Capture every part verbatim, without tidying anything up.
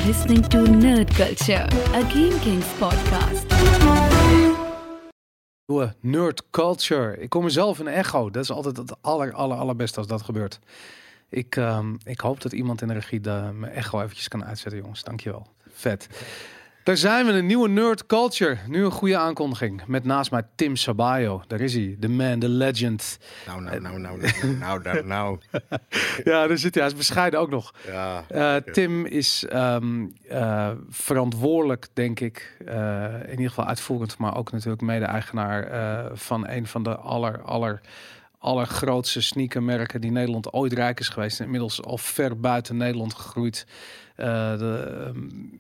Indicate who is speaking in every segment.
Speaker 1: listening to Nerd Culture, a Game Kings podcast.
Speaker 2: Nerd Culture. Ik kom mezelf in een echo. Dat is altijd het aller, aller, allerbeste als dat gebeurt. Ik, um, ik hoop dat iemand in de regie de, mijn echo eventjes kan uitzetten, jongens. Dankjewel. Vet. Daar zijn we, een nieuwe Nerd Culture. Nu een goede aankondiging. Met naast mij Tim Sabayo. Daar is hij. De man, de legend.
Speaker 3: Nou, nou, nou, nou, nou, nou, nou, nou.
Speaker 2: Ja, daar zit hij. Hij is bescheiden ook nog.
Speaker 3: Ja,
Speaker 2: uh,
Speaker 3: ja.
Speaker 2: Tim is um, uh, verantwoordelijk, denk ik. Uh, in ieder geval uitvoerend, maar ook natuurlijk mede-eigenaar uh, van een van de aller, aller, allergrootste sneakermerken die Nederland ooit rijk is geweest. Inmiddels al ver buiten Nederland gegroeid. Uh, de, um,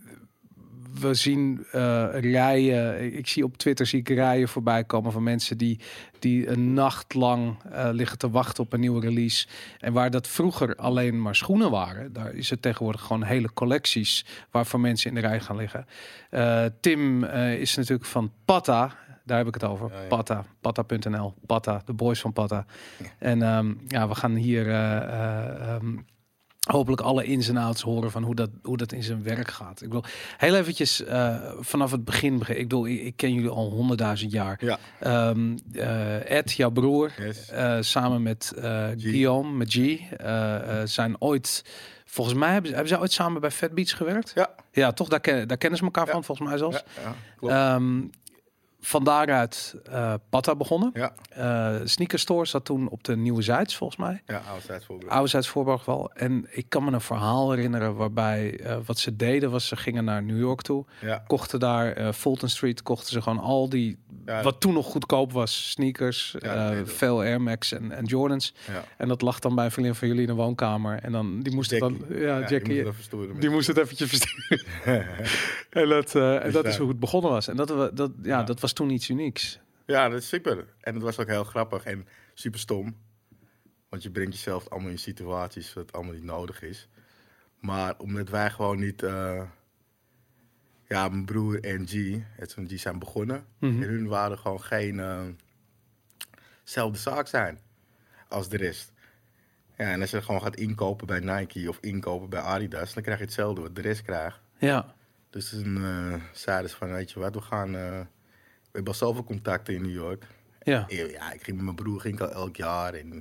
Speaker 2: We zien uh, rijen, ik zie op Twitter zie ik rijen voorbij komen van mensen die, die een nacht lang uh, liggen te wachten op een nieuwe release. En waar dat vroeger alleen maar schoenen waren, daar is het tegenwoordig gewoon hele collecties waarvoor mensen in de rij gaan liggen. Uh, Tim uh, is natuurlijk van Patta. Daar heb ik het over. Ja, ja. Patta, patta punt n l. Patta, de boys van Patta. Ja. En um, ja, we gaan hier uh, uh, um, hopelijk alle ins en outs horen van hoe dat, hoe dat in zijn werk gaat. Ik wil heel eventjes uh, vanaf het begin beginnen. Ik bedoel, ik, ik ken jullie al honderdduizend jaar.
Speaker 3: Ja.
Speaker 2: Um, uh, Ed, jouw broer,
Speaker 3: yes.
Speaker 2: uh, samen met uh, Guillaume, met G, uh, uh, zijn ooit... Volgens mij hebben ze, hebben ze ooit samen bij Fat Beats gewerkt.
Speaker 3: Ja.
Speaker 2: Ja, toch? Daar, ken, daar kennen ze elkaar ja. van, volgens mij zelfs.
Speaker 3: Ja, ja, klopt.
Speaker 2: Um, Van daaruit uh, Patta begonnen.
Speaker 3: Ja.
Speaker 2: Uh, Sneaker Store zat toen op de Nieuwe Zijds, volgens mij.
Speaker 3: Ja, Oude Zijds Voorburg.
Speaker 2: Oude Zijds Voorburg wel. En ik kan me een verhaal herinneren waarbij uh, wat ze deden was, ze gingen naar New York toe.
Speaker 3: Ja.
Speaker 2: Kochten daar uh, Fulton Street, kochten ze gewoon al die, ja, wat toen nog goedkoop was, sneakers, ja, uh, veel Air Max en, en Jordans. Ja. En dat lag dan bij een vriendin van jullie in de woonkamer. En dan, die moest
Speaker 3: Jackie.
Speaker 2: het dan, ja,
Speaker 3: ja,
Speaker 2: Jackie,
Speaker 3: die moest, verstoren,
Speaker 2: die moest het eventjes versturen. en dat, uh, en dat is hoe het begonnen was. En dat, dat, ja, ja. dat was toen iets unieks.
Speaker 3: Ja, dat is super. En het was ook heel grappig en super stom. Want je brengt jezelf allemaal in situaties wat allemaal niet nodig is. Maar omdat wij gewoon niet... Uh, ja, mijn broer en G, het van G zijn begonnen. Mm-hmm. En hun waren gewoon geen... Uh, zelfde zaak zijn als de rest. Ja, en als je gewoon gaat inkopen bij Nike of inkopen bij Adidas... dan krijg je hetzelfde wat de rest krijgt.
Speaker 2: Ja.
Speaker 3: Dus toen uh, zeiden ze van, weet je wat, we gaan... Uh, we hebben al zoveel contacten in New York.
Speaker 2: Ja.
Speaker 3: En, ja, ik ging met mijn broer ging ik al elk jaar. En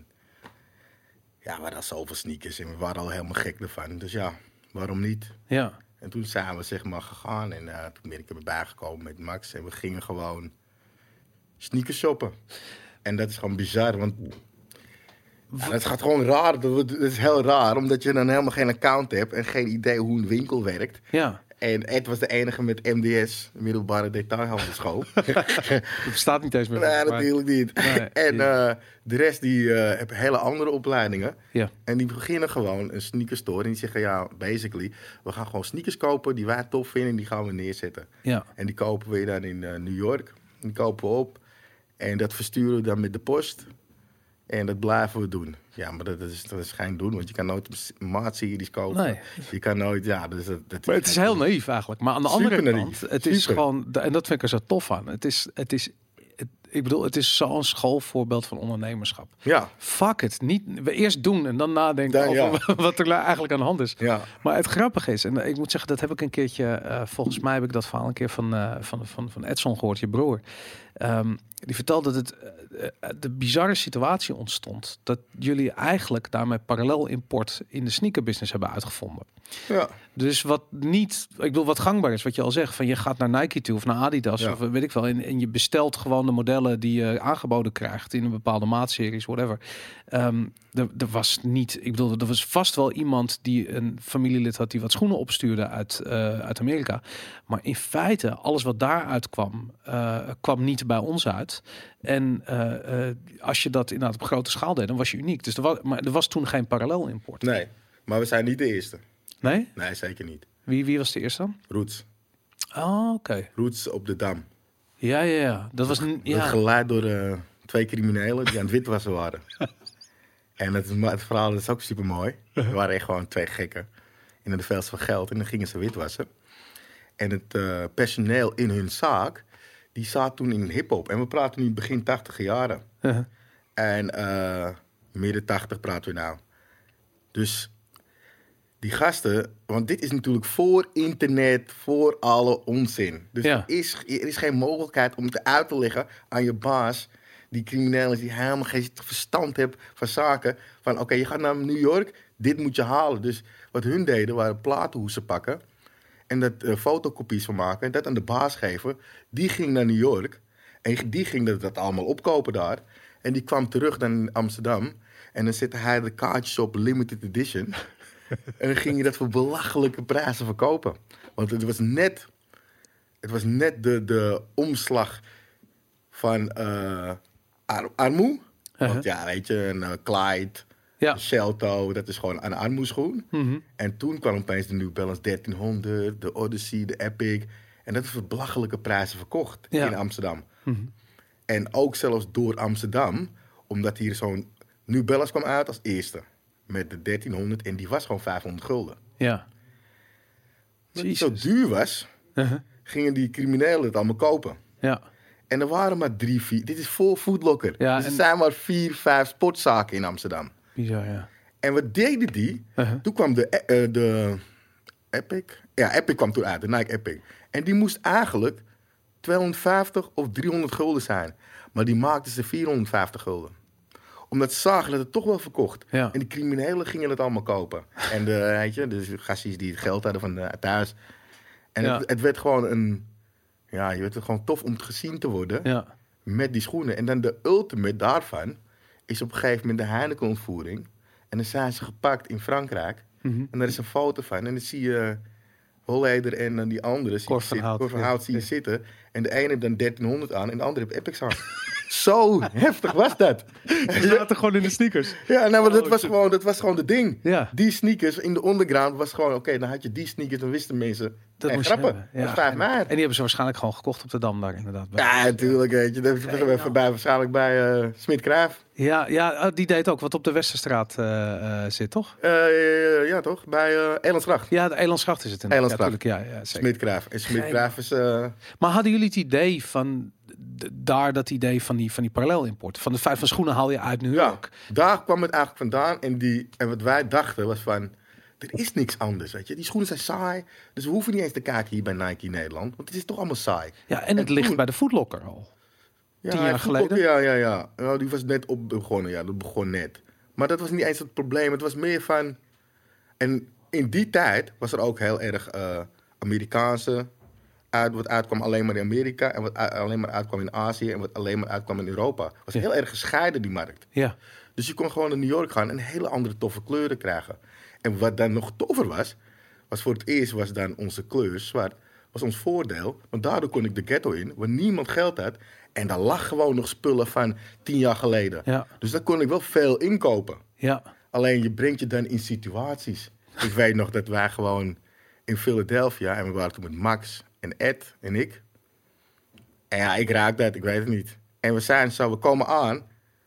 Speaker 3: ja, we hadden al zoveel sneakers en we waren al helemaal gek ervan. Dus ja, waarom niet?
Speaker 2: Ja.
Speaker 3: En toen zijn we zeg maar gegaan. En uh, toen ben ik erbij bijgekomen met Max. En we gingen gewoon sneakers shoppen. En dat is gewoon bizar, want... Ja, dat gaat gewoon raar. Dat is heel raar, omdat je dan helemaal geen account hebt... en geen idee hoe een winkel werkt.
Speaker 2: Ja.
Speaker 3: En Ed was de enige met M D S, middelbare detailhandelschool.
Speaker 2: Dat bestaat niet eens meer.
Speaker 3: Nee, natuurlijk niet. Nee, en uh, de rest die uh, hebben hele andere opleidingen.
Speaker 2: Ja.
Speaker 3: En die beginnen gewoon een sneakerstore. En die zeggen, ja, basically, we gaan gewoon sneakers kopen die wij tof vinden. En die gaan we neerzetten.
Speaker 2: Ja.
Speaker 3: En die kopen we dan in uh, New York. Die kopen we op. En dat versturen we dan met de post. En dat blijven we doen. Ja, maar dat is, dat is geen doen, want je kan nooit maatseries kopen.
Speaker 2: Nee.
Speaker 3: Je kan nooit, ja... Dus dat, dat
Speaker 2: maar het is heel naïef eigenlijk. Maar aan de
Speaker 3: Super
Speaker 2: andere
Speaker 3: naïef.
Speaker 2: kant, het
Speaker 3: Super.
Speaker 2: is gewoon... En dat vind ik er zo tof aan. Het is... Het is het, ik bedoel, het is zo'n schoolvoorbeeld van ondernemerschap.
Speaker 3: Ja.
Speaker 2: Fuck it. Niet, we eerst doen en dan nadenken dan, over ja. wat er eigenlijk aan de hand is.
Speaker 3: Ja.
Speaker 2: Maar het grappige is, en ik moet zeggen, dat heb ik een keertje... Uh, volgens mij heb ik dat verhaal een keer van, uh, van, van, van Edson gehoord, je broer. Um, die vertelde dat het, uh, de bizarre situatie ontstond... dat jullie eigenlijk daarmee parallel import in de sneakerbusiness hebben uitgevonden.
Speaker 3: Ja.
Speaker 2: Dus wat niet, ik bedoel, wat gangbaar is, wat je al zegt, van je gaat naar Nike toe of naar Adidas
Speaker 3: ja.
Speaker 2: of weet ik wel, en, en je bestelt gewoon de modellen die je aangeboden krijgt in een bepaalde maatseries, whatever. Um, er, er was niet, ik bedoel, er was vast wel iemand die een familielid had die wat schoenen opstuurde uit, uh, uit Amerika, maar in feite alles wat daaruit kwam, uh, kwam niet bij ons uit. En uh, uh, als je dat inderdaad op grote schaal deed, dan was je uniek. Dus er was, maar er was toen geen parallel import.
Speaker 3: Nee, maar we zijn niet de eerste.
Speaker 2: Nee?
Speaker 3: Nee, zeker niet.
Speaker 2: Wie, wie was de eerste dan?
Speaker 3: Roots.
Speaker 2: Oh, oké. Okay.
Speaker 3: Roots op de Dam.
Speaker 2: Ja, ja, ja. Dat was een... Ja.
Speaker 3: Geleid door uh, twee criminelen die aan het witwassen waren. En het, het verhaal is ook super mooi. Er waren echt gewoon twee gekken in de veld van geld. En dan gingen ze witwassen. En het uh, personeel in hun zaak, die zat toen in hiphop. En we praten nu begin tachtig jaren. Uh-huh. En uh, midden tachtig praten we nou. Dus die gasten, want dit is natuurlijk voor internet, voor alle onzin. Dus
Speaker 2: Ja.
Speaker 3: er, is, er is geen mogelijkheid om het uit te leggen aan je baas, die crimineel is, die helemaal geen verstand heeft van zaken. Van oké, okay, je gaat naar New York, dit moet je halen. Dus wat hun deden, waren platenhoesen pakken en dat uh, fotocopies van maken en dat aan de baas geven. Die ging naar New York en die ging dat, dat allemaal opkopen daar. En die kwam terug naar Amsterdam en dan zette hij de kaartjes op limited edition. En dan ging je dat voor belachelijke prijzen verkopen. Want het was net, het was net de, de omslag van uh, ar- armoe.
Speaker 2: Uh-huh.
Speaker 3: Want ja, weet je, een uh, Clyde,
Speaker 2: Ja.
Speaker 3: een Shelto, dat is gewoon een armoeschoen.
Speaker 2: Mm-hmm.
Speaker 3: En toen kwam opeens de New Balance dertienhonderd, de Odyssey, de Epic. En dat is voor belachelijke prijzen verkocht
Speaker 2: Ja.
Speaker 3: in Amsterdam.
Speaker 2: Mm-hmm.
Speaker 3: En ook zelfs door Amsterdam, omdat hier zo'n New Balance kwam uit als eerste. Met de dertienhonderd en die was gewoon vijfhonderd gulden.
Speaker 2: Ja.
Speaker 3: Omdat die zo duur was,
Speaker 2: Uh-huh.
Speaker 3: gingen die criminelen het allemaal kopen.
Speaker 2: Ja.
Speaker 3: En er waren maar drie, vier. Dit is voor Foodlocker.
Speaker 2: Ja,
Speaker 3: dus er
Speaker 2: en-
Speaker 3: zijn maar vier, vijf sportzaken in Amsterdam.
Speaker 2: Bizar, ja.
Speaker 3: En wat deden die?
Speaker 2: Uh-huh.
Speaker 3: Toen kwam de, eh, de Epic. Ja, Epic kwam toen uit, de Nike Epic. En die moest eigenlijk tweehonderdvijftig of driehonderd gulden zijn. Maar die maakten ze vierhonderdvijftig gulden. Omdat ze zagen dat het toch wel verkocht.
Speaker 2: Ja.
Speaker 3: En die criminelen gingen het allemaal kopen. En de, weet je, dus de gastjes die het geld hadden van de, thuis. En
Speaker 2: Ja.
Speaker 3: het, het werd gewoon een... Ja, je werd het gewoon tof om gezien te worden
Speaker 2: Ja.
Speaker 3: met die schoenen. En dan de ultimate daarvan is op een gegeven moment de Heineken-ontvoering. En dan zijn ze gepakt in Frankrijk.
Speaker 2: Mm-hmm.
Speaker 3: En daar is een foto van. En dan zie je Holleder en dan die andere zie je
Speaker 2: Cor van
Speaker 3: zitten-
Speaker 2: Hout,
Speaker 3: Cor van
Speaker 2: ja.
Speaker 3: Hout zie je
Speaker 2: Ja.
Speaker 3: zitten. En de ene heeft dan dertienhonderd aan en de andere heeft Epics aan. Zo heftig was dat.
Speaker 2: Ze zaten gewoon in de sneakers.
Speaker 3: Ja, nou, maar dat
Speaker 2: Oh,
Speaker 3: was
Speaker 2: shit.
Speaker 3: gewoon, dat was gewoon de ding.
Speaker 2: Ja.
Speaker 3: Die sneakers in de underground was gewoon... Oké, dan had je die sneakers, dan wisten mensen...
Speaker 2: Dat
Speaker 3: en
Speaker 2: moest je
Speaker 3: grappen,
Speaker 2: hebben.
Speaker 3: dat was
Speaker 2: Ja.
Speaker 3: vijf
Speaker 2: En,
Speaker 3: maart.
Speaker 2: en die hebben ze waarschijnlijk gewoon gekocht op de Dam daar, inderdaad.
Speaker 3: Ja, natuurlijk, weet je. Dat is
Speaker 2: nou.
Speaker 3: even bij, waarschijnlijk bij uh, Smit Kraaf.
Speaker 2: Ja, ja, oh, die deed ook wat op de Westerstraat eh, eh, zit, toch?
Speaker 3: Uh, ja, toch? Bij uh, Elandsgracht.
Speaker 2: Ja, de Elandsgracht is het inderdaad. Ja,
Speaker 3: Elandsgracht.
Speaker 2: tuurlijk, ja, ja, zeker.
Speaker 3: Smit Kraaf. En Smit
Speaker 2: Geen-
Speaker 3: Kraaf is... Uh,
Speaker 2: Maar hadden jullie het idee van d- daar dat idee van die van die parallelimport, van de vijf van schoenen haal je uit New
Speaker 3: ja,
Speaker 2: York?
Speaker 3: daar kwam het eigenlijk vandaan. En, die, en wat wij dachten was van... Er is niks anders, weet je. Die schoenen zijn saai. Dus we hoeven niet eens te kijken hier bij Nike in Nederland. Want het is toch allemaal saai.
Speaker 2: Ja, en het
Speaker 3: En
Speaker 2: ligt
Speaker 3: toen-
Speaker 2: bij de Footlocker al.
Speaker 3: Ja,
Speaker 2: Tien jaar
Speaker 3: hij vroeg
Speaker 2: geleden?
Speaker 3: ook- ja, ja, ja. Nou, die was net op begonnen. Ja, dat begon net. Maar dat was niet eens het probleem. Het was meer van... En in die tijd was er ook heel erg eh, Amerikaanse... Uit, wat uitkwam alleen maar in Amerika... en wat u- alleen maar uitkwam in Azië... en wat alleen maar uitkwam in Europa. Het was
Speaker 2: Ja.
Speaker 3: heel erg gescheiden, die markt.
Speaker 2: Ja,
Speaker 3: Dus je kon gewoon naar New York gaan... en hele andere toffe kleuren krijgen. En wat dan nog toffer was... was voor het eerst was dan onze kleur zwart... was ons voordeel. Want daardoor kon ik de ghetto in... waar niemand geld had... en daar lag gewoon nog spullen van tien jaar geleden.
Speaker 2: ja,
Speaker 3: Dus daar kon ik wel veel inkopen.
Speaker 2: ja.
Speaker 3: Alleen je brengt je dan in situaties. Ik weet nog dat wij gewoon in Philadelphia... en we waren toen met Max en Ed en ik. En ja, ik raak dat, ik weet het niet. En we zijn zo, we komen aan...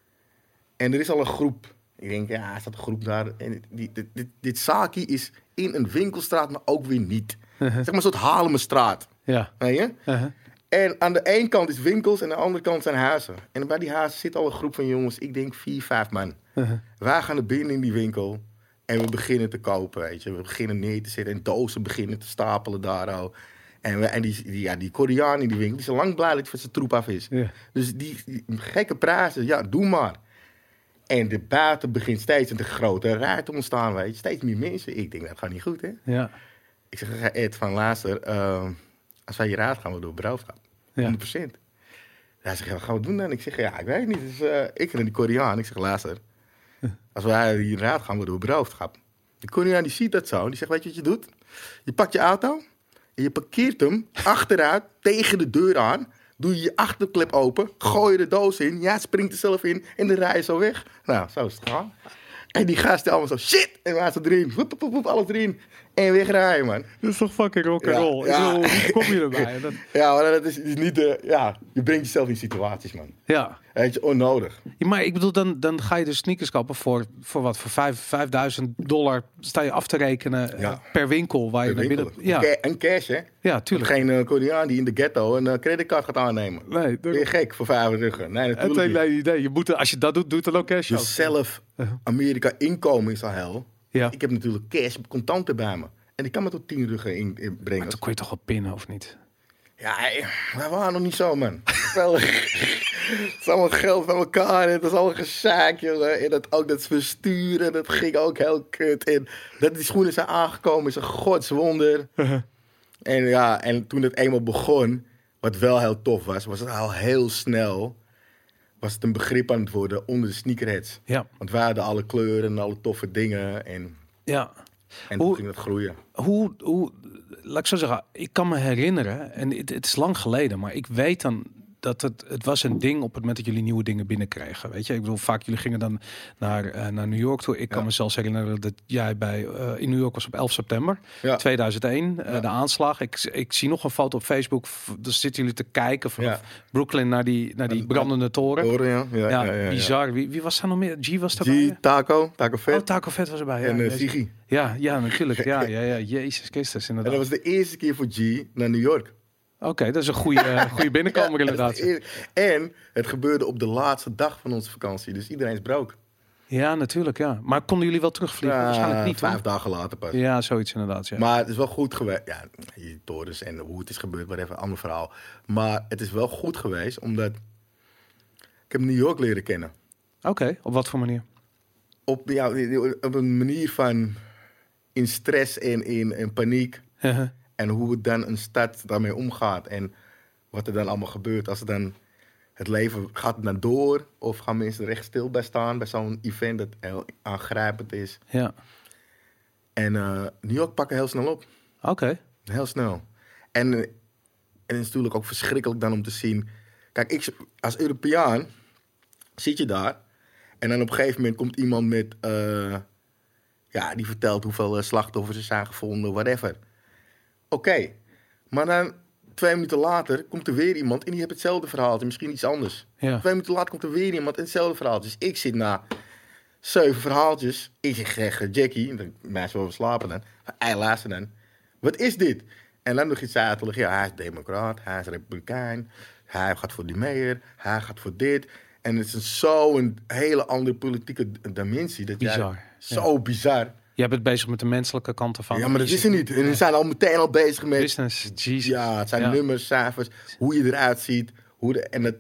Speaker 3: en er is al een groep. Ik denk, ja, er staat een groep daar. En die, dit, dit, dit zaakje is in een winkelstraat, maar ook weer niet. Zeg maar een soort Haarlemmerstraat.
Speaker 2: Ja.
Speaker 3: Weet je?
Speaker 2: Uh-huh.
Speaker 3: En aan de ene kant is winkels en aan de andere kant zijn huizen. En bij die huizen zit al een groep van jongens, ik denk vier, vijf man.
Speaker 2: Uh-huh.
Speaker 3: Wij gaan naar binnen in die winkel en we beginnen te kopen, weet je. We beginnen neer te zetten en dozen beginnen te stapelen daar al. En, we, en die, die, ja, die Koreaan in die winkel, die is al lang blij dat hij van zijn troep af is.
Speaker 2: Ja.
Speaker 3: Dus die, die gekke prijzen, ja, doe maar. En de buiten begint steeds een grote rij te ontstaan, weet je. Steeds meer mensen. Ik denk, dat gaat niet goed, hè.
Speaker 2: Ja.
Speaker 3: Ik zeg, ga Ed van Laatster, uh, als wij hieruit gaan, we door beroofd
Speaker 2: Ja.
Speaker 3: honderd procent. Hij zegt, ja, wat gaan we doen dan? Ik zeg, ja, ik weet het niet. Dus, uh, ik en die Koreaan, ik zeg, luister. Als wij hieruit gaan, worden we beroofd. De Koreaan die ziet dat zo. Die zegt, weet je wat je doet? Je pakt je auto en je parkeert hem achteruit tegen de deur aan. Doe je je achterklep open, gooi je de doos in. Ja, springt er zelf in en dan rij je zo weg. Nou, zo is het gaan. En die gasten allemaal zo, shit! En wij zo erin, woep, woep, woep, alles erin. En wegrijden, man.
Speaker 2: Dat is toch fucking rock'n'roll?
Speaker 3: Ja, ja.
Speaker 2: Ik bedoel, hoe kom je erbij? Dat,
Speaker 3: Ja, maar dat is, is niet de... Ja, je brengt jezelf in situaties, man.
Speaker 2: ja.
Speaker 3: Weet je, onnodig.
Speaker 2: Ja, maar ik bedoel, dan, dan ga je dus sneakers kopen voor, voor wat? Voor vijf, vijfduizend dollar sta je af te rekenen
Speaker 3: Ja.
Speaker 2: eh, per winkel waar je
Speaker 3: De
Speaker 2: naar
Speaker 3: winkel.
Speaker 2: binnen... Ja,
Speaker 3: Ca- En cash, hè?
Speaker 2: ja, tuurlijk.
Speaker 3: Geen uh, Koreaan die in de ghetto een uh, creditcard gaat aannemen.
Speaker 2: Nee,
Speaker 3: Ben je gek voor vijf ruggen? Nee,
Speaker 2: het
Speaker 3: natuurlijk
Speaker 2: nee,
Speaker 3: niet.
Speaker 2: nee, nee, je moet, als je dat doet, doet het ook cash.
Speaker 3: Dus zelf Amerika inkomen is al hel.
Speaker 2: Ja.
Speaker 3: Ik heb natuurlijk cash, contanten bij me. En die kan me tot tien ruggen in, in brengen.
Speaker 2: Maar toen kon je toch wel pinnen, of niet?
Speaker 3: Ja, wij waren nog niet zo, man. Wel, het is allemaal geld van elkaar. En het is allemaal gezaak, jongen. En dat, ook dat versturen, dat ging ook heel kut. En dat die schoenen zijn aangekomen is een godswonder. En ja, en toen het eenmaal begon, wat wel heel tof was, was het al heel snel, was het een begrip aan het worden onder de sneakerheads.
Speaker 2: Ja.
Speaker 3: Want wij hadden alle kleuren en alle toffe dingen. En,
Speaker 2: Ja.
Speaker 3: en
Speaker 2: Hoe-
Speaker 3: toen ging het groeien.
Speaker 2: Hoe, hoe, laat ik zo zeggen, ik kan me herinneren, en het, het is lang geleden, maar ik weet dan dat het, het was een ding op het moment dat jullie nieuwe dingen binnenkregen. Weet je, ik bedoel, vaak jullie gingen dan naar, eh, naar New York toe. Ik kan
Speaker 3: Ja.
Speaker 2: me zelfs herinneren dat jij bij eh, in New York was op elf september
Speaker 3: Ja.
Speaker 2: tweeduizend één, eh,
Speaker 3: Ja.
Speaker 2: de aanslag. Ik, ik zie nog een foto op Facebook. f- Daar zitten jullie te kijken vanaf
Speaker 3: Ja.
Speaker 2: Brooklyn naar die, naar die brandende toren.
Speaker 3: Horen, ja? Ja,
Speaker 2: Ja,
Speaker 3: ja, ja, ja.
Speaker 2: bizar. Wie, wie was daar nog meer? G was daarbij?
Speaker 3: G, Taco, Taco
Speaker 2: Oh,
Speaker 3: Vet
Speaker 2: Taco Vet was erbij. Ja,
Speaker 3: en uh,
Speaker 2: Jezus.
Speaker 3: Sigi.
Speaker 2: ja, ja, natuurlijk. Ja, ja, ja. Jezus Christus,
Speaker 3: En
Speaker 2: inderdaad.
Speaker 3: dat was de eerste keer voor G naar New York.
Speaker 2: Oké, dat is een goede, goede binnenkomer
Speaker 3: Ja,
Speaker 2: inderdaad.
Speaker 3: dat is de eer- En het gebeurde op de laatste dag van onze vakantie. Dus iedereen is broke.
Speaker 2: Ja, natuurlijk, ja. Maar konden jullie wel terugvliegen?
Speaker 3: Ja,
Speaker 2: Waarschijnlijk niet,
Speaker 3: vijf
Speaker 2: hoor.
Speaker 3: dagen later pas.
Speaker 2: Ja, zoiets inderdaad, ja.
Speaker 3: Maar het is wel goed geweest. Ja, die torens en hoe het is gebeurd, wat even een ander verhaal. Maar het is wel goed geweest, omdat ik heb New York leren kennen.
Speaker 2: Oké, op wat voor manier?
Speaker 3: Op, ja, op een manier van in stress en in, in paniek. En hoe het dan een stad daarmee omgaat. En wat er dan allemaal gebeurt. Als het dan het leven gaat het dan door. Of gaan mensen er echt stil bij staan. Bij zo'n event dat heel aangrijpend is.
Speaker 2: Ja,
Speaker 3: En eh, New York pakken heel snel op.
Speaker 2: oké.
Speaker 3: Heel snel. En, eh, en het is natuurlijk ook verschrikkelijk dan om te zien. Kijk, ik, als Europeaan zit je daar. En dan op een gegeven moment komt iemand met... eh, ja, die vertelt hoeveel eh, slachtoffers er zijn gevonden, whatever. Oké. Maar dan twee minuten later komt er weer iemand en die heeft hetzelfde verhaaltje. Misschien iets anders.
Speaker 2: Ja.
Speaker 3: Twee minuten later komt er weer iemand en hetzelfde verhaaltje. Dus ik zit na zeven verhaaltjes. Ik zeg tegen Jackie, de meisje waar we slapen dan. Hij luister dan. Wat is dit? En dan nog iets uit te leggen. Ja, hij is democraat, hij is republikein. Hij gaat voor die mayor, hij gaat voor dit. En het is zo'n hele andere politieke d- dimensie. Dat jij-
Speaker 2: Bizar,
Speaker 3: Zo bizar.
Speaker 2: Jij bent bezig met de menselijke kanten van...
Speaker 3: Ja, maar dat is er niet. En ze zijn al meteen al bezig met...
Speaker 2: Business, Jesus.
Speaker 3: Ja, het zijn
Speaker 2: Ja.
Speaker 3: nummers, cijfers, hoe je eruit ziet. Hoe de, en het,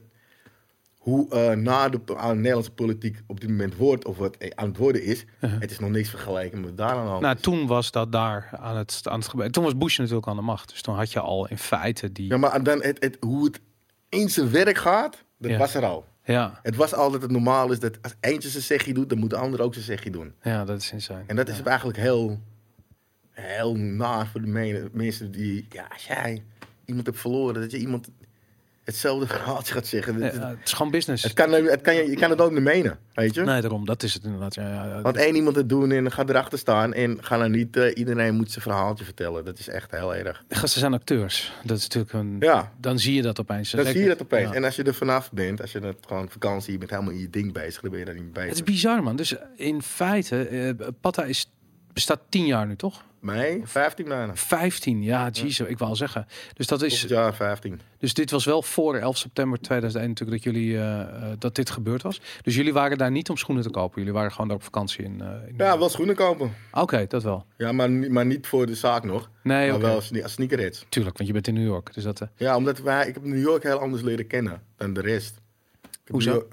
Speaker 3: hoe eh na de, aan de Nederlandse politiek op dit moment wordt, of wat eh, aan het worden is. Het is nog niks vergeleken met wat daar aan de hand
Speaker 2: Nou,
Speaker 3: is.
Speaker 2: toen was dat daar aan het, aan het gebeuren. Toen was Bush natuurlijk aan de macht. Dus toen had je al in feite die...
Speaker 3: Ja, maar dan het, het, hoe het in zijn werk gaat, dat
Speaker 2: Ja.
Speaker 3: was er al.
Speaker 2: Ja,
Speaker 3: Het was al dat het normaal is dat als eentje zijn zegje doet, dan moet de ander ook zijn zegje doen.
Speaker 2: ja, dat is insane.
Speaker 3: En dat is eigenlijk heel, heel naar voor de mene- mensen die... Ja, als jij iemand hebt verloren, dat je iemand hetzelfde verhaaltje gaat zeggen.
Speaker 2: Ja,
Speaker 3: Het-
Speaker 2: het is gewoon business.
Speaker 3: Het kan, het kan, je, je kan het ook niet menen, weet je?
Speaker 2: Nee, daarom. Dat is het inderdaad. Ja, ja, ja.
Speaker 3: Want één iemand het doen en ga erachter staan en ga dan niet... eh, iedereen moet zijn verhaaltje vertellen. Dat is echt heel erg.
Speaker 2: Gasten zijn acteurs. Dat is natuurlijk een...
Speaker 3: Ja,
Speaker 2: Dan zie je dat opeens.
Speaker 3: dan
Speaker 2: Zeker-
Speaker 3: zie je dat opeens.
Speaker 2: Ja.
Speaker 3: En als je er vanaf bent, als je het gewoon vakantie, je bent helemaal in je ding bezig, dan ben je daar niet mee
Speaker 2: Het is
Speaker 3: bezig.
Speaker 2: bizar, man. Dus in feite, eh Patta is, bestaat tien jaar nu, toch?
Speaker 3: Nee, vijftien maanden.
Speaker 2: vijftien, ja, jezus, ik wou al zeggen. Dus dat is,
Speaker 3: Volgend jaar vijftien.
Speaker 2: dus dit was wel voor elf september tweeduizend één natuurlijk dat jullie eh, eh, dat dit gebeurd was. Dus jullie waren daar niet om schoenen te kopen. Jullie waren gewoon daar op vakantie in. eh, in
Speaker 3: Ja, wel schoenen kopen.
Speaker 2: Oké, dat wel.
Speaker 3: Ja, maar, ni- maar niet voor de zaak nog.
Speaker 2: Nee,
Speaker 3: maar
Speaker 2: oké.
Speaker 3: wel sne- als sneakerheads.
Speaker 2: Tuurlijk, want je bent in New York. Dus dat. eh,
Speaker 3: Ja, omdat wij, ik heb New York heel anders leren kennen dan de rest. Ik heb
Speaker 2: Hoezo?
Speaker 3: New York-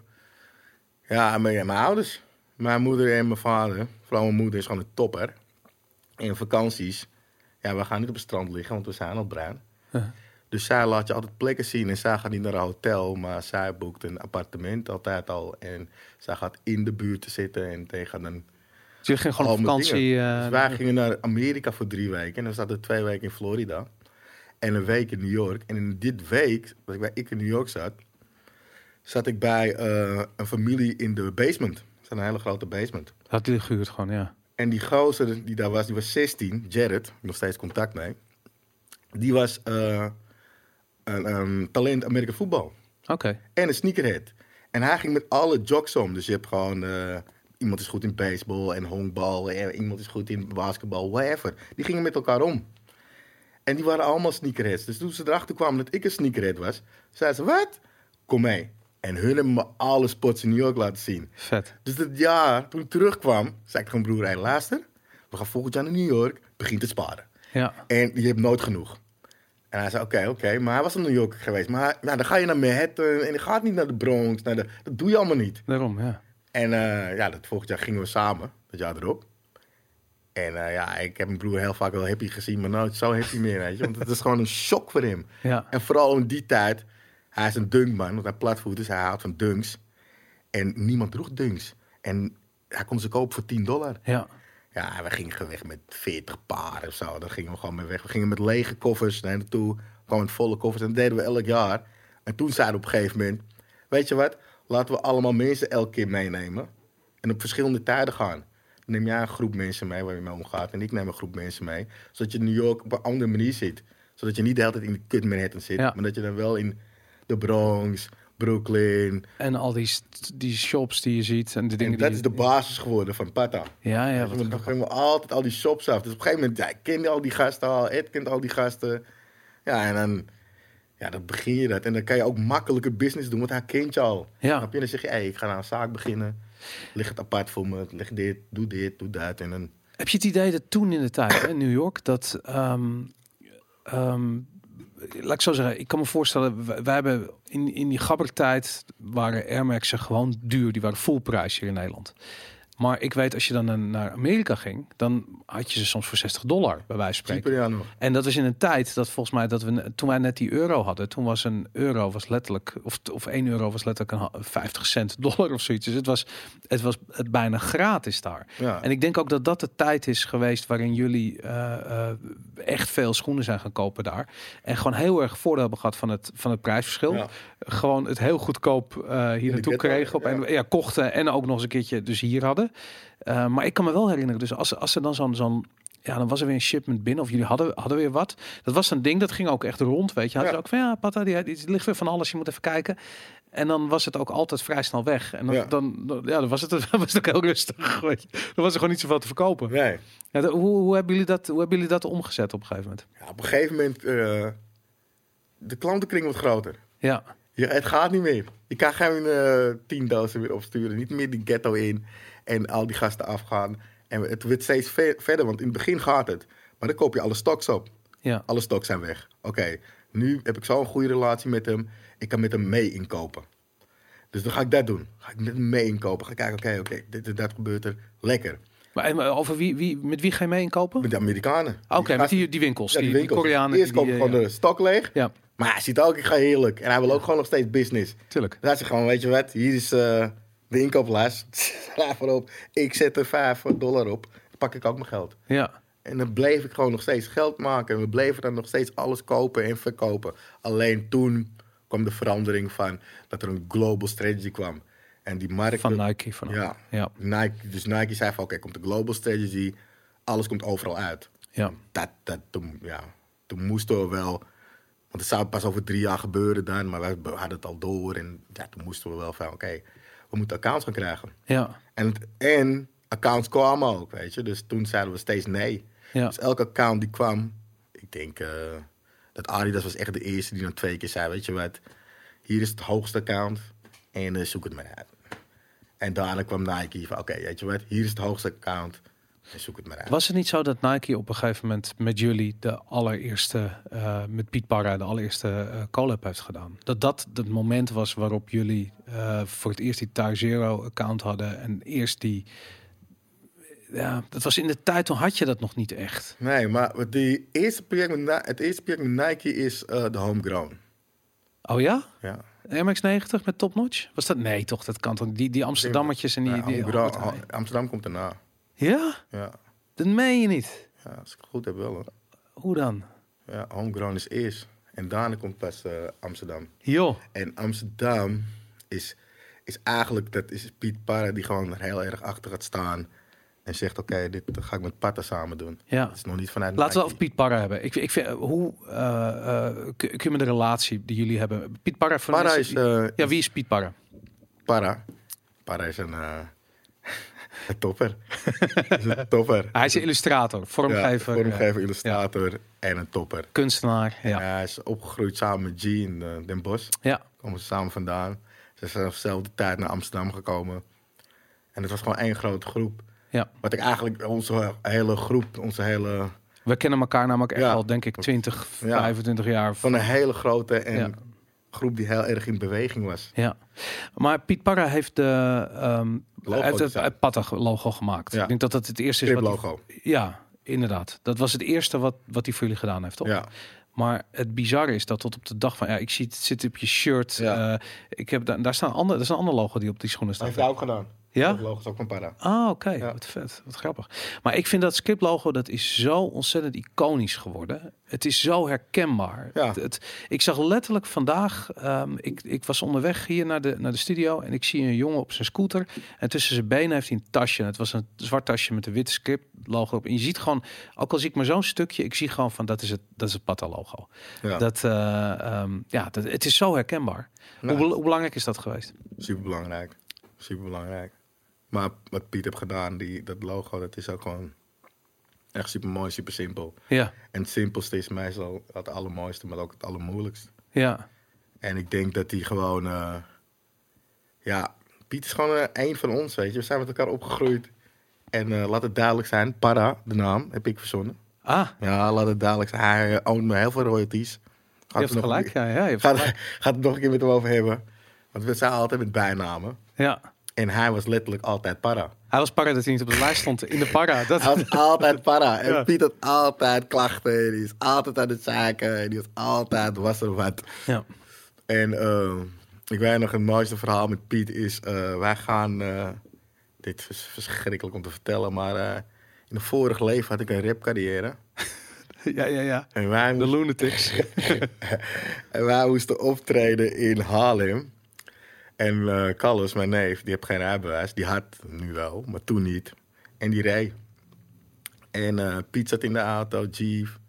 Speaker 3: Ja, mijn, mijn ouders. Mijn moeder en mijn vader. Vooral mijn moeder is gewoon een topper. En vakanties. Ja, we gaan niet op het strand liggen, want we zijn al bruin.
Speaker 2: uh,
Speaker 3: Dus zij laat je altijd plekken zien. En zij gaat niet naar een hotel, maar zij boekt een appartement altijd al. En zij gaat in de buurt zitten en tegen een...
Speaker 2: dus jullie gingen gewoon op
Speaker 3: allemaal
Speaker 2: vakantie.
Speaker 3: dingen.
Speaker 2: eh,
Speaker 3: Dus wij gingen naar Amerika voor drie weken. En dan zaten we twee weken in Florida. En een week in New York. En in dit week, dat ik bij ik in New York zat... zat ik bij eh, een familie in de basement. Dat is een hele grote basement.
Speaker 2: Had jullie gehuurd gewoon, ja.
Speaker 3: En die gozer die daar was, die was zestien, Jared, nog steeds contact mee. Die was eh, een, een talent Amerika voetbal.
Speaker 2: Oké.
Speaker 3: En een sneakerhead. En hij ging met alle jocks om. Dus je hebt gewoon... eh, iemand is goed in baseball en honkbal. En iemand is goed in basketbal, whatever. Die gingen met elkaar om. En die waren allemaal sneakerheads. Dus toen ze erachter kwamen dat ik een sneakerhead was... zeiden ze, wat? Kom mee. En hun hebben me alle spots in New York laten zien.
Speaker 2: Vet.
Speaker 3: Dus dat jaar, toen ik terugkwam, zei ik tegen mijn broer, hey, luister. we gaan volgend jaar naar New York, begin te sparen.
Speaker 2: Ja.
Speaker 3: En je hebt nooit genoeg. En hij zei, oké, okay, oké, okay. maar hij was in New York geweest. Maar nou, dan ga je naar Manhattan en je gaat niet naar de Bronx. Naar de, dat doe je allemaal niet.
Speaker 2: Daarom, ja.
Speaker 3: En uh, ja, dat volgend jaar gingen we samen, dat jaar erop. En uh, ja, ik heb mijn broer heel vaak wel happy gezien, maar nooit zo happy meer, weet je. Want het is gewoon een shock voor hem.
Speaker 2: Ja.
Speaker 3: En vooral in die tijd, hij is een dunkman, want hij platvoet is, hij houdt van dunks. En niemand droeg dunks. En hij kon ze kopen voor tien dollar.
Speaker 2: Ja.
Speaker 3: Ja, we gingen weg met veertig paar of zo. Daar gingen we gewoon mee weg. We gingen met lege koffers naar naartoe. Gewoon met volle koffers. En dat deden we elk jaar. En toen zeiden we op een gegeven moment... Weet je wat? Laten we allemaal mensen elke keer meenemen. En op verschillende tijden gaan. Dan neem jij een groep mensen mee waar je mee omgaat. En ik neem een groep mensen mee. Zodat je New York op een andere manier zit. Zodat je niet de hele tijd in de kut Manhattan zit.
Speaker 2: Ja.
Speaker 3: Maar dat je dan wel in de Bronx, Brooklyn...
Speaker 2: En al die, die shops die je ziet. En de dingen
Speaker 3: En dat
Speaker 2: die
Speaker 3: is de basis geworden van Pata.
Speaker 2: Ja, ja.
Speaker 3: Dus dan gingen we altijd al die shops af. Dus op een gegeven moment, ja, ik kende al die gasten al. Ed kent al die gasten. Ja, en dan, ja, dan begin je dat. En dan kan je ook makkelijker business doen, want hij kent je al.
Speaker 2: Ja.
Speaker 3: Snap je? Dan zeg je, hey, ik ga naar een zaak beginnen. Leg het apart voor me. Leg dit, doe dit, doe dat. En dan...
Speaker 2: Heb je het idee dat toen in de tijd hè, in New York, dat... Um, um, laat ik zo zeggen, ik kan me voorstellen, wij, wij hebben in, in die gabbertijd waren Air Max'en gewoon duur. Die waren full prijs hier in Nederland. Maar ik weet, als je dan naar Amerika ging, dan had je ze soms voor zestig dollar, bij wijze van spreken.
Speaker 3: Super, ja, nog.
Speaker 2: En dat was in een tijd dat volgens mij, dat we toen wij net die euro hadden, toen was een euro was letterlijk, of, of één euro was letterlijk een vijftig cent dollar of zoiets. Dus het was, het was het bijna gratis daar.
Speaker 3: Ja.
Speaker 2: En ik denk ook dat dat de tijd is geweest waarin jullie uh, uh, echt veel schoenen zijn gaan kopen daar. En gewoon heel erg voordeel hebben gehad van het, van het prijsverschil. Ja. Gewoon het heel goedkoop uh, hier naartoe kregen. Op ja. En ja, kochten en ook nog eens een keertje dus hier hadden. Uh, maar ik kan me wel herinneren, dus als, als er dan zo'n... zo'n ja, dan was er weer een shipment binnen of jullie hadden, hadden weer wat. Dat was een ding, dat ging ook echt rond, weet je. Hadden ja. ook van, ja, Pata, die, die ligt weer van alles, je moet even kijken. En dan was het ook altijd vrij snel weg. En dan, ja. dan, dan, ja, dan was het, dan was het ook heel rustig, weet je. Dan was er gewoon niet zoveel te verkopen.
Speaker 3: Nee.
Speaker 2: Ja, de, hoe, hoe, hebben jullie dat, hoe hebben jullie dat omgezet op een gegeven moment?
Speaker 3: Ja, op een gegeven moment, uh, de klantenkring wordt groter.
Speaker 2: Ja.
Speaker 3: Ja, het gaat niet meer. Je kan geen uh, tien dozen meer opsturen. Niet meer die ghetto in. En al die gasten afgaan. En het wordt steeds ver- verder, want in het begin gaat het. Maar dan koop je alle stocks op.
Speaker 2: Ja.
Speaker 3: Alle stocks zijn weg. Oké, okay, nu heb ik zo'n goede relatie met hem. Ik kan met hem mee inkopen. Dus dan ga ik dat doen. Ga ik met hem mee inkopen. Ga ik kijken, oké, okay, oké, okay, dit en dat gebeurt er. Lekker.
Speaker 2: Maar over wie, wie, met wie ga je mee inkopen?
Speaker 3: Met de Amerikanen.
Speaker 2: Oké, okay, met die, die winkels.
Speaker 3: Ja, die,
Speaker 2: die,
Speaker 3: winkels.
Speaker 2: die Koreanen.
Speaker 3: Eerst
Speaker 2: die,
Speaker 3: koop ik gewoon
Speaker 2: ja.
Speaker 3: de stok leeg.
Speaker 2: Ja.
Speaker 3: Maar hij ziet ook, ik ga heerlijk. En hij wil ook gewoon nog steeds business.
Speaker 2: Tuurlijk.
Speaker 3: Dus hij zegt gewoon, weet je wat, hier is uh, de inkooplijst. Schrijf erop. Ik zet er vijf dollar op. Dan pak ik ook mijn geld.
Speaker 2: Ja.
Speaker 3: En dan bleef ik gewoon nog steeds geld maken. En we bleven dan nog steeds alles kopen en verkopen. Alleen toen kwam de verandering van dat er een global strategy kwam. En die markt...
Speaker 2: Van Nike. Van
Speaker 3: ja,
Speaker 2: ja.
Speaker 3: Nike. Dus Nike zei van, oké, okay, komt de global strategy. Alles komt overal uit.
Speaker 2: Ja.
Speaker 3: Dat, dat, toen, ja, toen moesten we wel... Want het zou pas over drie jaar gebeuren dan. Maar we hadden het al door. En ja, toen moesten we wel van, oké, okay, we moeten accounts gaan krijgen.
Speaker 2: Ja.
Speaker 3: En, en accounts kwamen ook, weet je. Dus toen zeiden we steeds nee. Ja. Dus elke account die kwam... Ik denk uh, dat Adidas was echt de eerste die dan twee keer zei... Weet je wat, hier is het hoogste account. En uh, zoek het maar uit. En daarna kwam Nike van, oké, okay, weet je wat, hier is het hoogste account. En zoek het maar uit.
Speaker 2: Was het niet zo dat Nike op een gegeven moment met jullie de allereerste, uh, met Piet Parra, de allereerste uh, collab heeft gedaan? Dat dat het moment was waarop jullie uh, voor het eerst die Tire Zero account hadden en eerst die... Ja, dat was in de tijd, toen had je dat nog niet echt.
Speaker 3: Nee, maar die eerste project met, het eerste project met Nike is uh, de Homegrown.
Speaker 2: Oh ja?
Speaker 3: Ja.
Speaker 2: Air Max negentig met topnotch? Was dat? Nee, toch? Dat kan toch? Die, die Amsterdammertjes en die...
Speaker 3: Ja,
Speaker 2: die
Speaker 3: Homegrown, Amsterdam komt daarna.
Speaker 2: Ja?
Speaker 3: Ja.
Speaker 2: Dat meen je niet?
Speaker 3: Ja, als ik het goed heb wel hoor.
Speaker 2: Hoe dan?
Speaker 3: Ja, Homegrown is eerst. En daarna komt pas uh, Amsterdam.
Speaker 2: Jo.
Speaker 3: En Amsterdam is, is eigenlijk... Dat is Piet Parra die gewoon er heel erg achter gaat staan... En zegt, oké, okay, dit ga ik met Pata samen doen.
Speaker 2: Ja.
Speaker 3: Dat is nog niet vanuit
Speaker 2: Laten
Speaker 3: Nike.
Speaker 2: we over Piet Parra hebben. Ik, ik vind, hoe uh, uh, kun je me de relatie die jullie hebben... Piet Parra... Van
Speaker 3: Parra is... Uh,
Speaker 2: ja, wie is Piet Parra?
Speaker 3: Parra. Parra is een... Uh, een topper. is een topper.
Speaker 2: Hij is een illustrator, vormgever.
Speaker 3: Ja, vormgever,
Speaker 2: uh,
Speaker 3: illustrator ja. en een topper.
Speaker 2: Kunstenaar, ja.
Speaker 3: En hij is opgegroeid samen met G in uh, Den Bosch.
Speaker 2: Ja.
Speaker 3: Komen ze samen vandaan. Ze zijn op dezelfde tijd naar Amsterdam gekomen. En het was gewoon één grote groep.
Speaker 2: Ja.
Speaker 3: Wat ik eigenlijk, onze hele groep, onze hele...
Speaker 2: We kennen elkaar namelijk echt
Speaker 3: Ja.
Speaker 2: al, denk ik, twintig,
Speaker 3: Ja.
Speaker 2: vijfentwintig jaar.
Speaker 3: Van een hele grote en
Speaker 2: Ja.
Speaker 3: groep die heel erg in beweging was.
Speaker 2: Ja, maar Piet Parra heeft, de, um,
Speaker 3: Logo
Speaker 2: heeft het,
Speaker 3: design.
Speaker 2: het Patta-logo gemaakt.
Speaker 3: Ja.
Speaker 2: Ik denk dat dat het eerste is. Wat
Speaker 3: Striplogo.
Speaker 2: hij- ja, inderdaad. Dat was het eerste wat, wat hij voor jullie gedaan heeft, toch?
Speaker 3: Ja.
Speaker 2: Maar het bizarre is dat tot op de dag van... Ja, ik zie het zit op je shirt.
Speaker 3: Ja.
Speaker 2: eh, ik heb daar, daar staan andere, dat is een ander logo die op die schoenen
Speaker 3: Dat
Speaker 2: staat.
Speaker 3: heeft hij ook gedaan.
Speaker 2: Ja?
Speaker 3: Dat logo is ook van Para.
Speaker 2: Ah, oké.
Speaker 3: Ja.
Speaker 2: Wat vet. Wat grappig. Maar ik vind dat Skip-logo, dat is zo ontzettend iconisch geworden. Het is zo herkenbaar.
Speaker 3: Ja.
Speaker 2: Het, het- ik zag letterlijk vandaag... ehm, ik, ik was onderweg hier naar de, naar de studio... en ik zie een jongen op zijn scooter... en tussen zijn benen heeft hij een tasje. Het was een zwart tasje met een witte Skip-logo op. En je ziet gewoon... Ook al zie ik maar zo'n stukje... ik zie gewoon van, dat is het, dat is het Patta-logo.
Speaker 3: Ja.
Speaker 2: Dat, eh, ehm, ja, dat, het is zo herkenbaar.
Speaker 3: Ja.
Speaker 2: Hoe, hoe belangrijk is dat geweest?
Speaker 3: Super belangrijk. Super belangrijk. Maar wat Piet heeft gedaan, die, dat logo, dat is ook gewoon echt super mooi, super simpel.
Speaker 2: Ja,
Speaker 3: En het simpelste is meestal het allermooiste, maar ook het allermoeilijkst.
Speaker 2: ja,
Speaker 3: En ik denk dat hij gewoon... eh, ja, Piet is gewoon eh, één van ons, weet je. We zijn met elkaar opgegroeid. En eh, laat het duidelijk zijn, Para, de naam, heb ik verzonnen.
Speaker 2: Ah,
Speaker 3: Ja, laat het duidelijk zijn. Hij eh, oont me heel veel royalties.
Speaker 2: je
Speaker 3: Gaat
Speaker 2: hebt
Speaker 3: er nog
Speaker 2: gelijk.
Speaker 3: een-
Speaker 2: Ja, ja, je hebt
Speaker 3: Gaat,
Speaker 2: gelijk.
Speaker 3: gaat het nog een keer met hem over hebben. Want we zijn altijd met bijnamen.
Speaker 2: Ja.
Speaker 3: En hij was letterlijk altijd Para.
Speaker 2: Hij was para dat hij niet op de lijst stond in de para. Dat...
Speaker 3: Hij was altijd Para. En
Speaker 2: Ja.
Speaker 3: Piet had altijd klachten. En die is altijd aan het zaken. En die was altijd was er wat.
Speaker 2: Ja.
Speaker 3: En eh, ik weet nog, het mooiste verhaal met Piet is... eh, wij gaan... eh, dit is verschrikkelijk om te vertellen, maar... eh, in een vorig leven had ik een rapcarrière.
Speaker 2: ja, ja, ja.
Speaker 3: En wij,
Speaker 2: De
Speaker 3: moesten,
Speaker 2: lunatics.
Speaker 3: en wij moesten optreden in Haarlem. En eh Carlos, mijn neef, die heeft geen rijbewijs. Die had nu wel, maar toen niet. En die reed. En eh, Piet zat in de auto, Jeef,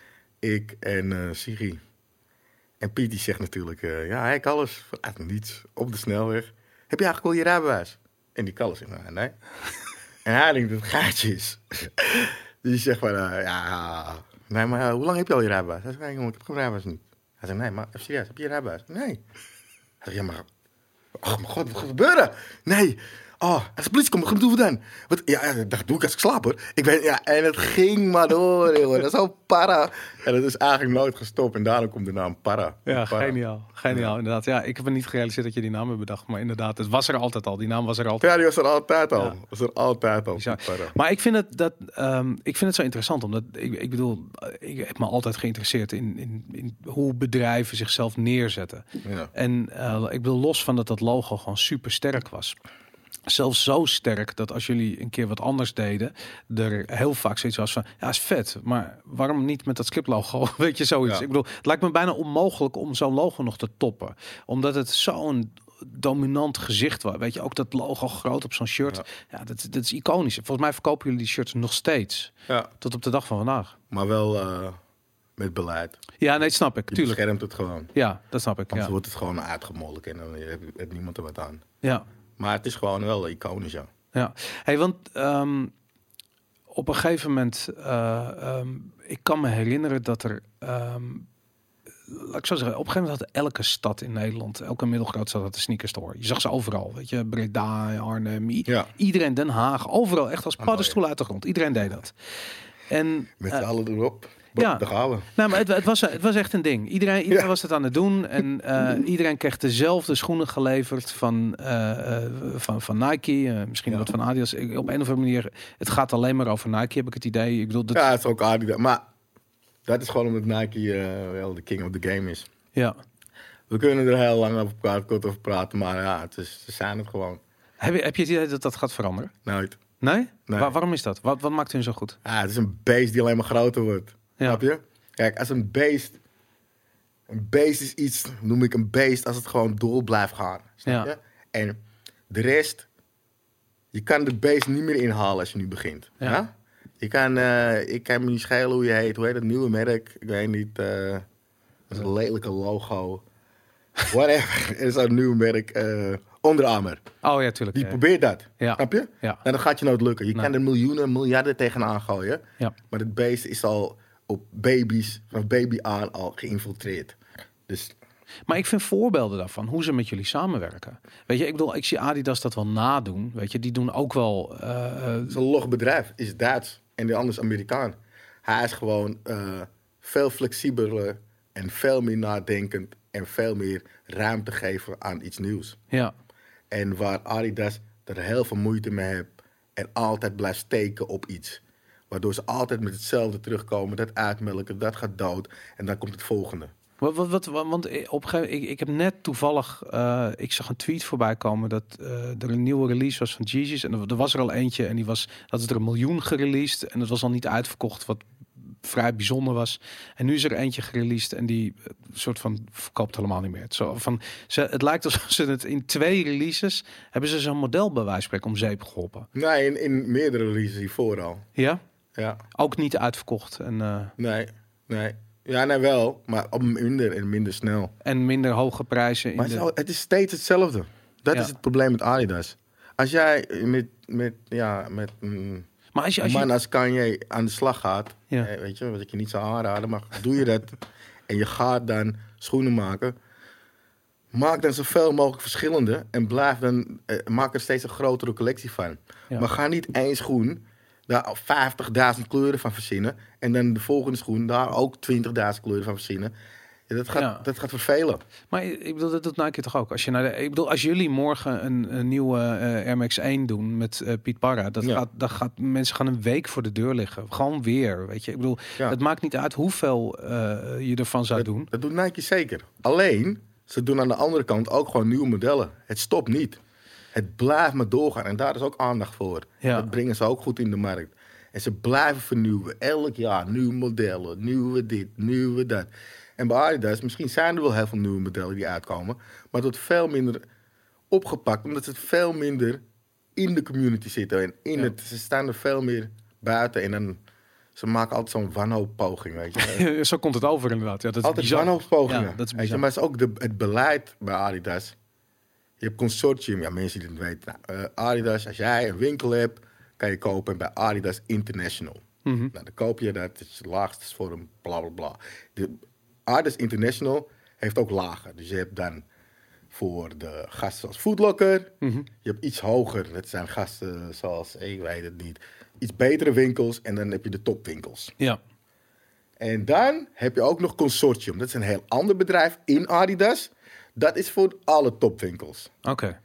Speaker 3: ik en eh Sigi. En Piet die zegt natuurlijk... eh, ja, hey Carlos, vanuit niets, op de snelweg. Heb je eigenlijk al je rijbewijs? En die Carlos zegt, nou, nee. En hij denkt dat het gaatje is. Die zegt van, eh, ja... Nee, maar eh, hoe lang heb je al je rijbewijs? Hij zegt, nee jongen, ik heb geen rijbewijs niet. Hij zegt, nee, maar even serieus, heb je je rijbewijs? Nee. Hij zegt, ja, maar... Oh mijn god, wat gaat er gebeuren? Nee. Oh, als de politie komt, wat doen we dan? Wat, ja, dat doe ik als ik slaap, hoor. Ik weet, ja, en het ging maar door, jongen. Dat is zo Para. En dat is eigenlijk nooit gestopt. En daarom komt de naam Para.
Speaker 2: Ja,
Speaker 3: Para.
Speaker 2: geniaal. Geniaal,
Speaker 3: Ja.
Speaker 2: inderdaad. Ja, ik heb me niet gerealiseerd dat je die naam hebt bedacht. Maar inderdaad, het was er altijd al. Die naam was er altijd.
Speaker 3: Ja, die was er altijd al.
Speaker 2: Ja.
Speaker 3: Was er altijd al.
Speaker 2: Bizar.
Speaker 3: Para.
Speaker 2: Maar ik vind het, dat, ehm, ik vind het zo interessant. Omdat, ik, ik bedoel, ik heb me altijd geïnteresseerd in, in, in hoe bedrijven zichzelf neerzetten.
Speaker 3: Ja.
Speaker 2: En eh, ik bedoel, los van dat dat logo gewoon super sterk was. Zelfs zo sterk dat als jullie een keer wat anders deden, er heel vaak zoiets was van, ja, is vet, maar waarom niet met dat Skip-logo? Weet je, zoiets.
Speaker 3: Ja.
Speaker 2: Ik bedoel, het lijkt me bijna onmogelijk om zo'n logo nog te toppen. Omdat het zo'n dominant gezicht was. Weet je, ook dat logo groot op zo'n shirt. Ja, dat, dat is iconisch. Volgens mij verkopen jullie die shirts nog steeds.
Speaker 3: Ja.
Speaker 2: Tot op de dag van vandaag.
Speaker 3: Maar wel eh, met beleid.
Speaker 2: Ja, nee, snap ik.
Speaker 3: Je
Speaker 2: Tuurlijk.
Speaker 3: beschermt het gewoon.
Speaker 2: Ja, dat snap ik.
Speaker 3: Anders
Speaker 2: Ja.
Speaker 3: wordt het gewoon uitgemolken en dan heeft, heeft niemand er wat aan.
Speaker 2: Ja.
Speaker 3: Maar het is gewoon wel iconisch, ja.
Speaker 2: Ja, hey, want ehm, op een gegeven moment, eh, ehm, ik kan me herinneren dat er, ehm, laat ik zo zeggen, op een gegeven moment had elke stad in Nederland, elke middelgrote stad had een sneakerstore. Je zag ze overal, weet je, Breda, Arnhem, i-
Speaker 3: Ja.
Speaker 2: iedereen, Den Haag, overal, echt als
Speaker 3: Ah,
Speaker 2: paddenstoel uit de grond. Iedereen deed dat. En
Speaker 3: Met
Speaker 2: eh,
Speaker 3: z'n allen erop.
Speaker 2: ja.
Speaker 3: Daar gaan we.
Speaker 2: nou, maar het, het, was, het was echt een ding. Iedereen, iedereen
Speaker 3: Ja.
Speaker 2: was het aan het doen. En eh, iedereen kreeg dezelfde schoenen geleverd van, eh, eh, van, van Nike. eh, misschien
Speaker 3: Ja.
Speaker 2: wat van Adidas. Ik, op een of andere manier, het gaat alleen maar over Nike, heb ik het idee. Ik bedoel, dat,
Speaker 3: Ja, het is ook Adidas. Maar dat is gewoon omdat Nike eh, wel de king of the game is.
Speaker 2: ja.
Speaker 3: We kunnen er heel lang over praten, kort over praten. Maar ja, het is, ze zijn het gewoon.
Speaker 2: Heb, je, heb je het idee dat dat gaat veranderen?
Speaker 3: Nooit.
Speaker 2: Nee?
Speaker 3: Nee.
Speaker 2: Waar- waarom is dat? Wat, wat maakt hun zo goed?
Speaker 3: Ja, het is een beest die alleen maar groter wordt.
Speaker 2: Ja.
Speaker 3: Snap je? Kijk, als een beest... Een beest is iets, noem ik een beest, als het gewoon door blijft gaan. Snap
Speaker 2: Ja.
Speaker 3: je? En de rest... Je kan het beest niet meer inhalen als je nu begint.
Speaker 2: Ja.
Speaker 3: Ja? Je kan... eh, ik kan me niet schelen hoe je heet. Hoe heet dat nieuwe merk? Ik weet niet. eh dat is een lelijke logo. Whatever. Er is een nieuw merk. eh Under Armour.
Speaker 2: Oh ja, tuurlijk.
Speaker 3: Die
Speaker 2: ja.
Speaker 3: probeert dat.
Speaker 2: Ja.
Speaker 3: Snap je?
Speaker 2: Ja.
Speaker 3: Nou, dat gaat je nooit lukken. Je
Speaker 2: Nee.
Speaker 3: kan er miljoenen, miljarden tegenaan gooien.
Speaker 2: Ja.
Speaker 3: Maar het beest is al op baby's, van baby aan al geïnfiltreerd. Dus
Speaker 2: Maar ik vind voorbeelden daarvan, hoe ze met jullie samenwerken. Weet je, ik bedoel, ik zie Adidas dat wel nadoen. Weet je, die doen ook wel... Uh,
Speaker 3: Het is een log bedrijf, is Duits en de ander is Amerikaan. Hij is gewoon uh, veel flexibeler en veel meer nadenkend en veel meer ruimte geven aan iets nieuws.
Speaker 2: Ja.
Speaker 3: En waar Adidas er heel veel moeite mee heeft en altijd blijft steken op iets. Waardoor ze altijd met hetzelfde terugkomen, dat uitmelken, dat gaat dood en dan komt het volgende.
Speaker 2: Wat, wat, wat, want op een gegeven, ik, ik heb net toevallig, uh, ik zag een tweet voorbij komen dat uh, er een nieuwe release was van Yeezys. En er, er was er al eentje en die was, dat is er een miljoen gereleased. En dat was al niet uitverkocht, wat vrij bijzonder was. En nu is er eentje gereleased en die uh, soort van verkoopt helemaal niet meer. Het, zo van, ze, het lijkt alsof ze het in twee releases, hebben ze zo'n model bij wijze van spreken om zeep geholpen.
Speaker 3: Nee, in, in meerdere releases hiervoor al.
Speaker 2: Ja?
Speaker 3: Ja.
Speaker 2: Ook niet uitverkocht. En, uh,
Speaker 3: nee, nee. Ja, nee wel, maar op minder en minder snel.
Speaker 2: En minder hoge prijzen. In
Speaker 3: maar
Speaker 2: de...
Speaker 3: het is steeds hetzelfde. Dat
Speaker 2: ja.
Speaker 3: is het probleem met Adidas. Als jij met, met, ja, met mm,
Speaker 2: maar als je, als
Speaker 3: een man
Speaker 2: je...
Speaker 3: als Kanye aan de slag gaat,
Speaker 2: ja.
Speaker 3: eh, weet je, wat ik je niet zou aanraden, maar doe je dat en je gaat dan schoenen maken, maak dan zoveel mogelijk verschillende en blijf dan, eh, maak er steeds een grotere collectie van.
Speaker 2: Ja.
Speaker 3: Maar ga niet één schoen daar vijftigduizend kleuren van verzinnen en dan de volgende schoen daar ook twintigduizend kleuren van verzinnen. Ja, dat, gaat,
Speaker 2: ja.
Speaker 3: dat gaat vervelen.
Speaker 2: Maar ik bedoel, dat doet Nike toch ook? Als je naar de, ik bedoel, als jullie morgen een, een nieuwe uh, Air Max één doen met uh, Piet Parra, dat
Speaker 3: ja.
Speaker 2: gaat, dat gaat mensen gaan een week voor de deur liggen. Gewoon weer, weet je. Ik bedoel,
Speaker 3: ja.
Speaker 2: het maakt niet uit hoeveel uh, je ervan zou
Speaker 3: dat,
Speaker 2: doen.
Speaker 3: Dat doet Nike zeker. Alleen, ze doen aan de andere kant ook gewoon nieuwe modellen. Het stopt niet. Het blijft maar doorgaan. En daar is ook aandacht voor.
Speaker 2: Ja.
Speaker 3: Dat brengen ze ook goed in de markt. En ze blijven vernieuwen. Elk jaar nieuwe modellen. Nieuwe dit, nieuwe dat. En bij Adidas, misschien zijn er wel heel veel nieuwe modellen die uitkomen. Maar het wordt veel minder opgepakt. Omdat ze veel minder in de community zitten. En in
Speaker 2: ja.
Speaker 3: het, ze staan er veel meer buiten. En dan, ze maken altijd zo'n wanhooppoging, weet je.
Speaker 2: Zo komt het over inderdaad. Ja, dat is
Speaker 3: altijd
Speaker 2: bizar.
Speaker 3: wanhoopspogingen.
Speaker 2: Ja, dat is
Speaker 3: weet je, maar het is ook de, het beleid bij Adidas. Je hebt consortium. Ja, mensen die het weten. Nou, uh, Adidas, als jij een winkel hebt, kan je kopen bij Adidas International.
Speaker 2: Mm-hmm.
Speaker 3: Nou, dan koop je dat. Het is de laagste vorm, bla bla bla. De Adidas International heeft ook lagen. Dus je hebt dan voor de gasten zoals Foot Locker.
Speaker 2: Mm-hmm.
Speaker 3: Je hebt iets hoger. Dat zijn gasten zoals, ik weet het niet, iets betere winkels. En dan heb je de topwinkels.
Speaker 2: Ja.
Speaker 3: En dan heb je ook nog Consortium. Dat is een heel ander bedrijf in Adidas. Dat is voor alle topwinkels.
Speaker 2: Oké. Okay.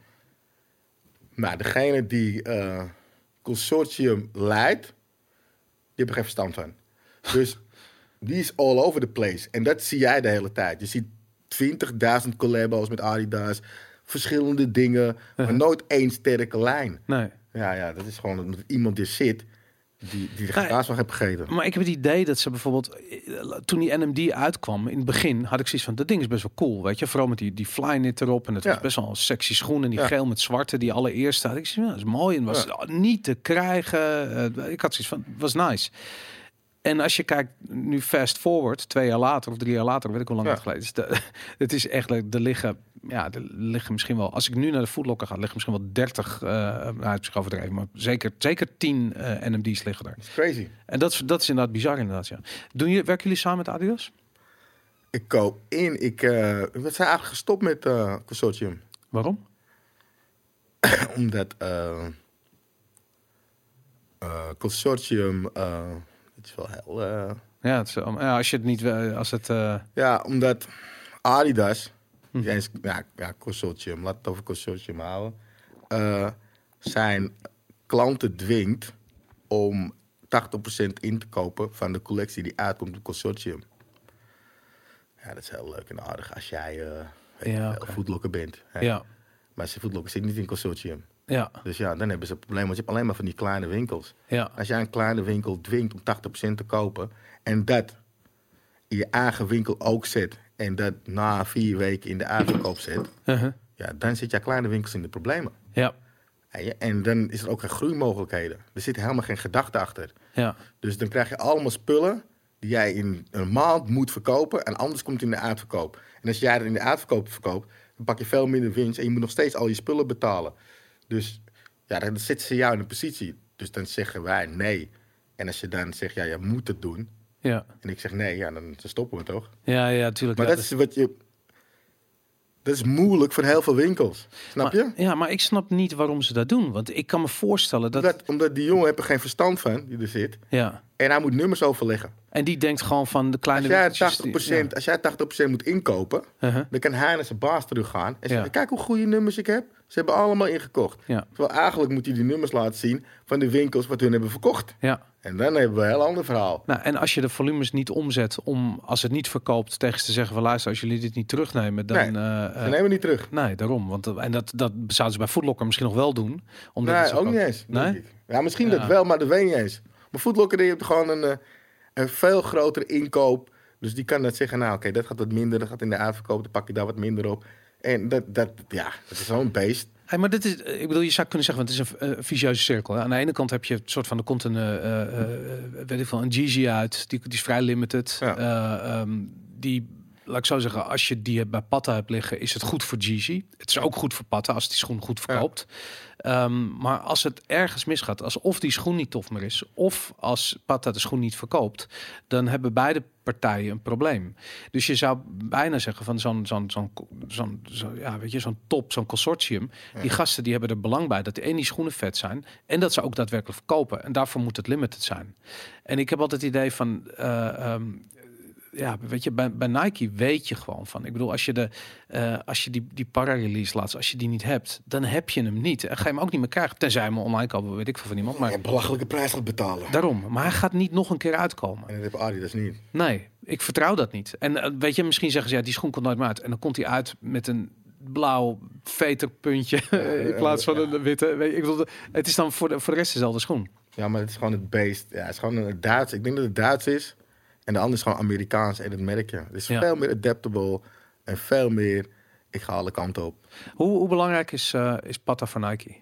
Speaker 3: Nou, degene die uh, Consortium leidt, die hebben er geen verstand van. Dus die is all over the place. En dat zie jij de hele tijd. Je ziet twintigduizend collabos met Adidas. Verschillende dingen. Uh-huh. Maar nooit één sterke lijn.
Speaker 2: Nee.
Speaker 3: Ja, ja, dat is gewoon omdat iemand er zit die, die de kaas van heeft gegeten.
Speaker 2: Maar ik heb het idee dat ze bijvoorbeeld, toen die N M D uitkwam, in het begin had ik zoiets van, dat ding is best wel cool, weet je. Vooral met die, die Flyknit erop. En het ja. was best wel een sexy schoen. En die ja. geel met zwarte, die allereerste had. Ik zei, ja, dat is mooi. En was ja. niet te krijgen. Uh, ik had zoiets van, was nice. En als je kijkt, nu fast forward, twee jaar later of drie jaar later, weet ik hoe lang ja. het geleden is. De, het is echt, er liggen, ja, er liggen misschien wel, als ik nu naar de Foot Locker ga, liggen misschien wel dertig, uh, nou, het is overdreven, maar zeker, zeker tien uh, N M D's liggen daar.
Speaker 3: Dat is crazy.
Speaker 2: En dat is, dat is inderdaad bizar inderdaad, ja. Doen je, werken jullie samen met Adidas?
Speaker 3: Ik koop in, ik, uh, we zijn eigenlijk gestopt met uh, Consortium.
Speaker 2: Waarom?
Speaker 3: Omdat uh, uh, Consortium... Uh, Het is wel heel... Uh...
Speaker 2: Ja, het is, ja, als je het niet... Als het, uh...
Speaker 3: Ja, omdat Adidas... Hm. Eens, ja, ja, consortium. Laat het over consortium houden. Uh, zijn klanten dwingt om tachtig procent in te kopen van de collectie die uitkomt op consortium. Ja, dat is heel leuk en aardig als jij uh, weet ja, okay. Foot Locker bent. Hè? Ja. Maar als je Foot Locker zit niet in consortium.
Speaker 2: Ja.
Speaker 3: Dus ja, dan hebben ze een probleem. Want je hebt alleen maar van die kleine winkels.
Speaker 2: Ja.
Speaker 3: Als jij een kleine winkel dwingt om tachtig procent te kopen... en dat in je eigen winkel ook zet... en dat na vier weken in de uitverkoop zet... Uh-huh. Ja, dan zit jouw kleine winkels in de problemen.
Speaker 2: Ja.
Speaker 3: En, en dan is er ook geen groeimogelijkheden. Er zit helemaal geen gedachte achter.
Speaker 2: Ja.
Speaker 3: Dus dan krijg je allemaal spullen... die jij in een maand moet verkopen... en anders komt het in de uitverkoop. En als jij er in de uitverkoop verkoopt... dan pak je veel minder winst... en je moet nog steeds al je spullen betalen... Dus ja, dan zetten ze jou in een positie. Dus dan zeggen wij nee. En als je dan zegt, ja, je moet het doen.
Speaker 2: Ja.
Speaker 3: En ik zeg nee, ja, dan stoppen we toch?
Speaker 2: Ja, ja, tuurlijk.
Speaker 3: Maar
Speaker 2: ja,
Speaker 3: dat is wat je... Dat is moeilijk voor heel veel winkels. Snap je?
Speaker 2: Maar, ja, maar ik snap niet waarom ze dat doen. Want ik kan me voorstellen dat...
Speaker 3: Omdat, omdat die jongen heeft er geen verstand van, die er zit.
Speaker 2: Ja.
Speaker 3: En hij moet nummers overleggen.
Speaker 2: En die denkt gewoon van de kleine...
Speaker 3: Als jij
Speaker 2: winkeltjes
Speaker 3: tachtig procent,
Speaker 2: die-
Speaker 3: als jij tachtig procent moet inkopen,
Speaker 2: ja. Uh-huh.
Speaker 3: dan kan hij naar zijn baas teruggaan. En zeggen,
Speaker 2: Ja.
Speaker 3: kijk hoe goede nummers ik heb. Ze hebben allemaal ingekocht.
Speaker 2: Ja.
Speaker 3: Terwijl eigenlijk moet hij die nummers laten zien van de winkels wat hun hebben verkocht.
Speaker 2: Ja.
Speaker 3: En dan hebben we een heel ander verhaal.
Speaker 2: Nou, en als je de volumes niet omzet om, als het niet verkoopt, tegen ze te zeggen van luister, als jullie dit niet terugnemen, dan...
Speaker 3: Nee,
Speaker 2: eh, eh,
Speaker 3: Ze nemen niet terug.
Speaker 2: nee, daarom. Want, eh, en dat, dat zouden ze bij Foot Locker misschien nog wel doen. Omdat het
Speaker 3: Nee,
Speaker 2: zo
Speaker 3: ook
Speaker 2: kan-
Speaker 3: niet eens. denk
Speaker 2: Nee?
Speaker 3: ik. Ja, misschien
Speaker 2: Ja.
Speaker 3: dat wel, maar dat weet je niet eens. Maar Footlocker die heeft gewoon een, eh, een veel grotere inkoop. Dus die kan dat zeggen, nou oké, dat gaat wat minder. Dat gaat in de uitverkoop, dan pak je daar wat minder op. En dat, dat, ja, dat is zo'n beest.
Speaker 2: Hey, maar dit is, ik bedoel, je zou kunnen zeggen, want het is een uh, vicieuze cirkel. Hè? Aan de ene kant heb je het soort van, er komt een, uh, uh, weet ik veel, een Yeezy uit, die, die is vrij limited.
Speaker 3: Ja.
Speaker 2: Uh, um, die, laat ik zo zeggen, als je die bij Patta hebt liggen, is het goed voor Yeezy. Het is ook goed voor Patta als die schoen goed verkoopt. Ja. Um, maar als het ergens misgaat, als of die schoen niet tof meer is, of als Patta de schoen niet verkoopt, dan hebben beide partijen een probleem. Dus je zou bijna zeggen van zo'n zo'n zo'n zo'n zo, ja, weet je, zo'n top, zo'n consortium. Ja. Die gasten die hebben er belang bij dat één die schoenen vet zijn en dat ze ook daadwerkelijk verkopen. En daarvoor moet het limited zijn. En ik heb altijd het idee van uh, um, ja, weet je, bij, bij Nike weet je gewoon van. Ik bedoel, als je de, uh, als je die, die para-release laat, als je die niet hebt, dan heb je hem niet. En ga je hem ook niet meer krijgen. Tenzij je hem online kopen, weet ik veel van iemand. Maar
Speaker 3: Ja, een belachelijke prijs gaat betalen.
Speaker 2: daarom. Maar hij gaat niet nog een keer uitkomen.
Speaker 3: En dat heeft Adidas niet.
Speaker 2: Nee, ik vertrouw dat niet. En uh, weet je, misschien zeggen ze, ja, die schoen komt nooit meer uit. En dan komt hij uit met een blauw veterpuntje in plaats van een witte. Weet je, ik bedoel, het is dan voor de, voor de rest dezelfde schoen.
Speaker 3: Ja, maar het is gewoon het beest. Ja, het is gewoon een Duits. Ik denk dat het Duits is. En de ander is gewoon Amerikaans en dat merk je. Het is
Speaker 2: Ja.
Speaker 3: veel meer adaptable en veel meer, ik ga alle kanten op.
Speaker 2: Hoe, hoe belangrijk is, uh, is Patta voor Nike?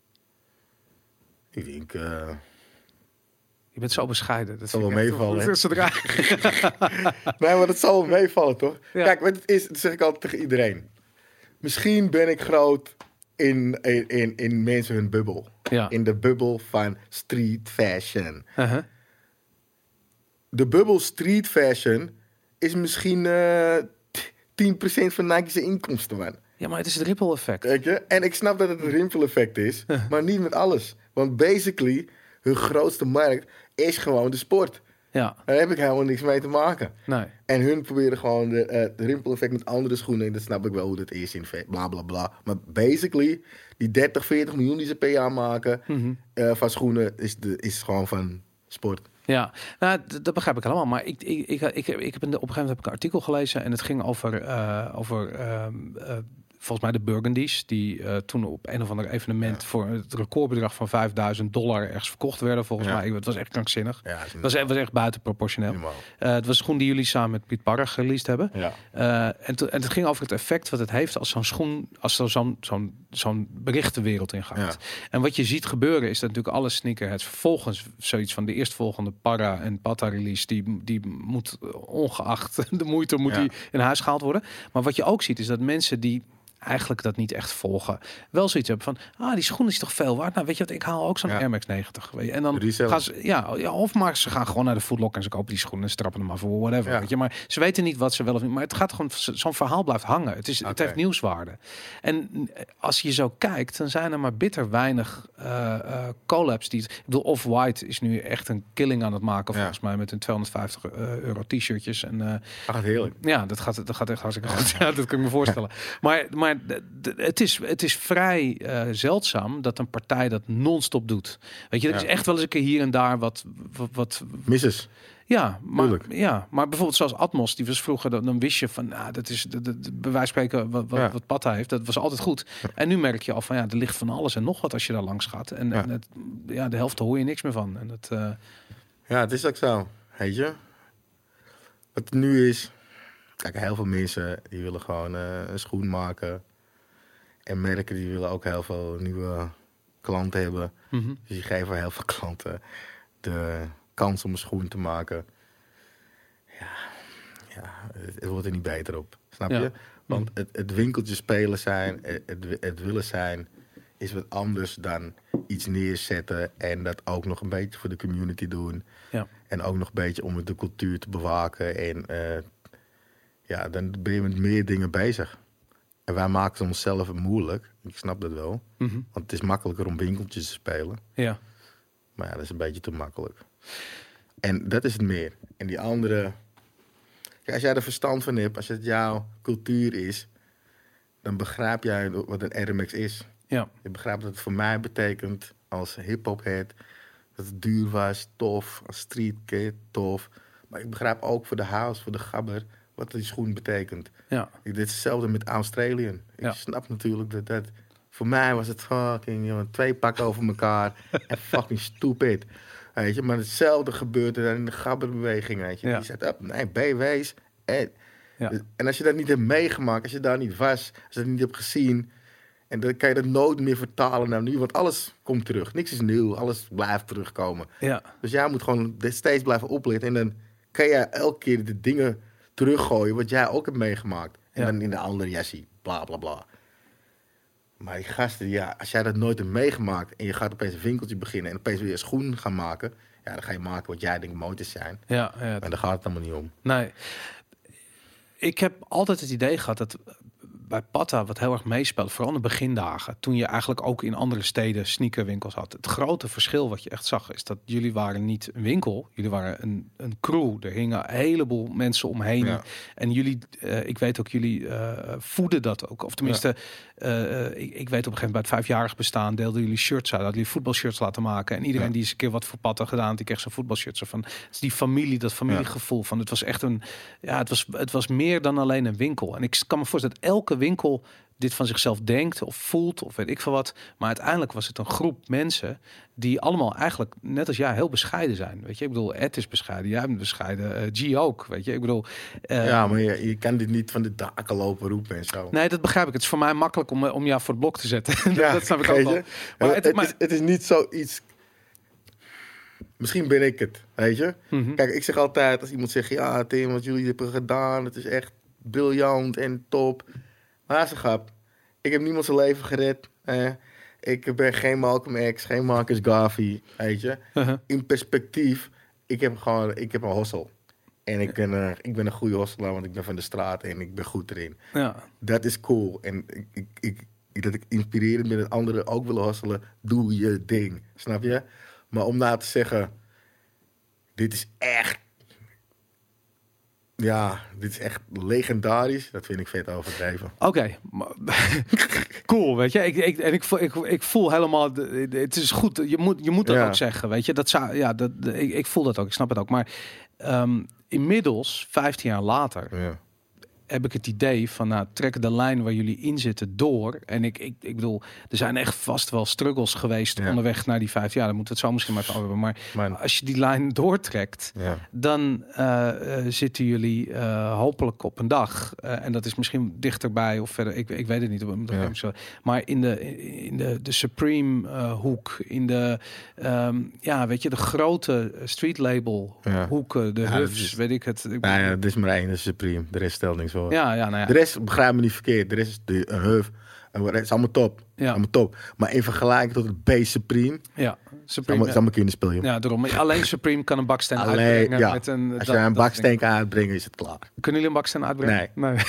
Speaker 3: Ik denk, uh,
Speaker 2: Je bent zo bescheiden. Dat
Speaker 3: zal
Speaker 2: vind
Speaker 3: wel
Speaker 2: ik echt-
Speaker 3: meevallen, hè?
Speaker 2: Zodra...
Speaker 3: nee, maar dat zal wel meevallen, toch?
Speaker 2: Ja.
Speaker 3: Kijk, wat het is, dat zeg ik altijd tegen iedereen. Misschien ben ik groot in, in, in, in mensen hun bubbel.
Speaker 2: Ja.
Speaker 3: In de bubbel van street fashion.
Speaker 2: Uh-huh.
Speaker 3: De bubbel street fashion is misschien uh, tien procent van Nike's inkomsten, man.
Speaker 2: Ja, maar het is het ripple effect.
Speaker 3: Weet je? En ik snap dat het een rimpel-effect is, maar niet met alles. Want basically, hun grootste markt is gewoon de sport.
Speaker 2: Ja,
Speaker 3: Daar heb ik helemaal niks mee te maken.
Speaker 2: nee.
Speaker 3: En hun proberen gewoon de, uh, de rimpel-effect met andere schoenen. En dat snap ik wel hoe dat is in ve- bla bla bla. Maar basically, die dertig, veertig miljoen die ze per jaar maken
Speaker 2: Mm-hmm.
Speaker 3: uh, van schoenen, is, de, is gewoon van sport.
Speaker 2: Ja, nou, d- dat begrijp ik helemaal. Maar ik, ik, ik, ik, ik heb in de, op een gegeven moment heb ik een artikel gelezen en het ging over, uh, over uh, uh, volgens mij de Burgundies, die uh, toen op een of ander evenement ja. voor het recordbedrag van vijfduizend dollar ergens verkocht werden. Volgens
Speaker 3: Ja.
Speaker 2: mij, het was echt krankzinnig.
Speaker 3: Ja,
Speaker 2: Het was, het was echt buitenproportioneel.
Speaker 3: Helemaal.
Speaker 2: Uh, het was een schoen die jullie samen met Piet Parra gereleased hebben.
Speaker 3: Ja.
Speaker 2: Uh, en, to, en het ging over het effect wat het heeft als zo'n schoen, als er zo'n zo'n zo'n bericht de wereld in gaat.
Speaker 3: Ja.
Speaker 2: En wat je ziet gebeuren is dat natuurlijk alle sneakerheads vervolgens zoiets van de eerstvolgende Parra en Patta release, die, die moet ongeacht de moeite moet
Speaker 3: Ja.
Speaker 2: die in huis gehaald worden. Maar wat je ook ziet is dat mensen die eigenlijk dat niet echt volgen, wel zoiets hebben van, ah, die schoen is toch veel waard. Nou, weet je wat, ik haal ook zo'n
Speaker 3: Ja.
Speaker 2: Air Max negentig. Weet je. En dan
Speaker 3: Resell.
Speaker 2: gaan ze, ja, ja, of maar ze gaan gewoon naar de Foot Locker en ze kopen die schoenen en strappen hem af voor whatever.
Speaker 3: Ja.
Speaker 2: Weet je. Maar ze weten niet wat ze wel of niet. Maar het gaat gewoon, zo'n verhaal blijft hangen. Het, is, het
Speaker 3: Oké.
Speaker 2: heeft nieuwswaarde. En als je zo kijkt, dan zijn er maar bitter weinig uh, uh, collabs die. Ik bedoel, Off-White is nu echt een killing aan het maken,
Speaker 3: Ja.
Speaker 2: volgens mij, met hun tweehonderdvijftig euro t-shirtjes. En uh,
Speaker 3: Dat gaat heerlijk.
Speaker 2: ja, dat gaat, dat gaat echt hartstikke goed. Ja, dat kan ik me voorstellen. Maar, maar d- d- het, is, het is vrij uh, zeldzaam dat een partij dat non-stop doet. Weet je, er is
Speaker 3: Ja.
Speaker 2: echt wel eens een keer hier en daar wat... wat, wat
Speaker 3: Misses.
Speaker 2: ja, maar,
Speaker 3: Tuurlijk.
Speaker 2: ja, maar bijvoorbeeld zoals Atmos, die was vroeger, dan, dan wist je van, nou, dat is de, de, de, bij wijze van spreken wat, wat,
Speaker 3: Ja.
Speaker 2: wat Patta heeft, dat was altijd goed. En nu merk je al van, ja, er ligt van alles en nog wat als je daar langs gaat. En,
Speaker 3: Ja.
Speaker 2: en het, ja, de helft daar hoor je niks meer van. En dat, uh,
Speaker 3: Ja, het is ook zo. Weet je? Wat het nu is... Kijk, heel veel mensen die willen gewoon uh, een schoen maken. En merken die willen ook heel veel nieuwe klanten hebben.
Speaker 2: mm-hmm.
Speaker 3: Dus die geven heel veel klanten de kans om een schoen te maken. Ja, ja het, het wordt er niet beter op. Snap
Speaker 2: Ja.
Speaker 3: je? Want het, het winkeltje spelen zijn, het, het willen zijn, is wat anders dan iets neerzetten en dat ook nog een beetje voor de community doen.
Speaker 2: Ja.
Speaker 3: En ook nog een beetje om de cultuur te bewaken. En uh, ja, dan ben je met meer dingen bezig. En wij maken het onszelf moeilijk. Ik snap dat wel.
Speaker 2: Mm-hmm.
Speaker 3: Want het is makkelijker om winkeltjes te spelen.
Speaker 2: Ja.
Speaker 3: Maar ja, dat is een beetje te makkelijk. En dat is het meer. En die andere... Kijk, als jij er verstand van hebt, als het jouw cultuur is... dan begrijp jij wat een Air Max is.
Speaker 2: Ja.
Speaker 3: Je begrijpt dat het voor mij betekent als hip-hop-head... dat het duur was, tof. Als street kid, tof. Maar ik begrijp ook voor de house, voor de gabber... wat die schoen betekent.
Speaker 2: Ja.
Speaker 3: Dit is hetzelfde met Australian. Ik
Speaker 2: Ja.
Speaker 3: snap natuurlijk dat dat... Voor mij was het fucking, jongen, twee pakken over elkaar. En fucking stupid. Weet je, maar hetzelfde gebeurde dan in de gabberbeweging, weet je.
Speaker 2: Ja.
Speaker 3: Die zet op, nee, B W's. En,
Speaker 2: Ja.
Speaker 3: en als je dat niet hebt meegemaakt, als je daar niet was, als je dat niet hebt gezien... en dan kan je dat nooit meer vertalen naar nu, want alles komt terug. Niks is nieuw, alles blijft terugkomen.
Speaker 2: Ja.
Speaker 3: Dus jij moet gewoon steeds blijven opletten. En dan kan je elke keer de dingen teruggooien wat jij ook hebt meegemaakt. En
Speaker 2: Ja.
Speaker 3: dan in de andere jassie, bla bla bla. Maar die gasten, ja, als jij dat nooit hebt meegemaakt... en je gaat opeens een winkeltje beginnen... en opeens weer een schoen gaan maken... ja, dan ga je maken wat jij denkt mooi te zijn.
Speaker 2: Ja, ja.
Speaker 3: Maar daar gaat het allemaal niet om.
Speaker 2: Nee. Ik heb altijd het idee gehad dat bij Patta wat heel erg meespeelt, vooral in de begindagen, toen je eigenlijk ook in andere steden sneakerwinkels had. Het grote verschil wat je echt zag is dat jullie waren niet een winkel, jullie waren een, een crew. Er hingen een heleboel mensen omheen.
Speaker 3: Ja.
Speaker 2: En jullie, uh, ik weet ook, jullie uh, voeden dat ook. Of tenminste, ja. uh, ik, ik weet op een gegeven moment bij het vijfjarig bestaan deelden jullie shirts uit, hadden jullie voetbalshirts laten maken. En iedereen ja. die eens een keer wat voor Patta gedaan, die kreeg zo'n voetbalshirt. Zo van, het is die familie, dat familiegevoel van, het was echt een, ja, het was, het was meer dan alleen een winkel. En ik kan me voorstellen dat elke winkel dit van zichzelf denkt of voelt of weet ik veel wat. Maar uiteindelijk was het een groep mensen die allemaal eigenlijk, net als jij, heel bescheiden zijn. Weet je, ik bedoel, Ed is bescheiden, jij bent bescheiden, uh, G ook, weet je. Ik bedoel... Uh,
Speaker 3: ja, maar je, je kan dit niet van de daken lopen roepen en zo.
Speaker 2: Nee, dat begrijp ik. Het is voor mij makkelijk om, om jou voor het blok te zetten. Ja, dat snap ik ook wel.
Speaker 3: Maar het, het, maar... Is, het is niet zoiets... Misschien ben ik het, weet je. Mm-hmm. Kijk, ik zeg altijd, als iemand zegt, ja, Tim, wat jullie hebben gedaan, het is echt briljant en top. Maar ze grap. Ik heb niemand zijn leven gered. Eh. Ik ben geen Malcolm X, geen Marcus Garvey, weet je. Uh-huh. In perspectief, ik heb gewoon, ik heb een hossel. En ik ben, uh, ik ben een goede hosselaar, want ik ben van de straat en ik ben goed erin. Ja. Dat is cool. En ik, ik, ik, dat ik inspirerend ben dat anderen ook willen hosselen, doe je ding. Snap je? Maar om nou te zeggen, dit is echt... Ja, dit is echt legendarisch. Dat vind ik vet overdreven.
Speaker 2: Oké, okay. Cool, weet je. Ik, ik, en ik, ik, ik voel helemaal... Het is goed, je moet, je moet dat ja. ook zeggen, weet je. Dat zou, ja, dat, ik, ik voel dat ook, ik snap het ook. Maar um, inmiddels, vijftien jaar later... Ja. heb ik het idee van, nou, trek de lijn waar jullie in zitten door. En ik, ik, ik bedoel, er zijn echt vast wel struggles geweest ja. onderweg naar die vijf jaar. Dan moeten we het zo misschien maar over hebben. Maar Mijn... als je die lijn doortrekt, ja. dan uh, uh, zitten jullie uh, hopelijk op een dag. Uh, en dat is misschien dichterbij of verder. Ik, ik weet het niet. Ja. Maar in de, in de, de Supreme uh, hoek, in de, um, ja, weet je, de grote street label ja. hoeken, de ja, Huffs, is, weet ik het. Ik
Speaker 3: nou ja, dit is maar één, de Supreme. De rest stelt niks voor.
Speaker 2: Ja, ja, nou ja.
Speaker 3: De rest, begrijp me niet verkeerd. De rest is de uh, Huff. Het is allemaal top. Ja. Allemaal top. Maar in vergelijking tot het B Supreme.
Speaker 2: Ja, Supreme.
Speaker 3: Is allemaal kinderspel, joh.
Speaker 2: Ja, daarom. Alleen Supreme kan een baksteen alleen, uitbrengen. Ja. Met een,
Speaker 3: Als je een baksteen kan uitbrengen, is het klaar.
Speaker 2: Kunnen jullie een baksteen uitbrengen?
Speaker 3: Nee. nee.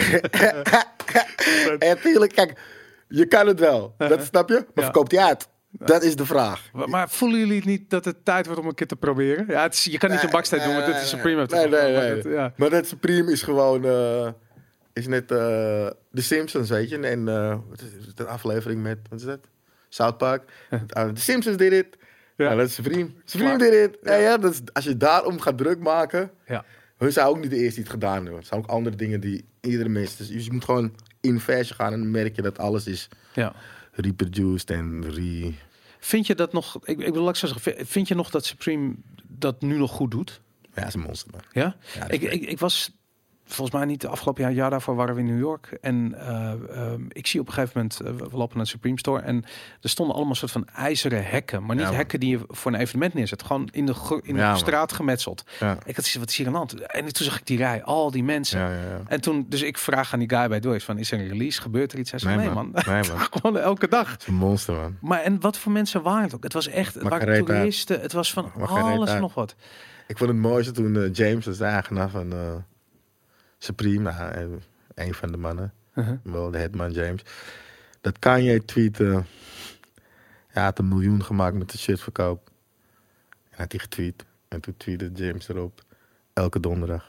Speaker 3: En tuurlijk, kijk, je kan het wel. Dat snap je? Maar ja. verkoopt hij uit? Dat is de vraag.
Speaker 2: Maar, maar voelen jullie niet dat het tijd wordt om een keer te proberen? Ja, het is, je kan niet nee, een baksteen nee, doen, want dit is Supreme.
Speaker 3: Nee, nee, nee. nee. Maar, dat, ja. maar dat Supreme is gewoon... Uh, is net uh, The Simpsons, weet je. En uh, wat is de aflevering met... Wat is dat? South Park. The Simpsons did it. Ja. Nou, dat is Supreme. Supreme did it. Ja. Ja, ja, dat is, als je daarom gaat druk maken... Ja. Hun zijn ook niet de eerste die het gedaan hebben. Er zijn ook andere dingen die iedere mens... Dus je moet gewoon in versie gaan en dan merk je dat alles is... Ja. reproduced en re...
Speaker 2: Vind je dat nog... Ik, ik wil zo zeggen, vind je nog dat Supreme dat nu nog goed doet?
Speaker 3: Ja, dat is een monster. Man.
Speaker 2: Ja? ja ik, ik, ik was... Volgens mij niet de afgelopen jaar, jaar daarvoor waren we in New York. En uh, uh, ik zie op een gegeven moment, uh, we lopen naar de Supreme Store. En er stonden allemaal soort van ijzeren hekken. Maar niet ja, hekken die je voor een evenement neerzet. Gewoon in de, in de ja, straat gemetseld. Ja. Ik had wat is hier aan de hand? En toen zag ik die rij, al die mensen. Ja, ja, ja. En toen, dus ik vraag aan die guy bij Dois van, is er een release? Gebeurt er iets? Hij zei, nee, nee man. man. Nee, man. Gewoon elke dag.
Speaker 3: Het is een monster, man.
Speaker 2: Maar en wat voor mensen waren het ook? Het was echt, het waren toeristen. Het was van alles en nog wat.
Speaker 3: Ik vond het mooiste toen uh, James, was de eigenaar van... Uh, Supreme, nou, een van de mannen.
Speaker 2: Uh-huh.
Speaker 3: Wel de Hetman James. Dat Kanye tweeten. Hij had een miljoen gemaakt met de shirtverkoop. En had hij getweet. En toen tweette James erop. Elke donderdag.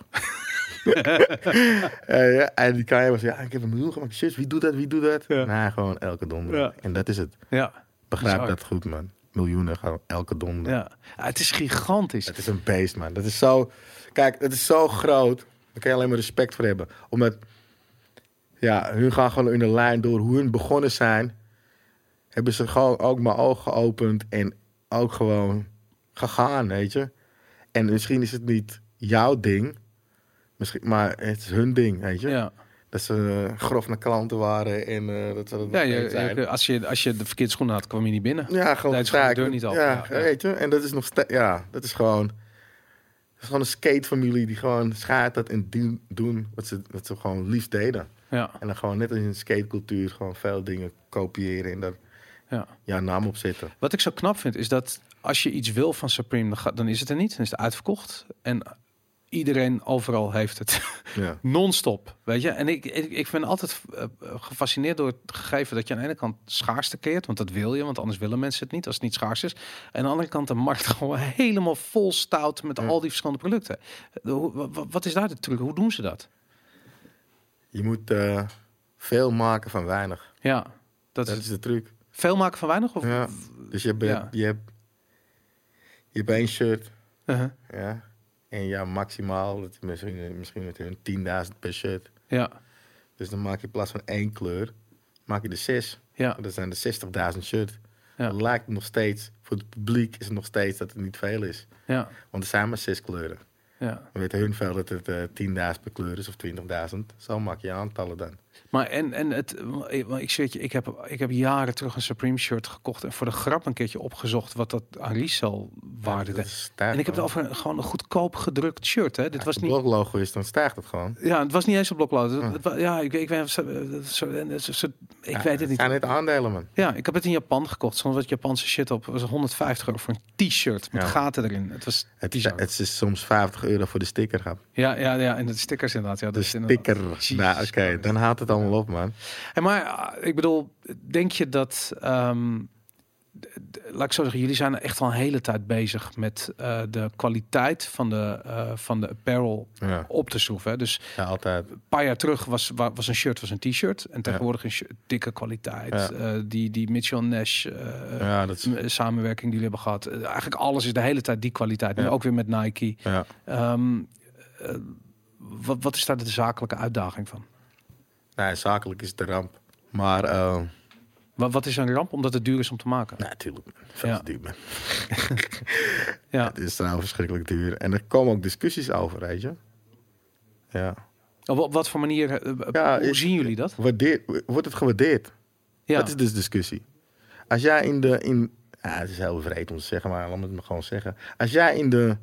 Speaker 3: en, ja, en die Kanye was, ja, ik heb een miljoen gemaakt met shirts. Wie doet dat, wie doet dat?
Speaker 2: Ja.
Speaker 3: Nou, gewoon elke donderdag.
Speaker 2: Ja.
Speaker 3: En dat is het.
Speaker 2: Ja.
Speaker 3: Begrijp
Speaker 2: Bizar.
Speaker 3: dat goed, man. Miljoenen gaan elke donderdag.
Speaker 2: Ja. Ja, het is gigantisch.
Speaker 3: Het is een beest, man. Dat is zo... Kijk, het is zo groot. Daar kan je alleen maar respect voor hebben. Omdat... Ja, hun gaan gewoon in de lijn door hoe hun begonnen zijn. Hebben ze gewoon ook mijn ogen geopend. En ook gewoon gegaan, weet je. En misschien is het niet jouw ding. Misschien, maar het is hun ding, weet je.
Speaker 2: Ja.
Speaker 3: Dat ze uh, grof naar klanten waren. En uh, dat ze dat
Speaker 2: Ja,
Speaker 3: nog
Speaker 2: je,
Speaker 3: steeds zijn.
Speaker 2: je- als, je, als je de verkeerde schoenen had, kwam je niet binnen.
Speaker 3: Ja, gewoon
Speaker 2: Deed ze gewoon de
Speaker 3: sterk.
Speaker 2: deur niet open.
Speaker 3: Ja,
Speaker 2: Ja, ja.
Speaker 3: weet je. En dat is nog steeds... Ja, dat is gewoon... Dat is gewoon een skatefamilie die gewoon schaadt dat en doen, doen wat, ze, wat ze gewoon liefst deden.
Speaker 2: Ja,
Speaker 3: En dan gewoon net als in de skatecultuur gewoon veel dingen kopiëren en daar
Speaker 2: ja.
Speaker 3: jouw naam op zetten.
Speaker 2: Wat ik zo knap vind, is dat als je iets wil van Supreme, dan, gaat, dan is het er niet. Dan is het uitverkocht. En iedereen overal heeft het.
Speaker 3: Ja.
Speaker 2: Non-stop, weet je. En ik, ik, ik ben altijd uh, gefascineerd door het gegeven dat je aan de ene kant schaarste creëert, want dat wil je, want anders willen mensen het niet als het niet schaars is. En aan de andere kant de markt gewoon helemaal vol stout met
Speaker 3: Ja.
Speaker 2: al die verschillende producten. De, hoe- wa- wa- wat is daar de truc? Hoe doen ze dat?
Speaker 3: Je moet uh, veel maken van weinig.
Speaker 2: Ja, dat,
Speaker 3: Dat
Speaker 2: is
Speaker 3: is de truc.
Speaker 2: veel maken van weinig? Of,
Speaker 3: Ja. Dus je hebt,
Speaker 2: Ja.
Speaker 3: je hebt, je hebt één shirt,
Speaker 2: Uh-huh.
Speaker 3: ja. En ja, maximaal, dat is misschien, misschien met hun tienduizend per shirt.
Speaker 2: Ja,
Speaker 3: Dus dan maak je in plaats van één kleur, maak je er zes.
Speaker 2: ja,
Speaker 3: Dat zijn de zestigduizend shirt.
Speaker 2: Ja.
Speaker 3: Dat lijkt nog steeds, voor het publiek is het nog steeds dat het niet veel is.
Speaker 2: ja,
Speaker 3: Want er zijn maar zes kleuren.
Speaker 2: ja.
Speaker 3: Dan weten hun veel dat het uh, tienduizend per kleur is of twintigduizend. Zo maak je aantallen dan.
Speaker 2: Maar en, en het, ik, ik zweet je, ik heb, ik heb jaren terug een Supreme shirt gekocht en voor de grap een keertje opgezocht wat dat aan resale waarde
Speaker 3: Dat
Speaker 2: deed.
Speaker 3: is sterk,
Speaker 2: En ik heb het
Speaker 3: man.
Speaker 2: over een, gewoon een goedkoop gedrukt shirt. Hè. Dit
Speaker 3: Als
Speaker 2: was
Speaker 3: het
Speaker 2: niet.
Speaker 3: bloglogo is, dan stijgt het gewoon.
Speaker 2: Ja, het was niet eens een bloklood. Het-
Speaker 3: Hm.
Speaker 2: het wa- Ja, ik, ik weet zo, zo, zo, zo- ik
Speaker 3: Ja,
Speaker 2: weet het niet.
Speaker 3: zijn net aandelen, man.
Speaker 2: Ja, ik heb het in Japan gekocht. Zo'n wat Japanse shit op. Het was honderdvijftig euro voor een t-shirt met
Speaker 3: Ja.
Speaker 2: gaten erin. Het was
Speaker 3: Het,
Speaker 2: bizar.
Speaker 3: het is soms vijftig euro voor de sticker. Grap.
Speaker 2: Ja, ja, ja, en de stickers inderdaad. Ja,
Speaker 3: De
Speaker 2: dat is inderdaad-
Speaker 3: sticker.
Speaker 2: Jezus
Speaker 3: Nou, oké,
Speaker 2: Christus.
Speaker 3: dan haalt het allemaal op, man.
Speaker 2: En maar uh, ik bedoel, denk je dat, ehm, d- d- laat ik zo zeggen, jullie zijn echt al een hele tijd bezig met uh, de kwaliteit van de, uh, van de apparel
Speaker 3: Ja,
Speaker 2: op te schroeven. Hè? Dus
Speaker 3: ja altijd.
Speaker 2: een paar jaar terug was, wa- was een shirt was een t-shirt en tegenwoordig een shirt, dikke kwaliteit.
Speaker 3: Ja.
Speaker 2: Uh, die, die Mitchell Nash uh,
Speaker 3: Ja, dat is...
Speaker 2: m- samenwerking die jullie hebben gehad. Uh, eigenlijk alles is de hele tijd die kwaliteit. Nu
Speaker 3: Ja.
Speaker 2: ook weer met Nike.
Speaker 3: Ja.
Speaker 2: Ehm, uh, wat, wat is daar de zakelijke uitdaging van?
Speaker 3: Nee, zakelijk is het de ramp. Maar, eh
Speaker 2: Wat, wat is een ramp? Omdat het duur is om te maken.
Speaker 3: nee, natuurlijk. Veel
Speaker 2: Ja.
Speaker 3: te duur, man.
Speaker 2: Ja.
Speaker 3: Het is trouwens verschrikkelijk duur. En er komen ook discussies over, weet je. Ja.
Speaker 2: Op wat, wat voor manier, eh,
Speaker 3: Ja,
Speaker 2: hoe
Speaker 3: ik-
Speaker 2: zien jullie dat?
Speaker 3: Waardeer, wordt het gewaardeerd?
Speaker 2: Ja,
Speaker 3: Dat is dus discussie. Als jij in de... In, ja, het is heel vreed om te zeggen, maar laat me het maar gewoon zeggen. Als jij in de,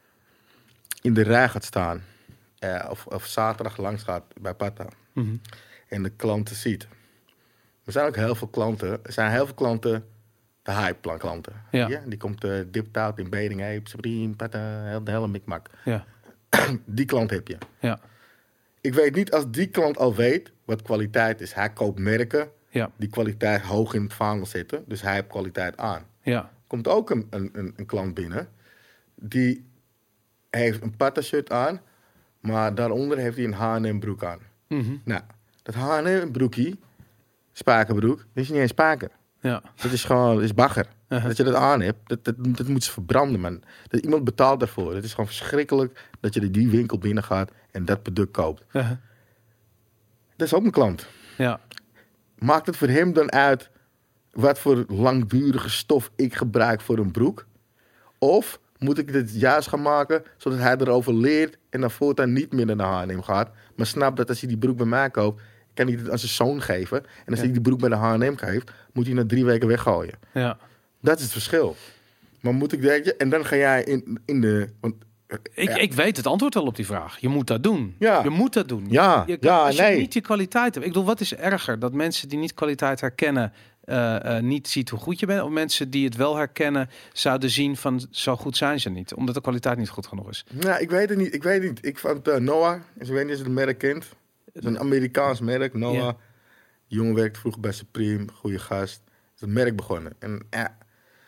Speaker 3: in de rij gaat staan... eh, of, of zaterdag langs gaat bij Pata...
Speaker 2: Mhm.
Speaker 3: en de klanten ziet... Er zijn ook heel veel klanten... Er zijn heel veel klanten... De hype klanten.
Speaker 2: Ja.
Speaker 3: Ja, die komt uh, dipt out in Beding, hey, Supreme, Pata, heel- de hele mikmak.
Speaker 2: ja,
Speaker 3: Die klant heb je.
Speaker 2: ja,
Speaker 3: Ik weet niet als die klant al weet wat kwaliteit is. Hij koopt merken
Speaker 2: ja,
Speaker 3: die kwaliteit hoog in het vaandel zitten. Dus hij heeft kwaliteit aan.
Speaker 2: ja,
Speaker 3: Komt ook een, een, een, een klant binnen. Die heeft een Pata-shirt aan. Maar daaronder heeft hij een H en M broek aan.
Speaker 2: Mhm.
Speaker 3: Nou, dat H en M broekie, spakerbroek, dat is niet eens spaker.
Speaker 2: ja,
Speaker 3: Dat is gewoon, dat is bagger.
Speaker 2: Uh-huh.
Speaker 3: Dat je dat aan hebt, dat, dat, dat moet ze verbranden, man. Dat iemand betaalt daarvoor. Het is gewoon verschrikkelijk dat je die winkel binnen gaat en dat product koopt.
Speaker 2: uh,
Speaker 3: Dat is ook een klant.
Speaker 2: ja,
Speaker 3: Maakt het voor hem dan uit wat voor langdurige stof ik gebruik voor een broek? Of moet ik dit juist gaan maken zodat hij erover leert en dan voortaan niet meer naar de H en M gaat, maar snapt dat als hij die broek bij mij koopt, kan hij het aan zijn zoon geven. En als
Speaker 2: Ja.
Speaker 3: hij die broek bij de H en M geeft, moet hij na drie weken weggooien.
Speaker 2: ja.
Speaker 3: Dat is het verschil. Maar moet ik denken, en dan ga jij in, in de... Want,
Speaker 2: Ik,
Speaker 3: ja,
Speaker 2: ik weet het antwoord al op die vraag. Je moet dat doen.
Speaker 3: Ja.
Speaker 2: Je moet dat doen.
Speaker 3: Ja,
Speaker 2: je, kan-
Speaker 3: ja,
Speaker 2: als je
Speaker 3: nee.
Speaker 2: niet je kwaliteit hebt. Ik bedoel, wat is erger? Dat mensen die niet kwaliteit herkennen, eh, eh, niet ziet hoe goed je bent. Of mensen die het wel herkennen, zouden zien van zo goed zijn ze niet. Omdat de kwaliteit niet goed genoeg is.
Speaker 3: nou, ik weet het niet. Ik weet het niet. Ik vond uh, Noah, ik weet niet of je het merk kent. Het is een Amerikaans merk, Noah.
Speaker 2: Ja.
Speaker 3: Die jongen werkte vroeger bij Supreme, goede gast. Is het merk begonnen. En ja,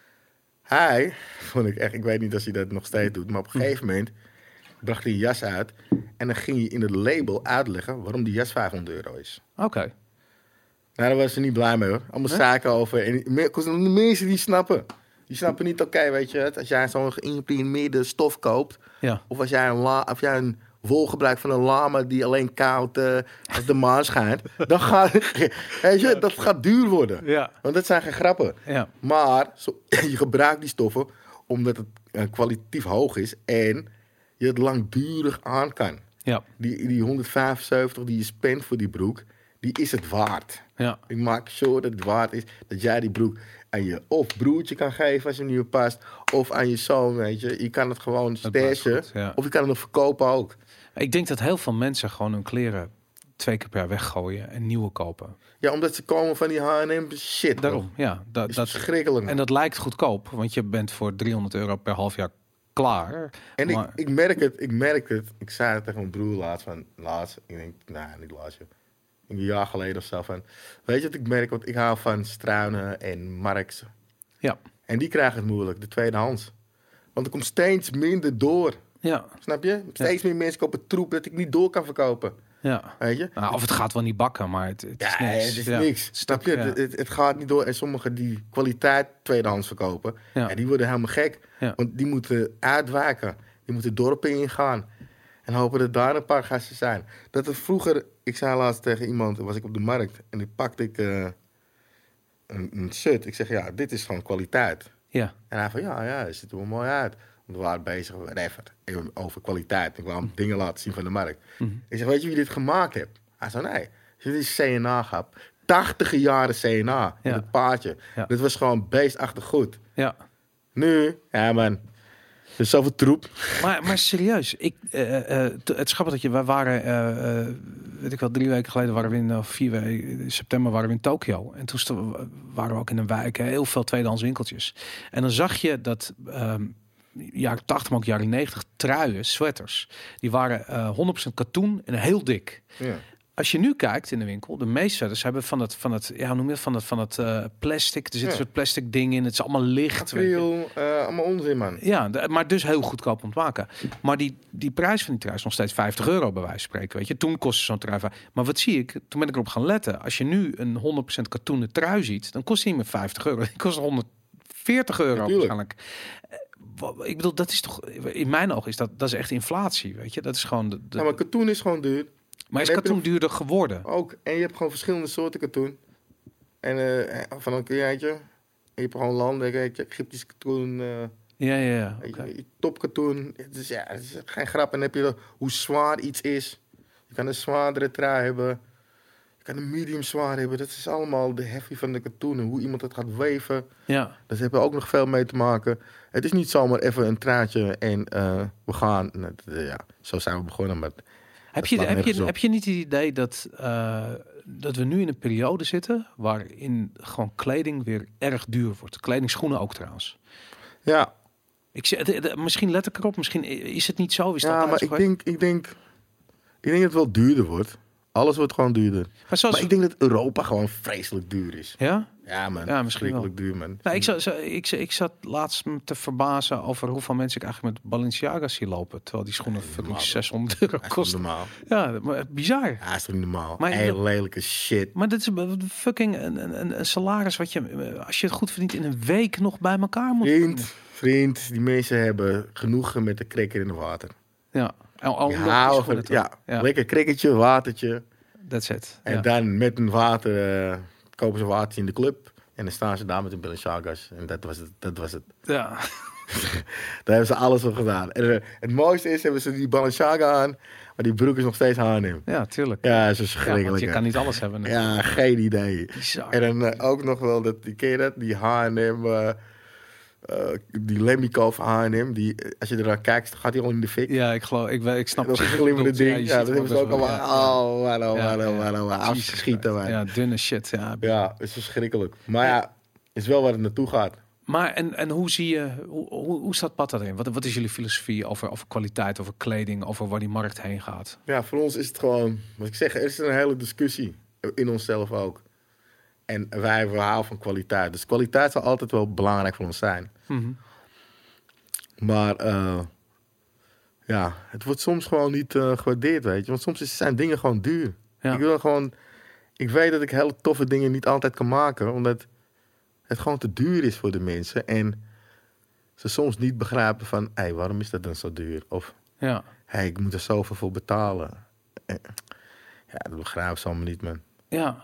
Speaker 3: hij, vond ik echt, ik weet niet of hij dat nog steeds doet, maar op een gegeven moment bracht hij een jas uit. En dan ging hij in het label uitleggen waarom die jas vijfhonderd euro is.
Speaker 2: Oké. Okay.
Speaker 3: Nou, daar was ze niet blij mee hoor. Allemaal
Speaker 2: Nee?
Speaker 3: zaken over. En de mensen die snappen. Die snappen niet, oké, okay, weet je het. Als jij zo'n geïmprimeerde stof koopt.
Speaker 2: Ja.
Speaker 3: Of als jij een, la, of jij een wol gebruikt van een lama die alleen koud uh, als de maan schijnt. Dan gaat, weet je, dat gaat duur worden.
Speaker 2: Ja.
Speaker 3: Want dat zijn geen grappen.
Speaker 2: Ja.
Speaker 3: Maar zo, je gebruikt die stoffen omdat het uh, kwalitatief hoog is. En je het langdurig aan kan.
Speaker 2: Ja.
Speaker 3: Die, die honderdvijfenzeventig die je spent voor die broek, die is het waard.
Speaker 2: Ja.
Speaker 3: Ik maak sure dat het waard is dat jij die broek aan je of broertje kan geven als je nieuw past. Of aan je zoon, weet je. Je kan het gewoon stashen.
Speaker 2: Ja.
Speaker 3: Of je kan het nog verkopen ook.
Speaker 2: Ik denk dat heel veel mensen gewoon hun kleren twee keer per jaar weggooien en nieuwe kopen.
Speaker 3: Ja, omdat ze komen van die H en M shit.
Speaker 2: Daarom,
Speaker 3: man.
Speaker 2: ja. Dat,
Speaker 3: is
Speaker 2: dat,
Speaker 3: verschrikkelijk.
Speaker 2: en
Speaker 3: En,
Speaker 2: dat lijkt goedkoop, want je bent voor driehonderd euro per half jaar klaar.
Speaker 3: en
Speaker 2: maar,
Speaker 3: ik, ik merk het, ik merk het. Ik zei het tegen mijn broer laatst van, laatst. Ik denk, nou, nah, niet laatst, joh. Een jaar geleden of zo van, weet je wat ik merk? Want ik hou van Struinen en Marx.
Speaker 2: ja.
Speaker 3: En die krijgen het moeilijk, de tweedehands. Want er komt steeds minder door.
Speaker 2: Ja.
Speaker 3: Snap je? Steeds meer mensen kopen troep dat ik niet door kan verkopen.
Speaker 2: Ja.
Speaker 3: Weet je?
Speaker 2: Nou, of het gaat wel niet bakken, maar het, het is
Speaker 3: Ja,
Speaker 2: niks.
Speaker 3: het is
Speaker 2: ja.
Speaker 3: niks. Snap je?
Speaker 2: Ja.
Speaker 3: Het, het, het gaat niet door. En sommigen die kwaliteit tweedehands verkopen,
Speaker 2: Ja.
Speaker 3: ja, die worden helemaal gek.
Speaker 2: Ja.
Speaker 3: Want die moeten uitwijken. Die moeten dorpen ingaan. En hopen dat daar een paar gasten zijn. Dat er vroeger, ik zei laatst tegen iemand, was ik op de markt. En die pakte ik uh, een, een shirt. Ik zeg, ja, dit is gewoon kwaliteit.
Speaker 2: Ja.
Speaker 3: En hij van, ja, ja, het ziet er wel mooi uit. Want we waren bezig whatever, even over kwaliteit. Ik wou hem dingen laten zien van de markt.
Speaker 2: Mm-hmm.
Speaker 3: Ik zeg, weet je wie dit gemaakt heeft? Hij zei, nee. Dit is C N A-grap. Tachtige jaren C N A.
Speaker 2: Ja.
Speaker 3: In het paardje.
Speaker 2: Ja.
Speaker 3: Dit was gewoon beestachtig goed.
Speaker 2: Ja.
Speaker 3: Nu, ja man. Er is zoveel troep.
Speaker 2: Maar, maar serieus, ik, uh, uh, t- het is grappig dat je, wij waren, uh, uh, weet ik wel, drie weken geleden waren we in, of vier weken, in september waren we in Tokio. En toen sto- waren we ook in een wijk, hè, heel veel tweedehands winkeltjes. En dan zag je dat, um, jaren tachtig, maar ook jaren negentig, truien, sweaters, die waren uh, honderd procent katoen en heel dik.
Speaker 3: Ja.
Speaker 2: Als je nu kijkt in de winkel, de meeste sweaters hebben van het, van het, ja, hoe noem je het, van het, van het uh, plastic. Er zit
Speaker 3: Ja.
Speaker 2: een soort plastic ding in. Het is allemaal licht. weet je.
Speaker 3: Acryl, uh, allemaal onzin man.
Speaker 2: Ja, de- maar dus heel goedkoop om te maken. Maar die, die prijs van die trui is nog steeds vijftig euro bij wijze van spreken. Weet je, toen kostte zo'n trui. vijf- Maar wat zie ik? Toen ben ik erop gaan letten. Als je nu een honderd procent katoenen trui ziet, dan kost die niet meer vijftig euro. Die kost honderdveertig euro
Speaker 3: Natuurlijk.
Speaker 2: waarschijnlijk. Eh, wa- Ik bedoel, dat is toch, in mijn ogen is dat, dat is echt inflatie, weet je. Dat is gewoon de, de-
Speaker 3: Ja, maar katoen is gewoon duur.
Speaker 2: maar is
Speaker 3: en heb je
Speaker 2: katoen duurder geworden?
Speaker 3: Ook. En je hebt gewoon verschillende soorten katoen. En uh, van een kleurtje. En je hebt gewoon landen, weet je, Egyptisch katoen, uh,
Speaker 2: Ja, ja, ja.
Speaker 3: weet
Speaker 2: oké.
Speaker 3: je, topkatoen. Het is, ja, het is geen grap. En dan heb je dan hoe zwaar iets is. Je kan een zwaardere trui hebben. Je kan een medium zwaar hebben. Dat is allemaal de heavy van de katoen. En hoe iemand het gaat weven.
Speaker 2: Ja,
Speaker 3: Dat heeft er ook nog veel mee te maken. Het is niet zomaar even een truitje en uh, we gaan. Nou, uh, ja, zo zijn we begonnen met.
Speaker 2: Heb je,
Speaker 3: slaat
Speaker 2: heb,
Speaker 3: nergens
Speaker 2: je,
Speaker 3: op.
Speaker 2: heb je niet het idee dat, uh, dat we nu in een periode zitten waarin gewoon kleding weer erg duur wordt? Kleding, schoenen ook trouwens.
Speaker 3: Ja,
Speaker 2: Ik zie, de- de- misschien let ik erop, misschien is het niet zo. Is dat
Speaker 3: ja maar ik denk, ik, denk, ik denk dat het wel duurder wordt. Alles wordt gewoon duurder.
Speaker 2: Maar, zoals,
Speaker 3: Maar ik denk dat Europa gewoon vreselijk duur is.
Speaker 2: ja?
Speaker 3: Ja, man.
Speaker 2: Ja, misschien
Speaker 3: Verschrikkelijk duur, man.
Speaker 2: Nou, ik, zat, zo- ik, ik zat laatst me te verbazen over hoeveel mensen ik eigenlijk met Balenciaga zie lopen. Terwijl die schoenen fucking
Speaker 3: normaal.
Speaker 2: zeshonderd euro
Speaker 3: Dat is toch
Speaker 2: kosten.
Speaker 3: normaal.
Speaker 2: Ja, maar bizar.
Speaker 3: Ja, is toch niet normaal.
Speaker 2: Maar
Speaker 3: Maar
Speaker 2: je-
Speaker 3: lelijke shit.
Speaker 2: Maar dit is fucking een, een, een salaris wat je, als je het goed verdient, in een week nog bij elkaar moet
Speaker 3: Vriend, vriend, die mensen hebben genoegen met de krekker in het water.
Speaker 2: Ja, al, al
Speaker 3: Die
Speaker 2: loop je
Speaker 3: houden
Speaker 2: schoenen
Speaker 3: van-
Speaker 2: toch?
Speaker 3: ja, lekker krikkertje, watertje.
Speaker 2: That's it.
Speaker 3: En
Speaker 2: Ja.
Speaker 3: dan met een water uh, kopen ze water in de club. En dan staan ze daar met een Balenciaga's. En dat was het. Dat was het.
Speaker 2: Ja.
Speaker 3: Daar hebben ze alles op gedaan. En uh, het mooiste is, hebben ze die Balenciaga aan. Maar die broek is nog steeds H en M.
Speaker 2: ja, tuurlijk.
Speaker 3: Ja, dat is
Speaker 2: Ja,
Speaker 3: verschrikkelijk.
Speaker 2: want je
Speaker 3: hè.
Speaker 2: kan niet alles hebben. natuurlijk.
Speaker 3: Ja, geen idee.
Speaker 2: Bizar.
Speaker 3: En dan uh, ook nog wel, dat, die, ken je dat? Die H en M, uh, uh, die Lemiko van H en M. Die, uh, als je eraan kijkt, gaat hij al in de fik.
Speaker 2: Ja, ik geloof, ik, weet- ik snap
Speaker 3: Dat
Speaker 2: precies wat je
Speaker 3: glimmende
Speaker 2: bedoelt.
Speaker 3: ding.
Speaker 2: je
Speaker 3: Ja,
Speaker 2: ziet
Speaker 3: dat
Speaker 2: hem
Speaker 3: hebben ze ook
Speaker 2: best wel,
Speaker 3: allemaal.
Speaker 2: ja.
Speaker 3: Oh, wauw,
Speaker 2: Ja,
Speaker 3: wauw,
Speaker 2: ja.
Speaker 3: wauw, wauw.
Speaker 2: Jesus
Speaker 3: Afschieten
Speaker 2: Christ.
Speaker 3: wij.
Speaker 2: Ja, dunne shit. Ja.
Speaker 3: Ja, het is verschrikkelijk. Maar ja, is wel waar het naartoe gaat.
Speaker 2: Maar en, en hoe zie je, hoe, hoe, hoe staat Pat erin? Wat, wat is jullie filosofie over, over kwaliteit, over kleding, over waar die markt heen gaat?
Speaker 3: Ja, voor ons is het gewoon, wat ik zeg, er is een hele discussie in onszelf ook. En wij houden van kwaliteit. Dus kwaliteit zal altijd wel belangrijk voor ons zijn.
Speaker 2: Mm-hmm.
Speaker 3: Maar uh, ja, het wordt soms gewoon niet uh, gewaardeerd, weet je. Want soms is, zijn dingen gewoon duur.
Speaker 2: Ja.
Speaker 3: Ik wil gewoon, ik weet dat ik hele toffe dingen niet altijd kan maken, omdat het gewoon te duur is voor de mensen. En ze soms niet begrijpen van, hé, hey, waarom is dat dan zo duur? Of,
Speaker 2: ja,
Speaker 3: hé, hey, ik moet er zoveel voor betalen. Ja, dat begrijpen ze allemaal niet, man.
Speaker 2: Ja.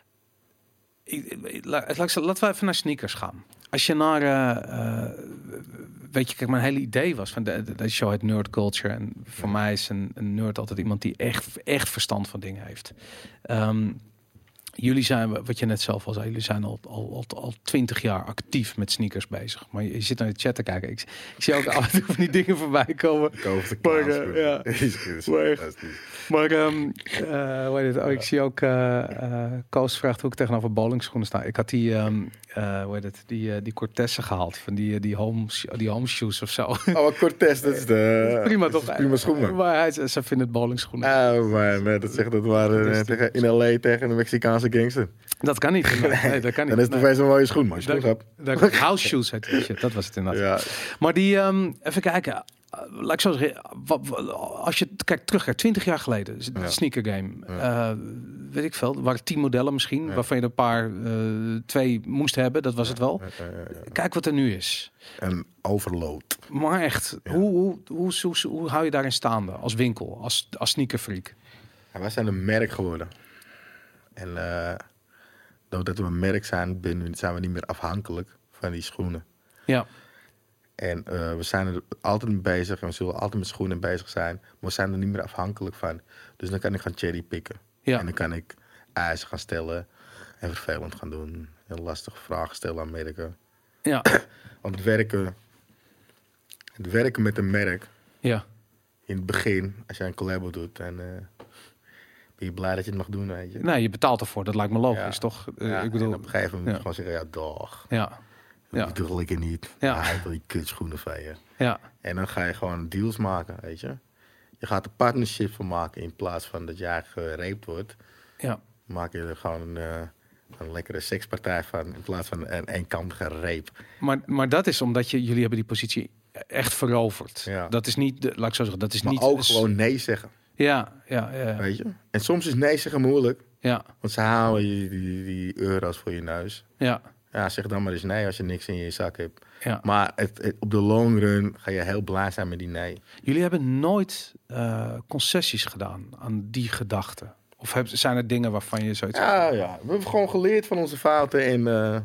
Speaker 2: Ik, ik, laat, laten we even naar sneakers gaan. Als je naar, uh, uh, weet je, kijk, mijn hele idee was van de, de, de show heet Nerd Culture. En voor ja. mij is een, een nerd altijd iemand die echt, echt verstand van dingen heeft. Um, Jullie zijn, wat je net zelf al zei, jullie zijn al, al, al, al twintig jaar actief met sneakers bezig. Maar je, je zit naar de chat te kijken. Ik, ik zie ook af en toe van die dingen voorbij komen.
Speaker 3: Ik hoop de
Speaker 2: maar, uh, ja. maar, maar um, uh, hoe heet het? Oh, ik zie ook, uh, uh, Koos vraagt hoe ik tegenover bowlingschoenen sta. Ik had die, um, uh, hoe heet het, die, uh, die Cortez'en gehaald. Van die, die, home, die home shoes of zo.
Speaker 3: Oh, Cortez, dat is de...
Speaker 2: prima toch?
Speaker 3: Prima schoenen.
Speaker 2: Maar hij, ze vinden het bowlingschoenen.
Speaker 3: Oh man, nee, dat zegt dat waren uh, tegen, in L A tegen een Mexicaanse gangster.
Speaker 2: Dat kan niet. Nee, dat kan niet.
Speaker 3: Dan is het
Speaker 2: nee.
Speaker 3: een mooie schoen, mooie schoen.
Speaker 2: Da, da, house shoes heet die shit. Dat was het inderdaad. Ja. Maar die, um, even kijken. Uh, laat ik zo zeggen, wat, wat, als je kijkt terug, twintig jaar geleden, de ja. sneaker game. Ja. Uh, weet ik veel, er waren tien modellen misschien, ja. waarvan je er een paar, uh, twee moest hebben. Dat was ja. het wel. Ja, ja, ja, ja. Kijk wat er nu is.
Speaker 3: Een overload.
Speaker 2: Maar echt, ja. hoe, hoe, hoe, hoe, hoe, hoe hou je daarin staande als winkel, als, als sneakerfreak?
Speaker 3: Ja, wij zijn een merk geworden. En uh, doordat we een merk zijn, zijn we niet meer afhankelijk van die schoenen.
Speaker 2: Ja.
Speaker 3: En uh, we zijn er altijd mee bezig en we zullen altijd met schoenen bezig zijn. Maar we zijn er niet meer afhankelijk van. Dus dan kan ik gaan cherrypicken.
Speaker 2: Ja.
Speaker 3: En dan kan ik eisen gaan stellen en vervelend gaan doen. Heel lastige vragen stellen aan merken.
Speaker 2: Ja.
Speaker 3: Want het werken, het werken met een merk,
Speaker 2: ja.
Speaker 3: in het begin, als jij een collabo doet, en uh, ben je blij dat je het mag doen, weet je.
Speaker 2: Nee, je betaalt ervoor. Dat lijkt me logisch,
Speaker 3: ja.
Speaker 2: toch? Uh,
Speaker 3: ja,
Speaker 2: ik bedoel,
Speaker 3: en op een gegeven moment
Speaker 2: ja.
Speaker 3: gewoon zeggen, ja, dag.
Speaker 2: Ja.
Speaker 3: Dat ja. bedoel ik er niet.
Speaker 2: Ja.
Speaker 3: Ja, ik wil die kutschoenen van je.
Speaker 2: Ja.
Speaker 3: En dan ga je gewoon deals maken, weet je. Je gaat er partnership van maken in plaats van dat jij gereept wordt.
Speaker 2: Ja.
Speaker 3: Maak je er gewoon een, uh, een lekkere sekspartij van in plaats van een eenkantige reep.
Speaker 2: Maar, maar dat is omdat je, jullie hebben die positie echt veroverd.
Speaker 3: Ja.
Speaker 2: Dat is niet, de, laat ik zo zeggen, dat is
Speaker 3: maar
Speaker 2: niet...
Speaker 3: ook gewoon nee zeggen.
Speaker 2: Ja, ja, ja.
Speaker 3: Weet je? En soms is nee zeggen moeilijk.
Speaker 2: Ja.
Speaker 3: Want ze halen je die, die euro's voor je neus.
Speaker 2: Ja.
Speaker 3: Ja, zeg dan maar eens nee als je niks in je zak hebt.
Speaker 2: Ja.
Speaker 3: Maar het, het, op de long run ga je heel blij zijn met die nee.
Speaker 2: Jullie hebben nooit uh, concessies gedaan aan die gedachten? Of heb, zijn er dingen waarvan je zoiets...
Speaker 3: Ja, ja, we hebben gewoon geleerd van onze fouten. En uh,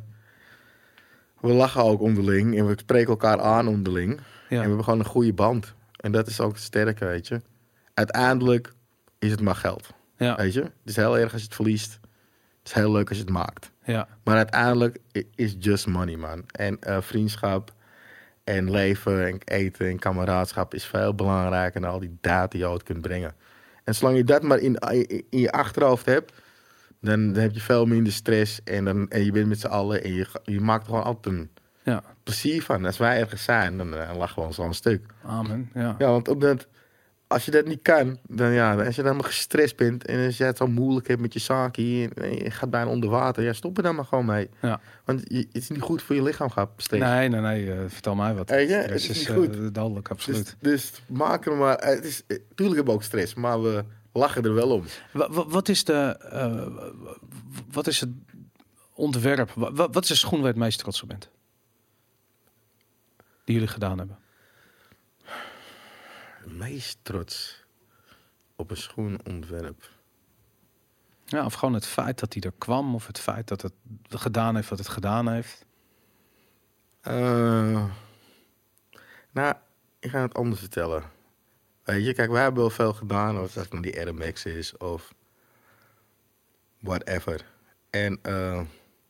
Speaker 3: we lachen ook onderling. En we spreken elkaar aan onderling. Ja. En we hebben gewoon een goede band. En dat is ook het sterke, weet je. Uiteindelijk is het maar geld.
Speaker 2: Ja.
Speaker 3: Weet je? Het is heel erg als je het verliest. Het is heel leuk als je het maakt.
Speaker 2: Ja.
Speaker 3: Maar uiteindelijk is just money, man. En uh, vriendschap en leven en eten en kameraadschap is veel belangrijker dan al die data die je ooit kunt brengen. En zolang je dat maar in, in je achterhoofd hebt, dan, dan heb je veel minder stress. En, dan, en je bent met z'n allen en je, je maakt er gewoon altijd een
Speaker 2: ja.
Speaker 3: plezier van. Als wij ergens zijn, dan, dan lachen we ons al een stuk.
Speaker 2: Amen, ja.
Speaker 3: Ja, want op dat... Als je dat niet kan, dan ja, als je dan maar gestrest bent en als je het zo moeilijk hebt met je zaakje en je gaat bijna onder water, ja, stop er dan maar gewoon mee.
Speaker 2: Ja.
Speaker 3: Want je, het is niet goed voor je lichaam, gaat stress.
Speaker 2: Nee, nee, nee, uh, vertel mij wat.
Speaker 3: Hey, ja, het is, is niet goed.
Speaker 2: Uh, duidelijk, absoluut.
Speaker 3: Dus, dus maak er maar. Het is, tuurlijk hebben we ook stress, maar we lachen er wel om.
Speaker 2: Wat, wat is de, uh, wat is het ontwerp? Wat, wat is de schoen waar je het meest trots op bent? Die jullie gedaan hebben?
Speaker 3: Meest trots op een schoenontwerp.
Speaker 2: Ja, of gewoon het feit dat hij er kwam, of het feit dat het gedaan heeft wat het gedaan heeft.
Speaker 3: Uh, nou, ik ga het anders vertellen. Weet je, kijk, wij hebben wel veel gedaan, of dat het die R M X is, of whatever. En, uh,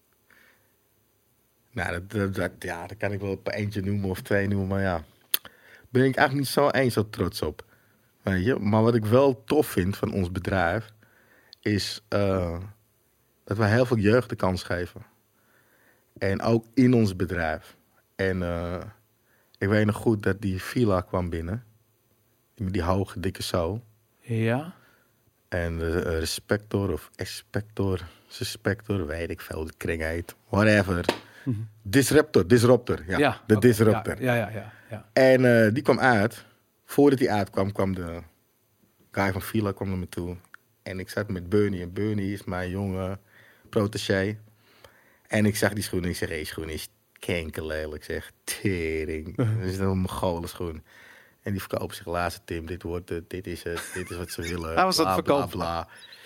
Speaker 3: nou, dat, dat, dat, ja, dat kan ik wel op eentje noemen of twee noemen, maar ja. Ben ik eigenlijk niet zo eens zo trots op. Weet je? Maar wat ik wel tof vind van ons bedrijf, is uh, dat wij heel veel jeugd de kans geven. En ook in ons bedrijf. En uh, ik weet nog goed dat die Fila kwam binnen. Met die hoge, dikke zo.
Speaker 2: Ja.
Speaker 3: En de uh, Respector of Expector, Suspector, weet ik veel hoe de kring heet. Whatever. Mm-hmm. Disruptor, Disruptor. Ja, ja de okay. Disruptor.
Speaker 2: Ja, ja, ja, ja.
Speaker 3: En uh, die kwam uit. Voordat hij uitkwam, kwam de guy van Fila kwam naar me toe. En ik zat met Bernie. En Bernie is mijn jonge protégé. En ik zag die schoen en ik zeg, hé, hey, schoen is kenkelelijk. Ik zeg, tering. Dat is een Mongolen schoen. En die verkopen zich laatste, Tim, dit wordt het, dit is het, dit is wat ze willen.
Speaker 2: Hij was dat verkopen.
Speaker 3: Bla, bla.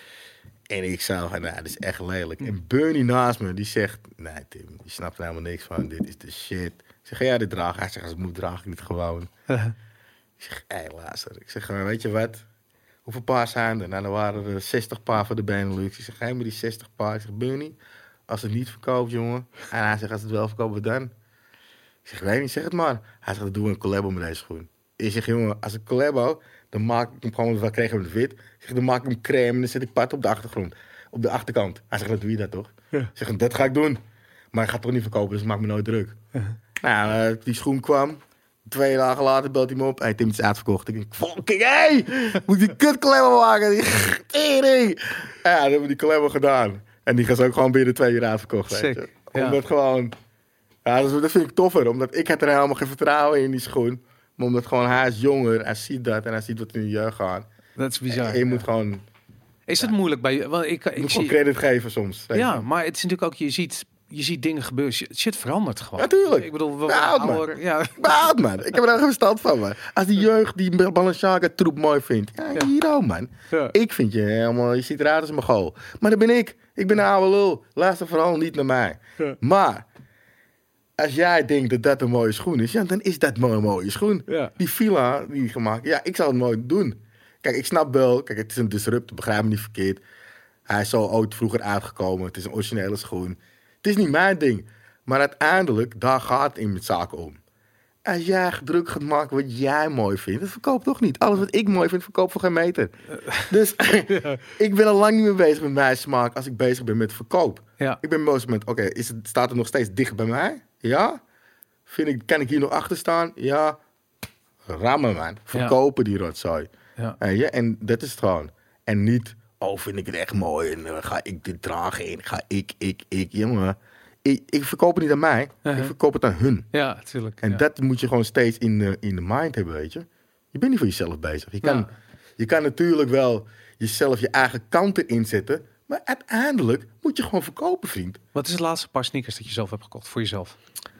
Speaker 3: En ik zou gaan, nou, dat is echt lelijk. En Bernie naast me, die zegt, nee Tim, die snapt er helemaal niks van. Dit is de shit. Ik zeg, ga jij dit dragen? Hij zegt, als ik moet, draag ik dit gewoon. Ik zeg, hé, hey, luister. Ik zeg, weet je wat? Hoeveel paar zijn er? Nou, dan waren er zestig paar voor de Benelux. Ik zeg, ga je met die zestig paar? Ik zeg, Bernie, als het niet verkoopt, jongen. En hij zegt, als het wel verkoopt, wat dan? Ik zeg, weet niet, zeg het maar. Hij zegt, dan doen we een collabo met deze schoen. Ik zeg, jongen, als ik collabo, dan maak ik hem gewoon, wat kregen we met wit. Ik zeg, dan maak ik hem crème en dan zet ik pat op de achtergrond. Op de achterkant. Hij zegt, dan doe je dat toch? Ja. Ik zeg, dat ga ik doen. Maar ik ga het toch niet verkopen, dus maak me nooit druk. Ja. Nou, uh, die schoen kwam. Twee dagen later belt hij me op. Hey, Tim, het is uitverkocht. Ik denk, fucking, hey! Moet ik die kut collabo maken? Die tering! Ja, dan hebben we die collabo gedaan. En die gaat ook gewoon binnen twee uur uitverkocht. Weet je? Omdat ja. gewoon... Ja, dat, dat vind ik toffer. Omdat ik had er helemaal geen vertrouwen in die schoen. Maar omdat gewoon hij is jonger, hij ziet dat en hij ziet wat in de jeugd gaat.
Speaker 2: Dat is bizar.
Speaker 3: En je
Speaker 2: ja.
Speaker 3: moet gewoon...
Speaker 2: Is het ja. moeilijk bij je? Want ik,
Speaker 3: je
Speaker 2: ik
Speaker 3: moet
Speaker 2: zie...
Speaker 3: gewoon credit geven soms.
Speaker 2: Ja, maar het is natuurlijk ook, je ziet, je ziet dingen gebeuren. Shit verandert gewoon.
Speaker 3: Natuurlijk.
Speaker 2: Ik bedoel, we
Speaker 3: Behoud,
Speaker 2: ouder,
Speaker 3: man.
Speaker 2: Ja.
Speaker 3: Behoud, man. Ik heb er ook geen verstand van, man. Als die jeugd die Balenciaga troep mooi vindt. Ja, ja. hier ook, man. Ja. Ik vind je helemaal... Je ziet eruit als een Mongool. Maar dat ben ik. Ik ben een oude lul. Luister vooral niet naar mij. Ja. Maar... Als jij denkt dat dat een mooie schoen is, ja, dan is dat maar een mooie schoen. Ja. Die Fila die gemaakt, ja, ik zou het nooit doen. Kijk, ik snap wel, kijk, het is een disruptor, begrijp me niet verkeerd. Hij is zo ooit vroeger uitgekomen, het is een originele schoen. Het is niet mijn ding. Maar uiteindelijk, daar gaat het in met zaken om. Als jij druk gaat maken wat jij mooi vindt, dat verkoopt toch niet. Alles wat ik mooi vind, verkoopt voor geen meter. Dus ja. ik ben al lang niet meer bezig met mijn smaak als ik bezig ben met verkoop. Ja. Ik ben bezig met, oké, okay, is het staat het nog steeds dicht bij mij? Ja. Vind ik, kan ik hier nog achter staan? Ja. Rammen, man. Verkopen ja. die rotzooi. Ja. En, ja, en dat is het gewoon. En niet, oh, vind ik het echt mooi en uh, ga ik dit dragen en ga ik, ik, ik, jongen. Ik, ik verkoop het niet aan mij, uh-huh. ik verkoop het aan hun.
Speaker 2: Ja, natuurlijk.
Speaker 3: En
Speaker 2: ja.
Speaker 3: dat moet je gewoon steeds in de, in de mind hebben, weet je. Je bent niet voor jezelf bezig. Je kan, ja. je kan natuurlijk wel jezelf je eigen kant erin zetten, maar uiteindelijk moet je gewoon verkopen, vriend.
Speaker 2: Wat is het laatste paar sneakers dat je zelf hebt gekocht voor jezelf?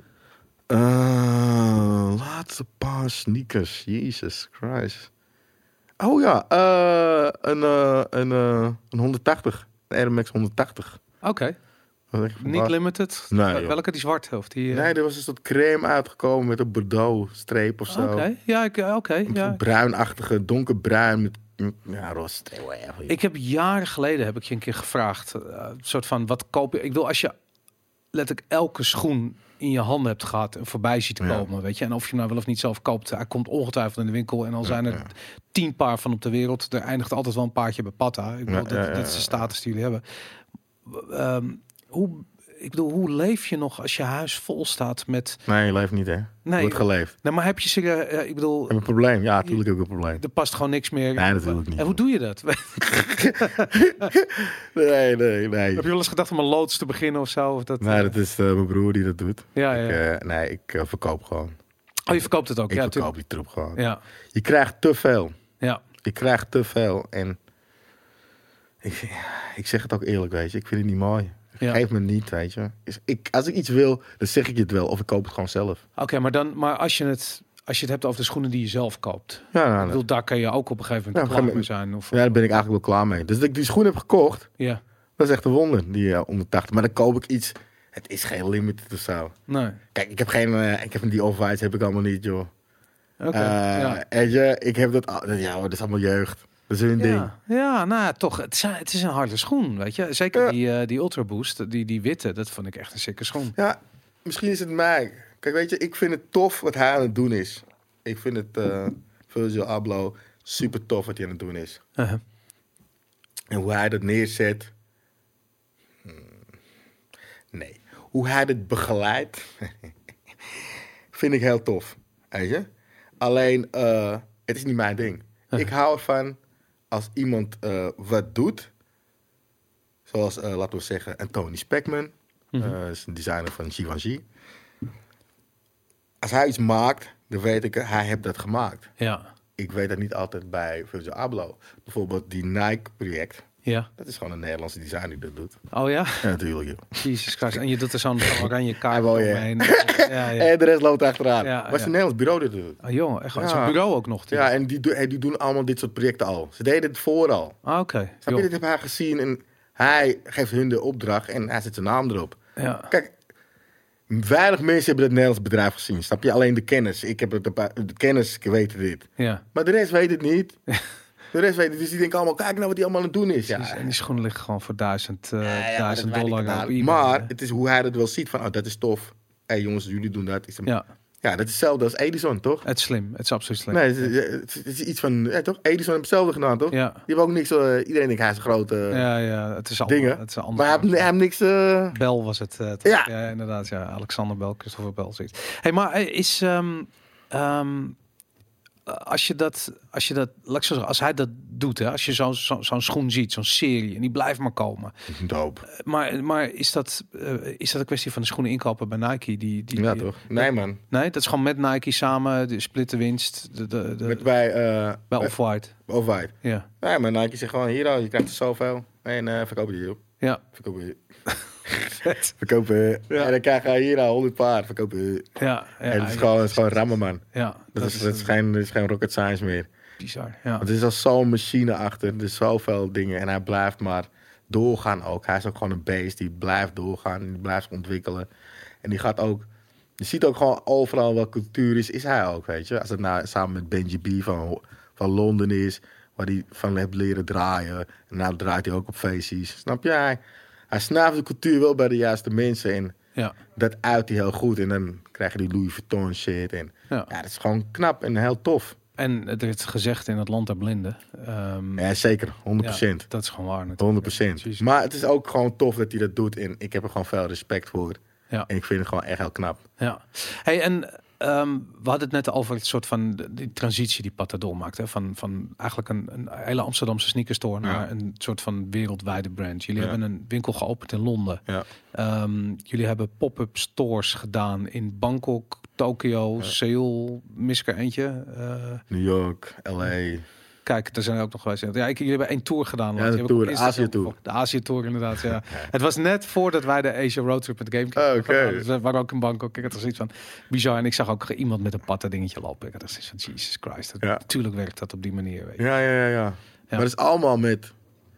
Speaker 3: Uh, laatste paar sneakers, Jesus Christ. Oh ja, uh, een, uh, een, uh, een honderdtachtig, een Air Max honderdtachtig.
Speaker 2: Oké. Okay. Niet limited?
Speaker 3: Nee,
Speaker 2: welke die zwart of die? Uh...
Speaker 3: Nee, er was een soort crème uitgekomen met een Bordeaux streep of zo.
Speaker 2: Oké, okay. ja, oké. Okay, ja.
Speaker 3: Bruinachtige, donkerbruin met ja, roze streep.
Speaker 2: Ik heb jaren geleden heb ik je een keer gevraagd, uh, een soort van wat koop je? Ik bedoel, als je letterlijk elke schoen in je handen hebt gehad en voorbij ziet komen, ja. weet je, en of je hem nou wel of niet zelf koopt, hij komt ongetwijfeld in de winkel en al zijn er ja, ja. tien paar van op de wereld, er eindigt altijd wel een paardje bij Patta. Ik bedoel, ja, dat, ja, ja, dat is de status die jullie hebben. Um, Hoe, ik bedoel, hoe leef je nog als je huis vol staat met...
Speaker 3: Nee, je leeft niet, hè? Nee. Wordt geleefd.
Speaker 2: Nee, maar heb je serieus... Uh, ik bedoel...
Speaker 3: Heb je een probleem? Ja, natuurlijk heb ik een probleem.
Speaker 2: Er past gewoon niks meer.
Speaker 3: Nee, natuurlijk niet.
Speaker 2: En hoe doe je dat?
Speaker 3: nee, nee, nee.
Speaker 2: Heb je wel eens gedacht om een loods te beginnen of zo? Of dat,
Speaker 3: nee, dat is uh, mijn broer die dat doet.
Speaker 2: Ja,
Speaker 3: ik,
Speaker 2: ja.
Speaker 3: Uh, nee, ik uh, verkoop gewoon.
Speaker 2: Oh, je verkoopt het ook?
Speaker 3: Ik
Speaker 2: ja,
Speaker 3: verkoop
Speaker 2: tuurlijk.
Speaker 3: die troep gewoon.
Speaker 2: Ja.
Speaker 3: Je krijgt te veel.
Speaker 2: Ja.
Speaker 3: Je krijgt te veel. En ik, ik zeg het ook eerlijk, weet je. Ik vind het niet mooi. Ja. Geef me niet, weet je. Ik, als ik iets wil, dan zeg ik je het wel. Of ik koop het gewoon zelf.
Speaker 2: Oké, okay, maar dan, maar als je het, als je het hebt over de schoenen die je zelf koopt, ja, nou, ik bedoel, daar kan je ook op een gegeven moment ja, klaar mee zijn. Of,
Speaker 3: ja, daar ben ik eigenlijk wel klaar mee. Dus dat ik die schoen heb gekocht,
Speaker 2: ja,
Speaker 3: dat is echt een wonder. Die uh, om de tachtig. Maar dan koop ik iets. Het is geen limited of zo.
Speaker 2: Nee.
Speaker 3: Kijk, ik heb geen, uh, ik heb die off-whites heb ik allemaal niet, joh.
Speaker 2: Oké. Okay, uh, ja.
Speaker 3: En je, ik heb dat, ja, dat is allemaal jeugd. Dat is een
Speaker 2: ja,
Speaker 3: ding.
Speaker 2: Ja, nou toch. Het is, het is een harde schoen, weet je. Zeker ja. die, uh, die Ultra Boost, die, die witte, dat vond ik echt een sikke schoen.
Speaker 3: Ja, misschien is het mij. Kijk, weet je, ik vind het tof wat hij aan het doen is. Ik vind het, uh, Virgil Abloh, super tof wat hij aan het doen is. Uh-huh. En hoe hij dat neerzet. Hmm, nee. Hoe hij dat begeleidt. vind ik heel tof. Weet je? Alleen, uh, het is niet mijn ding.
Speaker 2: Uh.
Speaker 3: Ik hou ervan als iemand uh, wat doet. Zoals, uh, laten we zeggen, een Tony Speckman. Mm-hmm. Uh, is een designer van Givenchy. Als hij iets maakt, dan weet ik, hij heeft dat gemaakt.
Speaker 2: Ja.
Speaker 3: Ik weet dat niet altijd bij Virgil Abloh. Bijvoorbeeld die Nike-project.
Speaker 2: Ja.
Speaker 3: Dat is gewoon een Nederlandse designer die dat doet.
Speaker 2: Oh ja?
Speaker 3: Ja, natuurlijk. Ja.
Speaker 2: Jezus Christus. En je doet er zo'n oranje kaart
Speaker 3: ja,
Speaker 2: omheen. Ja, ja.
Speaker 3: En de rest loopt achteraan.
Speaker 2: Ja,
Speaker 3: Was ja. een Nederlands bureau dit doet.
Speaker 2: Oh jongen, echt
Speaker 3: ja.
Speaker 2: zo'n bureau ook nog. Die.
Speaker 3: Ja, en die, die doen allemaal dit soort projecten al. Ze deden het vooral.
Speaker 2: Ah, oké. Okay.
Speaker 3: Snap je, dit heb hij gezien en hij geeft hun de opdracht en hij zet zijn naam erop.
Speaker 2: Ja.
Speaker 3: Kijk, weinig mensen hebben het Nederlands bedrijf gezien. Snap je? Alleen de kennis. Ik heb het, de kennis, ik weet dit.
Speaker 2: Ja.
Speaker 3: Maar de rest weet het niet. De rest weet het. Dus die denken allemaal, kijk nou wat die allemaal aan het doen is. Ja.
Speaker 2: En die schoenen liggen gewoon voor duizend, uh,
Speaker 3: ja, ja,
Speaker 2: duizend dollar.
Speaker 3: Op eBay, maar hè? Het is hoe hij dat wel ziet. Van, oh, dat is tof. Hé hey, jongens, jullie doen dat. Is hem... ja. ja, dat is hetzelfde als Edison, toch?
Speaker 2: Het is slim. Het is absoluut slim.
Speaker 3: Nee, het is, het is iets van, ja, toch? Edison heeft hetzelfde gedaan, toch?
Speaker 2: Ja.
Speaker 3: Die heeft ook niks, uh, iedereen denkt hij is een grote uh,
Speaker 2: ja, ja, het is al,
Speaker 3: dingen.
Speaker 2: Het is maar
Speaker 3: hij heeft, hij heeft niks... Uh...
Speaker 2: Bel was het. Uh,
Speaker 3: ja.
Speaker 2: ja, inderdaad. Ja, Alexander Bel, Christopher Bel, zoiets. Hey, maar is... Um, um, als je dat, als je dat, laat ik zo zeggen, als hij dat doet, hè, als je zo'n zo, zo'n schoen ziet, zo'n serie, en die blijft maar komen.
Speaker 3: Dope.
Speaker 2: Uh, maar, maar is dat, uh, is dat een kwestie van de schoenen inkopen bij Nike? Die, die,
Speaker 3: ja,
Speaker 2: die,
Speaker 3: toch? Nee, man.
Speaker 2: Nee, dat is gewoon met Nike samen, de split de winst. De, de, de,
Speaker 3: met bij, uh,
Speaker 2: bij Off-White.
Speaker 3: Off-White.
Speaker 2: Ja.
Speaker 3: Nee, maar Nike zegt gewoon, hier, je krijgt er zoveel. En uh, verkoop je hier.
Speaker 2: Ja.
Speaker 3: Verkoop je. Verkopen. Ja. En dan krijg je hier al honderd paar. Verkopen.
Speaker 2: Ja. ja
Speaker 3: en het is gewoon, het is gewoon rammen, man.
Speaker 2: Ja.
Speaker 3: Dat, dat, is, is, dat, is geen, dat is geen rocket science meer.
Speaker 2: Bizar, ja.
Speaker 3: Want er is al zo'n machine achter. Er is zoveel dingen. En hij blijft maar doorgaan ook. Hij is ook gewoon een beest. Die blijft doorgaan. Die blijft ontwikkelen. En die gaat ook... Je ziet ook gewoon overal wat cultuur is. Is hij ook, weet je. Als het nou samen met Benji B van, van Londen is. Waar hij van heeft leren draaien. En nou draait hij ook op feestjes. Snap je? Hij, hij snapt de cultuur wel bij de juiste mensen. En
Speaker 2: ja.
Speaker 3: dat uit hij heel goed. En dan krijg je die Louis Vuitton shit. En ja. ja, dat is gewoon knap en heel tof.
Speaker 2: En het is gezegd in het land der blinden. Um,
Speaker 3: ja, zeker. honderd procent.
Speaker 2: Ja, dat is gewoon waar natuurlijk.
Speaker 3: honderd procent. Maar het is ook gewoon tof dat hij dat doet. En ik heb er gewoon veel respect voor.
Speaker 2: Ja.
Speaker 3: En ik vind het gewoon echt heel knap.
Speaker 2: Ja. Hey, en um, we hadden het net over het soort van die transitie die Patta doormaakt. Hè? Van, van eigenlijk een, een hele Amsterdamse sneakerstore ja. naar een soort van wereldwijde brand. Jullie ja. hebben een winkel geopend in Londen.
Speaker 3: Ja.
Speaker 2: Um, jullie hebben pop-up stores gedaan in Bangkok, Tokio, ja. Seoul, mis ik er eentje. Uh,
Speaker 3: New York, L A.
Speaker 2: Kijk, er zijn ook nog geweest. Ja, ik, jullie hebben één tour gedaan.
Speaker 3: Ja, de tour, de Azië Tour.
Speaker 2: De Azië Tour, inderdaad. Ja. Het was net voordat wij de Asia Roadtrip met Game
Speaker 3: oh, okay.
Speaker 2: dus we waren ook in Bangkok. Ik had er zoiets van bizar. En ik zag ook iemand met een patta dingetje lopen. Ik had er zoiets van Jesus Christ. Dat, ja. Natuurlijk werkt dat op die manier. Weet je.
Speaker 3: Ja, ja, ja, ja. Ja. Maar het is allemaal met,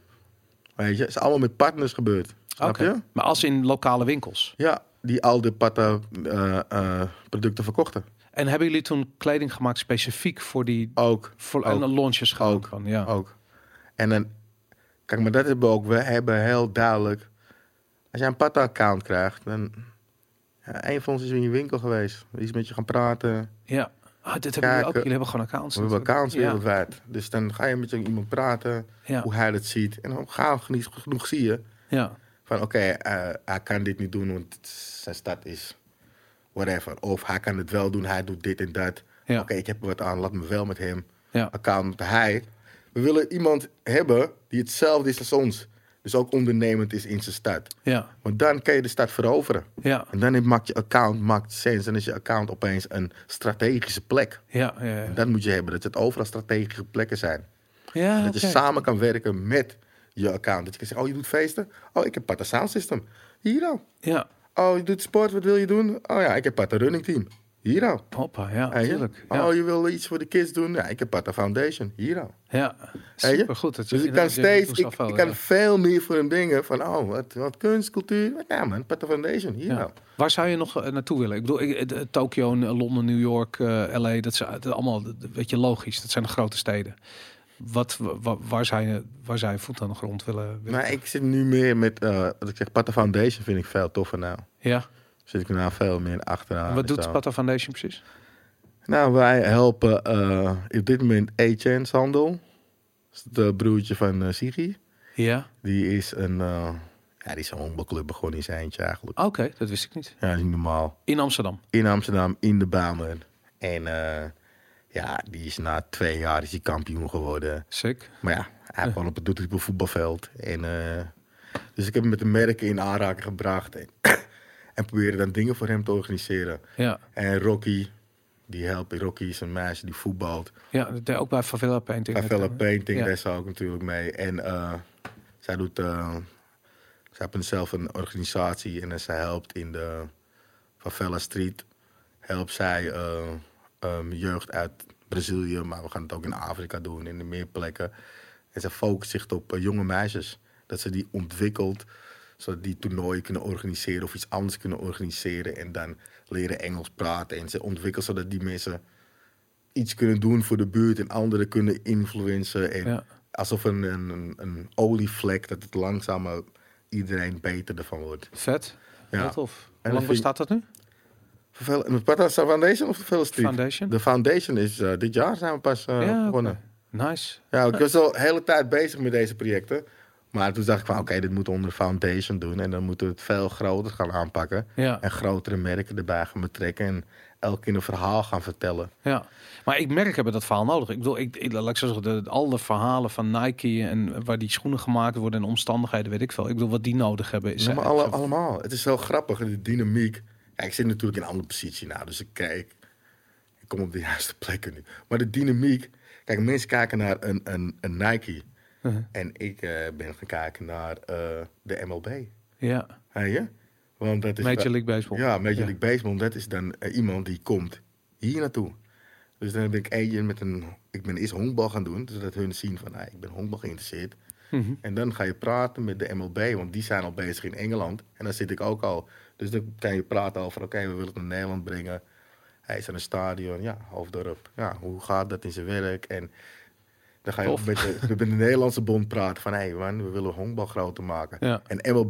Speaker 3: weet je, het is allemaal met partners gebeurd. Snap okay. je?
Speaker 2: Maar als in lokale winkels?
Speaker 3: Ja, die al de patta uh, uh, producten verkochten.
Speaker 2: En hebben jullie toen kleding gemaakt specifiek voor die...
Speaker 3: Ook.
Speaker 2: Voor,
Speaker 3: ook.
Speaker 2: En launches gedaan?
Speaker 3: Ook.
Speaker 2: Van, ja.
Speaker 3: Ook. En dan... Kijk, maar dat hebben we ook. We hebben heel duidelijk... Als jij een Patta-account krijgt, dan... Ja, een van ons is in je winkel geweest. Iets met je gaan praten.
Speaker 2: Ja. Ah, dit hebben jullie ook. Jullie hebben gewoon accounts.
Speaker 3: We hebben accounts ja. wereldwijd. Dus dan ga je met iemand praten. Ja. Hoe hij dat ziet. En dan ga je niet genoeg zie je.
Speaker 2: Ja.
Speaker 3: Van oké, okay, uh, hij kan dit niet doen, want zijn stad is... whatever. Of hij kan het wel doen, hij doet dit en dat. Ja. Oké, okay, ik heb wat aan, laat me wel met hem.
Speaker 2: Ja.
Speaker 3: Account hij. We willen iemand hebben die hetzelfde is als ons. Dus ook ondernemend is in zijn stad.
Speaker 2: Ja.
Speaker 3: Want dan kan je de stad veroveren.
Speaker 2: Ja.
Speaker 3: En dan maakt je account maakt sens. Dan is je account opeens een strategische plek.
Speaker 2: Ja, ja, ja.
Speaker 3: En dat moet je hebben, dat het overal strategische plekken zijn.
Speaker 2: Ja,
Speaker 3: dat
Speaker 2: okay.
Speaker 3: je samen kan werken met je account. Dat je kan zeggen, oh, je doet feesten? Oh, ik heb Patta Sound System. Hier dan.
Speaker 2: Ja.
Speaker 3: Oh, je doet sport, wat wil je doen? Oh ja, ik heb Patta Running Team. Hier al.
Speaker 2: Hoppa, ja, natuurlijk.
Speaker 3: Ja. Oh, je wil iets voor de kids doen? Ja, ik heb Patta Foundation. Hier al.
Speaker 2: Ja, supergoed. Dat
Speaker 3: dus ik kan steeds, ik, ik kan ja. veel meer voor hem dingen van, oh, wat, wat kunst, cultuur. Ja man, Patta Foundation, hier ja. al.
Speaker 2: Waar zou je nog uh, naartoe willen? Ik bedoel, ik, uh, Tokio, Londen, New York, uh, L A, dat zijn uh, allemaal, weet je, logisch. Dat zijn de grote steden. Wat, waar, waar zou je, waar zou je voet aan de grond willen? willen
Speaker 3: nou, ik zit nu meer met, uh, wat ik zeg, Patta Foundation vind ik veel toffer nou.
Speaker 2: Ja.
Speaker 3: Zit ik nou veel meer achteraan.
Speaker 2: Wat doet Patta Foundation precies?
Speaker 3: Nou, wij helpen uh, op dit moment A-Chance handel. Dat is het uh, broertje van uh, Sigi.
Speaker 2: Ja.
Speaker 3: Die is een, uh, Ja, die is een honkbalclub begonnen in zijn eentje eigenlijk.
Speaker 2: Oké, okay, dat wist ik niet.
Speaker 3: Ja, niet normaal.
Speaker 2: In Amsterdam?
Speaker 3: In Amsterdam, in de Bijlmer. En uh, ja, die is na twee jaar is die kampioen geworden.
Speaker 2: Sick.
Speaker 3: Maar ja, hij heeft gewoon op het doet op een voetbalveld. En, uh, dus ik heb hem met de merken in aanraking gebracht. En, en proberen dan dingen voor hem te organiseren.
Speaker 2: Ja.
Speaker 3: En Rocky, die helpt. Rocky is een meisje die voetbalt.
Speaker 2: Ja, dat deed ook bij Favela Painting.
Speaker 3: Favela Painting,
Speaker 2: ja.
Speaker 3: daar is ze ook natuurlijk mee. En uh, zij doet... Uh, zij hebben zelf een organisatie en zij helpt in de Favela Street. Helpt zij uh, um, jeugd uit Brazilië, maar we gaan het ook in Afrika doen, in de meer plekken. En ze focust zich op uh, jonge meisjes. Dat ze die ontwikkelt, zodat die toernooien kunnen organiseren of iets anders kunnen organiseren. En dan leren Engels praten. En ze ontwikkelt zodat die mensen iets kunnen doen voor de buurt en anderen kunnen influencen. En ja. Alsof een, een, een olievlek, dat het langzamer iedereen beter ervan wordt.
Speaker 2: Vet.
Speaker 3: Ja.
Speaker 2: Heel tof. Hoe lang bestaat dat nu?
Speaker 3: Wat is de Foundation of de Favela Street?
Speaker 2: Foundation?
Speaker 3: De Foundation is uh, dit jaar zijn we pas uh,
Speaker 2: ja,
Speaker 3: begonnen.
Speaker 2: Okay. Nice.
Speaker 3: Ja, ik was al de hele tijd bezig met deze projecten. Maar toen dacht ik van oké, okay, dit moeten we onder Foundation doen. En dan moeten we het veel groter gaan aanpakken. Ja. En grotere merken erbij gaan betrekken. En elke keer een verhaal gaan vertellen.
Speaker 2: Ja, maar ik merk hebben dat verhaal nodig. Ik bedoel, ik, ik, laat ik zo zeggen, de, al de verhalen van Nike en waar die schoenen gemaakt worden en omstandigheden, weet ik veel. Ik bedoel, wat die nodig hebben is...
Speaker 3: Ja, maar alle, allemaal. Het is zo grappig, de dynamiek. Ja, ik zit natuurlijk in een andere positie nou, dus ik kijk, ik kom op de juiste plekken nu. Maar de dynamiek, kijk, mensen kijken naar een, een, een Nike. Uh-huh. En ik uh, ben gaan kijken naar uh, de M L B.
Speaker 2: Ja.
Speaker 3: Hey, ja? Want dat is
Speaker 2: Major League Baseball.
Speaker 3: Ja, Major ja. League Baseball. Dat is dan uh, iemand die komt hier naartoe. Dus dan ben ik eentje met een... Ik ben eerst honkbal gaan doen, zodat hun zien van... Hey, ik ben honkbal geïnteresseerd. Mm-hmm. En dan ga je praten met de M L B, want die zijn al bezig in Engeland. En dan zit ik ook al. Dus dan kan je praten over... Oké, okay, we willen het naar Nederland brengen. Hij is aan een stadion. Ja, Hoofddorp. Ja, hoe gaat dat in zijn werk? En... Dan ga je ook met de, met de Nederlandse bond praten van... hé hey man, we willen honkbal groter maken. Ja. En M L B,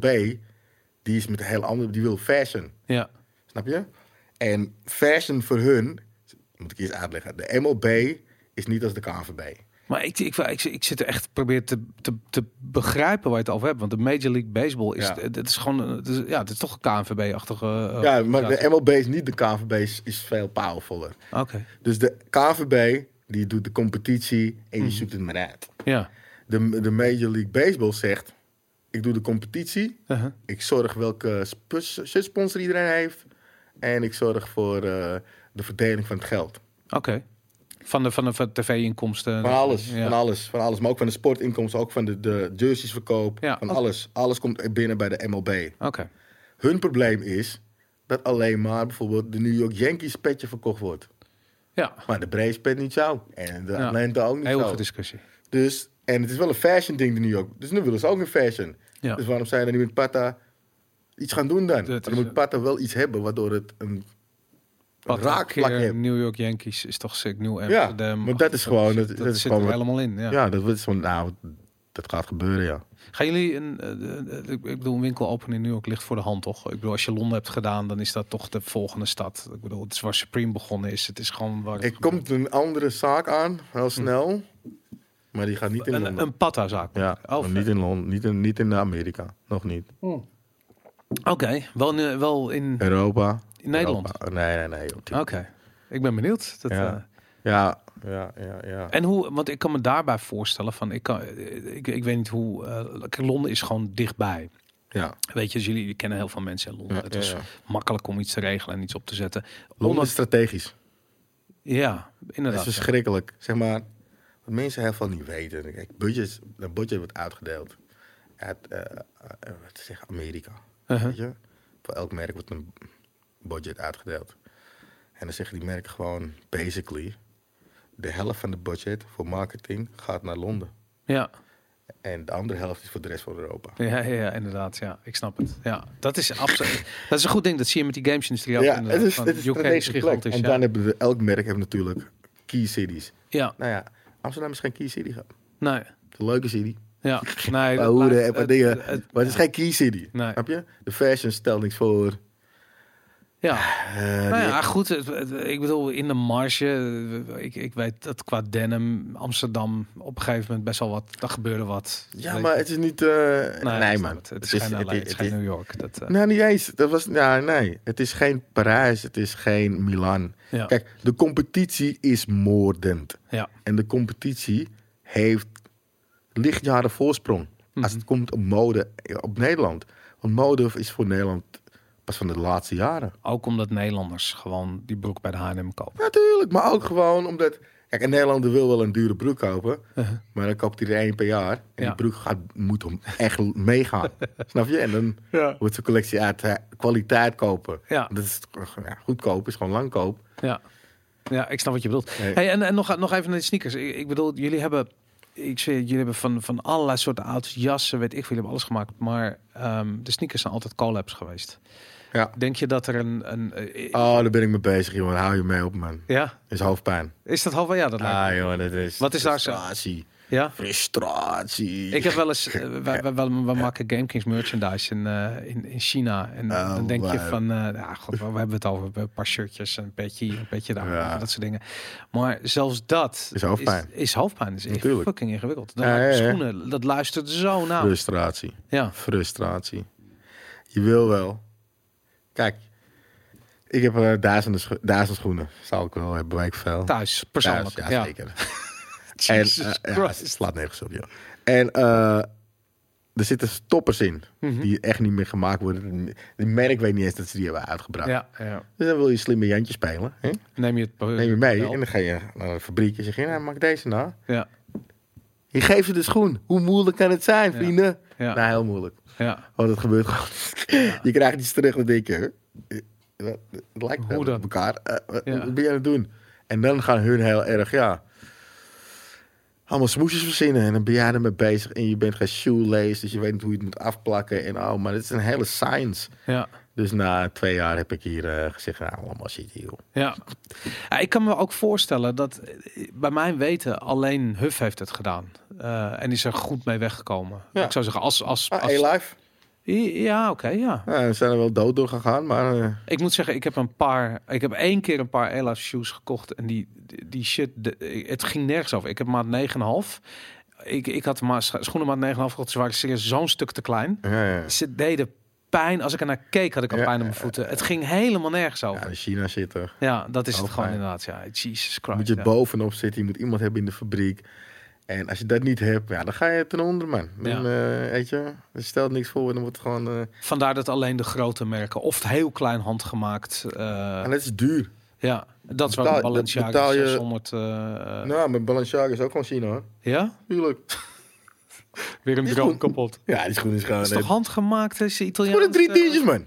Speaker 3: die is met een heel ander... die wil fashion.
Speaker 2: Ja.
Speaker 3: Snap je? En fashion voor hun... moet ik eerst uitleggen. De M L B is niet als de K N V B.
Speaker 2: Maar ik, ik, ik, ik zit er echt probeer te, te, te begrijpen waar je het over hebt. Want de Major League Baseball is... Ja. Het is gewoon... Het is, ja, het is toch een K N V B-achtige... Uh,
Speaker 3: ja, maar ja. de M L B is niet de K N V B. Is, is veel powervoller.
Speaker 2: Oké. Okay.
Speaker 3: Dus de K N V B... die doet de competitie en je mm. zoekt het maar uit.
Speaker 2: Ja.
Speaker 3: De, de Major League Baseball zegt... ik doe de competitie. Uh-huh. Ik zorg welke sponsor iedereen heeft. En ik zorg voor uh, de verdeling van het geld.
Speaker 2: Oké. Okay. Van de, van de, van de tv-inkomsten?
Speaker 3: Van alles, ja. van alles. Van alles. Maar ook van de sportinkomsten. Ook van de, de jerseysverkoop. Ja, van okay. alles. Alles komt binnen bij de M L B.
Speaker 2: Oké. Okay.
Speaker 3: Hun probleem is... dat alleen maar bijvoorbeeld de New York Yankees petje verkocht wordt.
Speaker 2: Ja.
Speaker 3: Maar de Braves pet niet zo. En de ja. Atlanta ook niet
Speaker 2: Heel
Speaker 3: zo.
Speaker 2: Heel veel discussie.
Speaker 3: Dus, en het is wel een fashion ding in New York. Dus nu willen ze ook een fashion. Ja. Dus waarom zou je dan niet met Pata iets gaan doen dan? Dan moet Pata wel iets hebben waardoor het een, een raakvlak heeft.
Speaker 2: New York Yankees is toch sick. New Amsterdam.
Speaker 3: Ja, maar dat is gewoon... Dat,
Speaker 2: dat,
Speaker 3: dat is
Speaker 2: zit
Speaker 3: gewoon
Speaker 2: er
Speaker 3: wat,
Speaker 2: helemaal in. Ja,
Speaker 3: ja dat, is gewoon, nou, dat gaat gebeuren, ja.
Speaker 2: Gaan jullie een, uh, ik bedoel, een winkel openen in New York ligt voor de hand, toch? Ik bedoel, als je Londen hebt gedaan, dan is dat toch de volgende stad. Ik bedoel, het is waar Supreme begonnen is. Het is gewoon waar.
Speaker 3: Er komt een andere zaak aan, heel snel. Hm. Maar die gaat niet in
Speaker 2: een,
Speaker 3: Londen.
Speaker 2: Een Patta-zaak?
Speaker 3: Ja, oh, niet in Londen, niet in, niet in Amerika. Nog niet. Hm.
Speaker 2: Oké, okay. wel, in, wel in...
Speaker 3: Europa.
Speaker 2: In Nederland?
Speaker 3: Europa. Nee, nee, nee.
Speaker 2: Oké, okay. Ik ben benieuwd. Dat,
Speaker 3: ja. Uh... Ja, ja, ja, ja.
Speaker 2: En hoe, want ik kan me daarbij voorstellen van, ik kan, ik, ik weet niet hoe, uh, Londen is gewoon dichtbij.
Speaker 3: Ja.
Speaker 2: Weet je, dus jullie kennen heel veel mensen in Londen. Ja, het is ja, ja. makkelijk om iets te regelen en iets op te zetten.
Speaker 3: Londen Onder... is strategisch.
Speaker 2: Ja, inderdaad.
Speaker 3: Het is verschrikkelijk. Ja. Zeg maar, wat mensen heel veel niet weten. Kijk, budget, een budget wordt uitgedeeld uit, uh, uh, wat zeg, Amerika. Uh-huh. Weet je? Voor elk merk wordt een budget uitgedeeld. En dan zeggen die merken gewoon, basically... de helft van de budget voor marketing gaat naar Londen.
Speaker 2: Ja.
Speaker 3: En de andere helft is voor de rest van Europa.
Speaker 2: Ja, ja, ja, inderdaad. Ja, ik snap het. Ja, dat is absoluut. Dat is een goed ding. Dat zie je met die gamesindustrie ook.
Speaker 3: Ja, het is, het is
Speaker 2: U K is gigantisch.
Speaker 3: En
Speaker 2: ja.
Speaker 3: dan hebben we elk merk heeft natuurlijk key cities.
Speaker 2: Ja.
Speaker 3: Nou ja, Amsterdam is geen key city.
Speaker 2: Nee.
Speaker 3: Het is een leuke city.
Speaker 2: Ja. Nee.
Speaker 3: Maar hoe de dingen. Maar het is geen key city.
Speaker 2: Nee.
Speaker 3: Snap je? De fashion stelt niks voor.
Speaker 2: Ja,
Speaker 3: Uh,
Speaker 2: nou
Speaker 3: die-
Speaker 2: ja, goed. Het, het- ik bedoel, in de marge. eh, Ik, ik weet dat qua denim Amsterdam op een gegeven moment best wel wat. Er gebeurde wat.
Speaker 3: ja,
Speaker 2: Weet
Speaker 3: maar
Speaker 2: je.
Speaker 3: het is niet... uh,
Speaker 2: Nee,
Speaker 3: nee,
Speaker 2: ik snap
Speaker 3: man.
Speaker 2: Het, het is geen L A, het is geen New York. Dat, uh,
Speaker 3: Nou, niet eens. Dat was, ja, nee, het is geen Parijs, het is geen Milan.
Speaker 2: ja.
Speaker 3: Kijk, de competitie is moordend.
Speaker 2: Ja.
Speaker 3: En de competitie heeft lichtjaren voorsprong. Als
Speaker 2: Mhm.
Speaker 3: het komt op mode op Nederland. Want mode is voor Nederland pas van de laatste jaren.
Speaker 2: Ook omdat Nederlanders gewoon die broek bij de H en M kopen.
Speaker 3: Natuurlijk, maar ook gewoon omdat... Kijk, een Nederlander wil wel een dure broek kopen.
Speaker 2: Uh-huh.
Speaker 3: Maar dan koopt hij er één per jaar. En
Speaker 2: Ja.
Speaker 3: die broek gaat, moet hem echt meegaan. Snap je? En dan
Speaker 2: Ja.
Speaker 3: wordt zijn collectie uit eh, kwaliteit kopen.
Speaker 2: Ja.
Speaker 3: Dat is ja, goedkoop, is gewoon langkoop.
Speaker 2: Ja. Ja, ik snap wat je bedoelt.
Speaker 3: Nee.
Speaker 2: Hey, en en nog, nog even naar de sneakers. Ik, ik bedoel, jullie hebben... Ik zie, jullie hebben van, van allerlei soorten auto's, jassen, weet ik veel, jullie hebben alles gemaakt. Maar ehm, de sneakers zijn altijd collabs geweest.
Speaker 3: Ja.
Speaker 2: Denk je dat er een... een eh,
Speaker 3: Oh, daar ben ik mee bezig, jongen. Hou je mee op, man.
Speaker 2: ja?
Speaker 3: Is hoofdpijn.
Speaker 2: Is dat half? Ja, dat lijkt me.
Speaker 3: Ah, jongen, dat is...
Speaker 2: Wat is daar zo?
Speaker 3: Frustratie.
Speaker 2: Ja?
Speaker 3: Frustratie.
Speaker 2: Ik heb wel eens... eh, wij, wij, wij, wij maken GameKings merchandise in, eh, in, in China. En
Speaker 3: Oh,
Speaker 2: dan denk je
Speaker 3: waar.
Speaker 2: van... eh ja, god, waar hebben we het over? We hebben een paar shirtjes, een petje hier, een petje daar.
Speaker 3: Ja.
Speaker 2: Dat soort dingen. Maar zelfs dat...
Speaker 3: Is hoofdpijn.
Speaker 2: Is, is hoofdpijn. Is echt
Speaker 3: Natuurlijk.
Speaker 2: fucking ingewikkeld. Dan
Speaker 3: Ja, ja, ja.
Speaker 2: schoenen, dat luistert zo nauw.
Speaker 3: Frustratie.
Speaker 2: Ja.
Speaker 3: Frustratie. Je wil wel. Kijk, ik heb uh, duizenden, scho- duizend schoenen. Zou ik wel hebben, weet ik veel.
Speaker 2: Thuis, persoonlijk.
Speaker 3: Thuis,
Speaker 2: ja,
Speaker 3: ja, zeker. En,
Speaker 2: Jesus
Speaker 3: uh, ja,
Speaker 2: Christ.
Speaker 3: het slaat nergens op, joh. En uh, er zitten stoppers in.
Speaker 2: Mhm.
Speaker 3: Die echt niet meer gemaakt worden. Die merk weet niet eens dat ze die hebben uitgebracht.
Speaker 2: Ja, ja.
Speaker 3: Dus dan wil je slimme Jantje spelen. Hè?
Speaker 2: Neem je het
Speaker 3: Neem je mee.
Speaker 2: wel.
Speaker 3: En dan ga je naar een fabriek en zeg je, nou, maak deze nou.
Speaker 2: Ja,
Speaker 3: Je geeft ze de schoen. Hoe moeilijk kan het zijn,
Speaker 2: Ja.
Speaker 3: vrienden?
Speaker 2: ja,
Speaker 3: Nou, heel moeilijk.
Speaker 2: ja.
Speaker 3: Want het gebeurt gewoon. Je krijgt iets terug, dan denk je... huh? Wat- Het lijkt
Speaker 2: Hoe
Speaker 3: wel
Speaker 2: dan?
Speaker 3: op elkaar. Uh, wat,
Speaker 2: Ja.
Speaker 3: wat ben je aan het doen? En dan gaan hun heel erg, ja... Allemaal smoesjes verzinnen. En dan ben jij ermee bezig. En je bent geen shoelace. Dus je weet niet hoe je het moet afplakken. En oh, maar het is een hele science.
Speaker 2: ja.
Speaker 3: Dus na twee jaar heb ik hier uh, gezegd... Nou, allemaal shit hier, joh.
Speaker 2: Ja. Ja, ik kan me ook voorstellen dat eh, bij mijn weten alleen Huff heeft het gedaan. Eh, en is er goed mee weggekomen.
Speaker 3: Ja.
Speaker 2: Ik zou zeggen, als... als,
Speaker 3: Ah,
Speaker 2: als
Speaker 3: A-Life.
Speaker 2: ja, oké, ja.
Speaker 3: Ja, we zijn er wel dood door gegaan. Maar uh,
Speaker 2: Ik moet zeggen, ik heb een paar... Ik heb één keer een paar Ela shoes gekocht. En die, die, die shit... De, het ging nergens over. Ik heb maat negen komma vijf. Ik, ik had maar schoenen maat negen komma vijf gekocht. Ze waren serieus zo'n stuk te klein.
Speaker 3: ja, ja.
Speaker 2: Ze deden pijn. Als ik er naar keek, had ik al
Speaker 3: Ja,
Speaker 2: pijn op mijn voeten. Het ging helemaal nergens over.
Speaker 3: Ja, in China zitten.
Speaker 2: Ja, dat is het
Speaker 3: Ook
Speaker 2: gewoon
Speaker 3: fijn.
Speaker 2: inderdaad. Ja, Jesus Christ.
Speaker 3: Moet je
Speaker 2: ja.
Speaker 3: bovenop zitten. Je moet iemand hebben in de fabriek. En als je dat niet hebt, ja, dan ga je ten onder, man. Dan, eh, weet je, dan stelt niks voor. Dan wordt het gewoon... Uh,
Speaker 2: Vandaar dat alleen de grote merken, of het heel klein handgemaakt. eh,
Speaker 3: en het is duur.
Speaker 2: ja, dat is
Speaker 3: betaal-
Speaker 2: wel Balenciaga
Speaker 3: betaal je-
Speaker 2: zeshonderd. eh,
Speaker 3: Nou, met Balenciaga is ook gewoon China, hoor.
Speaker 2: ja?
Speaker 3: Tuurlijk.
Speaker 2: Weer een
Speaker 3: Die
Speaker 2: droom
Speaker 3: schoen-
Speaker 2: kapot.
Speaker 3: Ja, die schoen is gewoon...
Speaker 2: Dat is toch handgemaakt, is Italiaans?
Speaker 3: Voor de drie tientjes, man.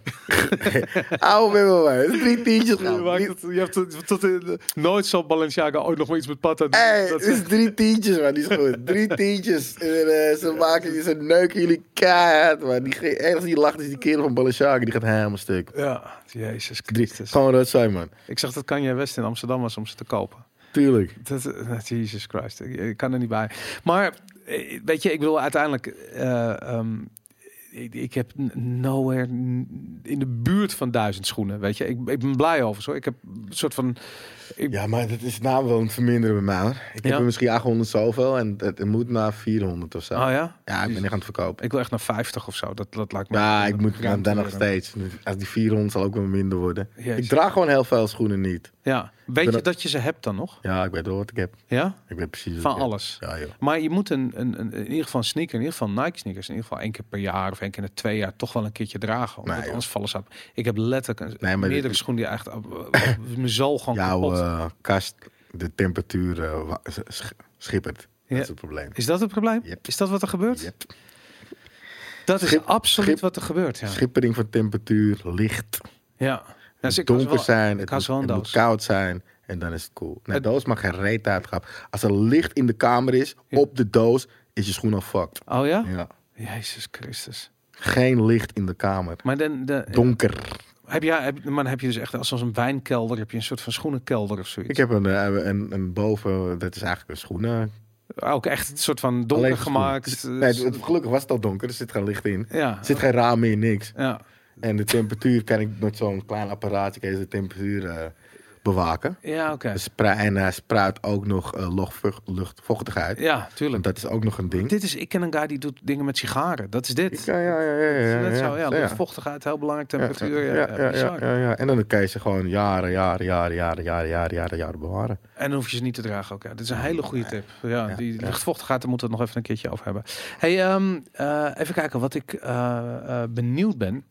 Speaker 3: Oude ben wel, man. Dat is drie tientjes,
Speaker 2: Je,
Speaker 3: gaan.
Speaker 2: maakt het, je hebt tot, tot in- nooit zal Balenciaga ooit nog maar iets met patta doen.
Speaker 3: Hey,
Speaker 2: Dat
Speaker 3: het is drie tientjes, man. Die schoen. Drie tientjes. En, uh, ze maken, ze neuken jullie keihard, man. Die ge- enige die lacht is die kerel van Balenciaga. Die gaat helemaal stuk.
Speaker 2: Ja, Jezus
Speaker 3: Drie.
Speaker 2: Christus.
Speaker 3: Gewoon dat zijn, man.
Speaker 2: Ik zag dat Kanye West in Amsterdam was om ze te kopen.
Speaker 3: Tuurlijk.
Speaker 2: Dat, dat, Jesus Christ, ik, ik kan er niet bij. Maar eh, weet je, ik wil uiteindelijk... eh, ehm, ik, ik heb n- nowhere n- in de buurt van duizend schoenen, weet je. Ik, ik ben blij over zo. Ik heb een soort van... Ik,
Speaker 3: Ja, maar dat is nou wel een verminderen bij mij, hoor. Ik heb
Speaker 2: Ja?
Speaker 3: er misschien achthonderd zoveel en het, het moet naar vierhonderd of zo.
Speaker 2: Oh ja?
Speaker 3: Ja, ik ben echt aan het verkopen.
Speaker 2: Ik wil echt naar vijftig of zo. Dat, dat lijkt me...
Speaker 3: Ja, ik
Speaker 2: dat
Speaker 3: moet
Speaker 2: ruimte
Speaker 3: dan nog
Speaker 2: weer.
Speaker 3: steeds. Als die vierhonderd zal ook wel minder worden.
Speaker 2: Jezus.
Speaker 3: Ik draag gewoon heel veel schoenen niet.
Speaker 2: Ja. Weet
Speaker 3: ben
Speaker 2: je
Speaker 3: dat-
Speaker 2: dat je ze hebt dan nog?
Speaker 3: Ja, ik weet wel wat ik heb.
Speaker 2: Ja?
Speaker 3: Ik weet precies wat
Speaker 2: Van
Speaker 3: ik heb.
Speaker 2: alles.
Speaker 3: Ja, joh.
Speaker 2: Maar je moet een, een, een, in ieder geval een sneaker, in ieder geval Nike sneakers, in ieder geval één keer per jaar of één keer in de twee jaar toch wel een keertje dragen. Omdat
Speaker 3: Nee, joh.
Speaker 2: anders vallen ze op. Ik heb letterlijk een,
Speaker 3: Nee, maar
Speaker 2: meerdere
Speaker 3: dit-
Speaker 2: schoenen die echt uh, uh, me zo gewoon
Speaker 3: Jouw
Speaker 2: kapot.
Speaker 3: eh, kast, de temperatuur eh, wa- sch- schippert.
Speaker 2: Ja.
Speaker 3: Dat is het probleem.
Speaker 2: Is dat het probleem?
Speaker 3: Yep.
Speaker 2: Is dat wat er gebeurt?
Speaker 3: Yep.
Speaker 2: Dat is
Speaker 3: Schip-
Speaker 2: absoluut
Speaker 3: schip-
Speaker 2: wat er gebeurt. Ja.
Speaker 3: Schippering van temperatuur, licht,
Speaker 2: ja. Ja, dus ik
Speaker 3: donker
Speaker 2: was wel-
Speaker 3: zijn,
Speaker 2: Ik
Speaker 3: het,
Speaker 2: had
Speaker 3: moet,
Speaker 2: wel een
Speaker 3: het moet
Speaker 2: doos.
Speaker 3: koud zijn en dan is het cool. Nee,
Speaker 2: Het-
Speaker 3: doos mag geen reet uitgaan. Als er licht in de kamer is,
Speaker 2: Ja.
Speaker 3: op de doos, is je schoen al fucked.
Speaker 2: Oh ja?
Speaker 3: Ja.
Speaker 2: Jezus Christus.
Speaker 3: Geen licht in de kamer.
Speaker 2: Maar dan, de,
Speaker 3: Donker.
Speaker 2: heb je, heb, maar dan heb je dus echt als een wijnkelder, heb je een soort van schoenenkelder of zoiets.
Speaker 3: Ik heb een, eh, een, een boven, dat is eigenlijk een schoenen.
Speaker 2: Ook echt een soort van donker
Speaker 3: Alleen voor
Speaker 2: gemaakt.
Speaker 3: schoenen. Nee, het- het- gelukkig was het al donker, er zit geen licht in.
Speaker 2: ja.
Speaker 3: Er zit geen raam in, niks.
Speaker 2: Ja.
Speaker 3: En de temperatuur kan ik met zo'n klein apparaatje kan je de temperatuur uh, bewaken.
Speaker 2: Ja, oké. Okay.
Speaker 3: Dus spru- en hij uh, spruit ook nog uh, luchtvocht, luchtvochtigheid.
Speaker 2: Ja, tuurlijk.
Speaker 3: Want dat is ook nog een ding.
Speaker 2: Dit is, ik ken een guy die doet dingen met sigaren. Dat is dit.
Speaker 3: Ja, ja, ja. ja, ja,
Speaker 2: dat is
Speaker 3: ja,
Speaker 2: zo, ja,
Speaker 3: ja.
Speaker 2: luchtvochtigheid, heel belangrijk, temperatuur.
Speaker 3: Ja, ja, ja, ja, ja, ja. En dan kan je ze gewoon jaren, jaren, jaren, jaren, jaren, jaren, jaren, jaren bewaren.
Speaker 2: En dan hoef je ze niet te dragen ook. Ja. Dit is een hele goede tip. Ja,
Speaker 3: ja,
Speaker 2: die
Speaker 3: ja.
Speaker 2: luchtvochtigheid, daar moeten we het nog even een keertje over hebben. Hey, um, uh, even kijken wat ik uh, uh, benieuwd ben.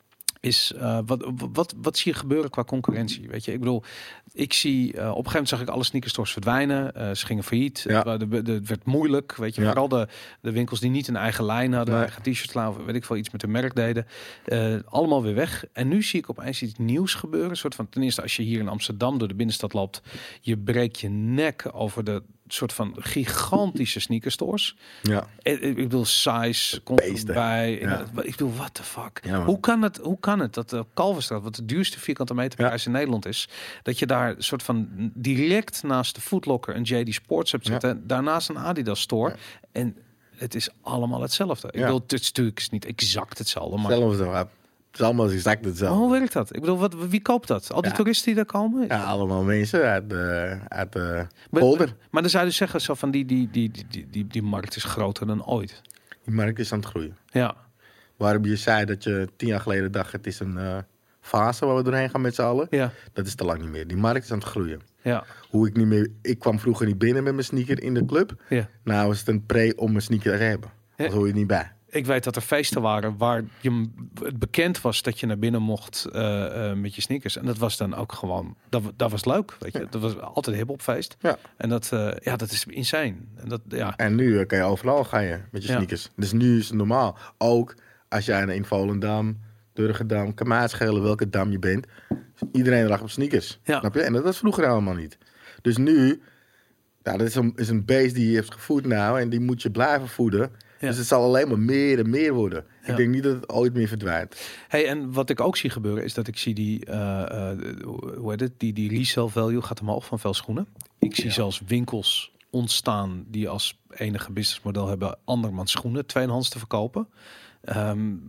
Speaker 2: Is uh, wat, wat, wat zie je gebeuren qua concurrentie? Weet je, ik bedoel, ik zie uh, op een gegeven moment zag ik alle sneakerstores verdwijnen. Uh, ze gingen failliet.
Speaker 3: Ja.
Speaker 2: Uh, de, de, de, het werd moeilijk. Weet je,
Speaker 3: ja.
Speaker 2: vooral de, de winkels die niet een eigen lijn hadden,
Speaker 3: Nee.
Speaker 2: eigen t-shirts laten, weet ik veel, iets met een merk deden. Uh, allemaal weer weg. En nu zie ik opeens iets nieuws gebeuren. Een soort van, ten eerste, als je hier in Amsterdam door de binnenstad loopt, je breekt je nek over de soort van gigantische sneakerstores.
Speaker 3: Ja.
Speaker 2: Ik, ik bedoel, size komt
Speaker 3: Beesten.
Speaker 2: erbij.
Speaker 3: Ja.
Speaker 2: Ik bedoel, what the fuck?
Speaker 3: Ja, man.
Speaker 2: hoe kan het? Hoe kan het dat de Kalverstraat, wat de duurste vierkante meterprijs in Nederland is, dat je daar een soort van direct naast de Foot Locker een J D Sports hebt zitten, ja. daarnaast een Adidas store ja. en het is allemaal hetzelfde. Ik
Speaker 3: Ja.
Speaker 2: bedoel, het is natuurlijk niet exact hetzelfde, maar
Speaker 3: Hetzelfde, ja. Het is allemaal exact hetzelfde.
Speaker 2: maar hoe werkt dat? Ik bedoel, wat, wie koopt dat? Al die
Speaker 3: Ja.
Speaker 2: toeristen die daar komen?
Speaker 3: Ja, allemaal mensen uit de, uit de
Speaker 2: Maar,
Speaker 3: polder.
Speaker 2: maar dan zou je dus zeggen, zo van die, die, die, die, die, die, die markt is groter dan ooit.
Speaker 3: Die markt is aan het groeien.
Speaker 2: Ja.
Speaker 3: Waarom je zei dat je tien jaar geleden dacht, het is een uh, fase waar we doorheen gaan met z'n allen.
Speaker 2: Ja.
Speaker 3: Dat is te lang niet meer. Die markt is aan het groeien.
Speaker 2: Ja.
Speaker 3: Hoe ik niet meer, ik kwam vroeger niet binnen met mijn sneaker in de club.
Speaker 2: Ja.
Speaker 3: Nou is het een pre om mijn sneaker te hebben.
Speaker 2: Ja.
Speaker 3: Dat hoor je niet bij.
Speaker 2: Ik weet dat er feesten waren waar je het bekend was dat je naar binnen mocht uh, uh, met je sneakers. En dat was dan ook gewoon, dat, dat was leuk, weet je.
Speaker 3: Ja.
Speaker 2: Dat was altijd een hip-hop feest.
Speaker 3: Ja.
Speaker 2: En dat, uh, ja, dat is insane. En dat, ja.
Speaker 3: En nu uh, kan je overal gaan je met je
Speaker 2: Ja.
Speaker 3: sneakers. Dus nu is het normaal. Ook als jij in Volendam, Durgedam, kan mij schelen welke dam je bent. Iedereen lag op sneakers.
Speaker 2: Ja.
Speaker 3: Snap je? En dat was vroeger helemaal niet. Dus nu, nou, dat is een, is een beest die je hebt gevoed nou en die moet je blijven voeden.
Speaker 2: Ja.
Speaker 3: Dus het zal alleen maar meer en meer worden.
Speaker 2: Ja.
Speaker 3: Ik denk niet dat het ooit meer verdwijnt.
Speaker 2: Hey, en wat ik ook zie gebeuren is dat ik zie die, uh, uh, hoe heet het, die, die resale value gaat omhoog van veel schoenen. Ik zie
Speaker 3: Ja.
Speaker 2: zelfs winkels ontstaan die als enige businessmodel hebben andermans schoenen tweedehands te verkopen. Um,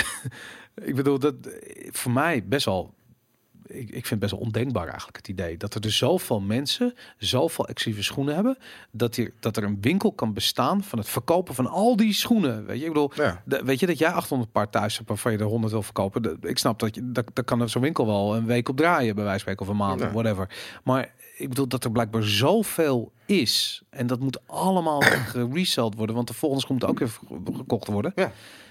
Speaker 2: ik bedoel, dat voor mij best wel, ik, ik vind het best wel ondenkbaar eigenlijk het idee dat er dus zoveel mensen zoveel exclusieve schoenen hebben, dat, hier, dat er een winkel kan bestaan van het verkopen van al die schoenen. Weet je, ik bedoel,
Speaker 3: Ja.
Speaker 2: de, weet je dat jij achthonderd paar thuis hebt waarvan je er honderd wil verkopen? De, ik snap dat je, dat, dat kan er zo'n winkel wel een week op draaien, bij wijze van spreken, of een maand,
Speaker 3: Ja.
Speaker 2: of whatever. Maar ik bedoel dat er blijkbaar zoveel is en dat moet allemaal gereseld worden, want de volgende schoen moet ook even gekocht worden.
Speaker 3: Ja.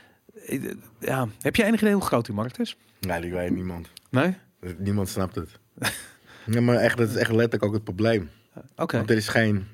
Speaker 2: Ja, heb je enig idee hoe groot die markt is?
Speaker 3: Nee, die weet niemand.
Speaker 2: Nee?
Speaker 3: Niemand snapt het. Ja, maar echt, dat is echt letterlijk ook het probleem.
Speaker 2: Oké. Okay.
Speaker 3: Want er is geen...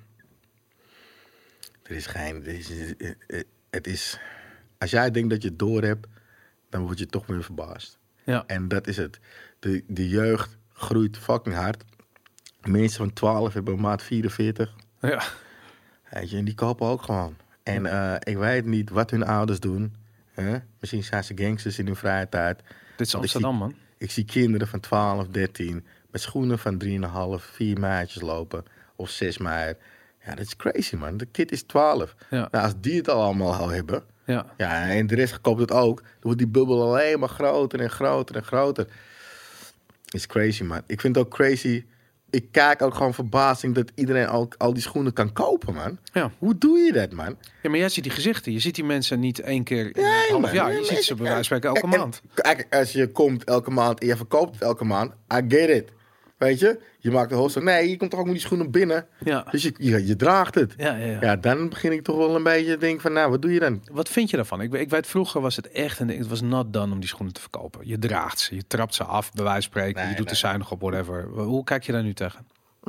Speaker 3: Er is geen... Er is, het is... Als jij denkt dat je het door hebt, dan word je toch weer verbaasd.
Speaker 2: Ja.
Speaker 3: En dat is het. De, de jeugd groeit fucking hard. Mensen van twaalf hebben maat vierenveertig.
Speaker 2: Ja.
Speaker 3: Weet je, en die kopen ook gewoon. En uh, ik weet niet wat hun ouders doen. Huh? Misschien zijn ze gangsters in hun vrije tijd.
Speaker 2: Dit is Amsterdam, man.
Speaker 3: Ik zie kinderen van twaalf, dertien met schoenen van drie komma vijf, vier maatjes lopen. Of zes maat. Ja, dat is crazy, man. De kid is twaalf.
Speaker 2: Ja.
Speaker 3: Nou, als die het al allemaal al hebben.
Speaker 2: Ja.
Speaker 3: Ja, en de rest koopt het ook. Dan wordt die bubbel alleen maar groter en groter en groter. Is crazy, man. Ik vind het ook crazy. Ik kijk ook gewoon verbazing dat iedereen al, al die schoenen kan kopen, man.
Speaker 2: Ja.
Speaker 3: Hoe doe je dat, man?
Speaker 2: Ja, maar jij ziet die gezichten. Je ziet die mensen niet één keer in
Speaker 3: Nee,
Speaker 2: een half
Speaker 3: man.
Speaker 2: jaar. Je
Speaker 3: Nee,
Speaker 2: ziet ze bij wijze van spreken elke
Speaker 3: En- en-
Speaker 2: maand.
Speaker 3: Kijk, als je komt elke maand en je verkoopt het elke maand, I get it. Weet je? Je maakt de hoofdstuk. Nee, je komt toch ook met die schoenen binnen.
Speaker 2: Ja.
Speaker 3: Dus je, je, je draagt het.
Speaker 2: Ja, ja, ja.
Speaker 3: Ja, dan begin ik toch wel een beetje te denken van, nou, wat doe je dan?
Speaker 2: Wat vind je daarvan? Ik, ik weet, vroeger was het echt een ding. Het was not done om die schoenen te verkopen. Je draagt ze, je trapt ze af, bij wijze van spreken.
Speaker 3: Nee,
Speaker 2: je doet
Speaker 3: nee.
Speaker 2: er zuinig op, whatever. Hoe kijk je daar nu tegen?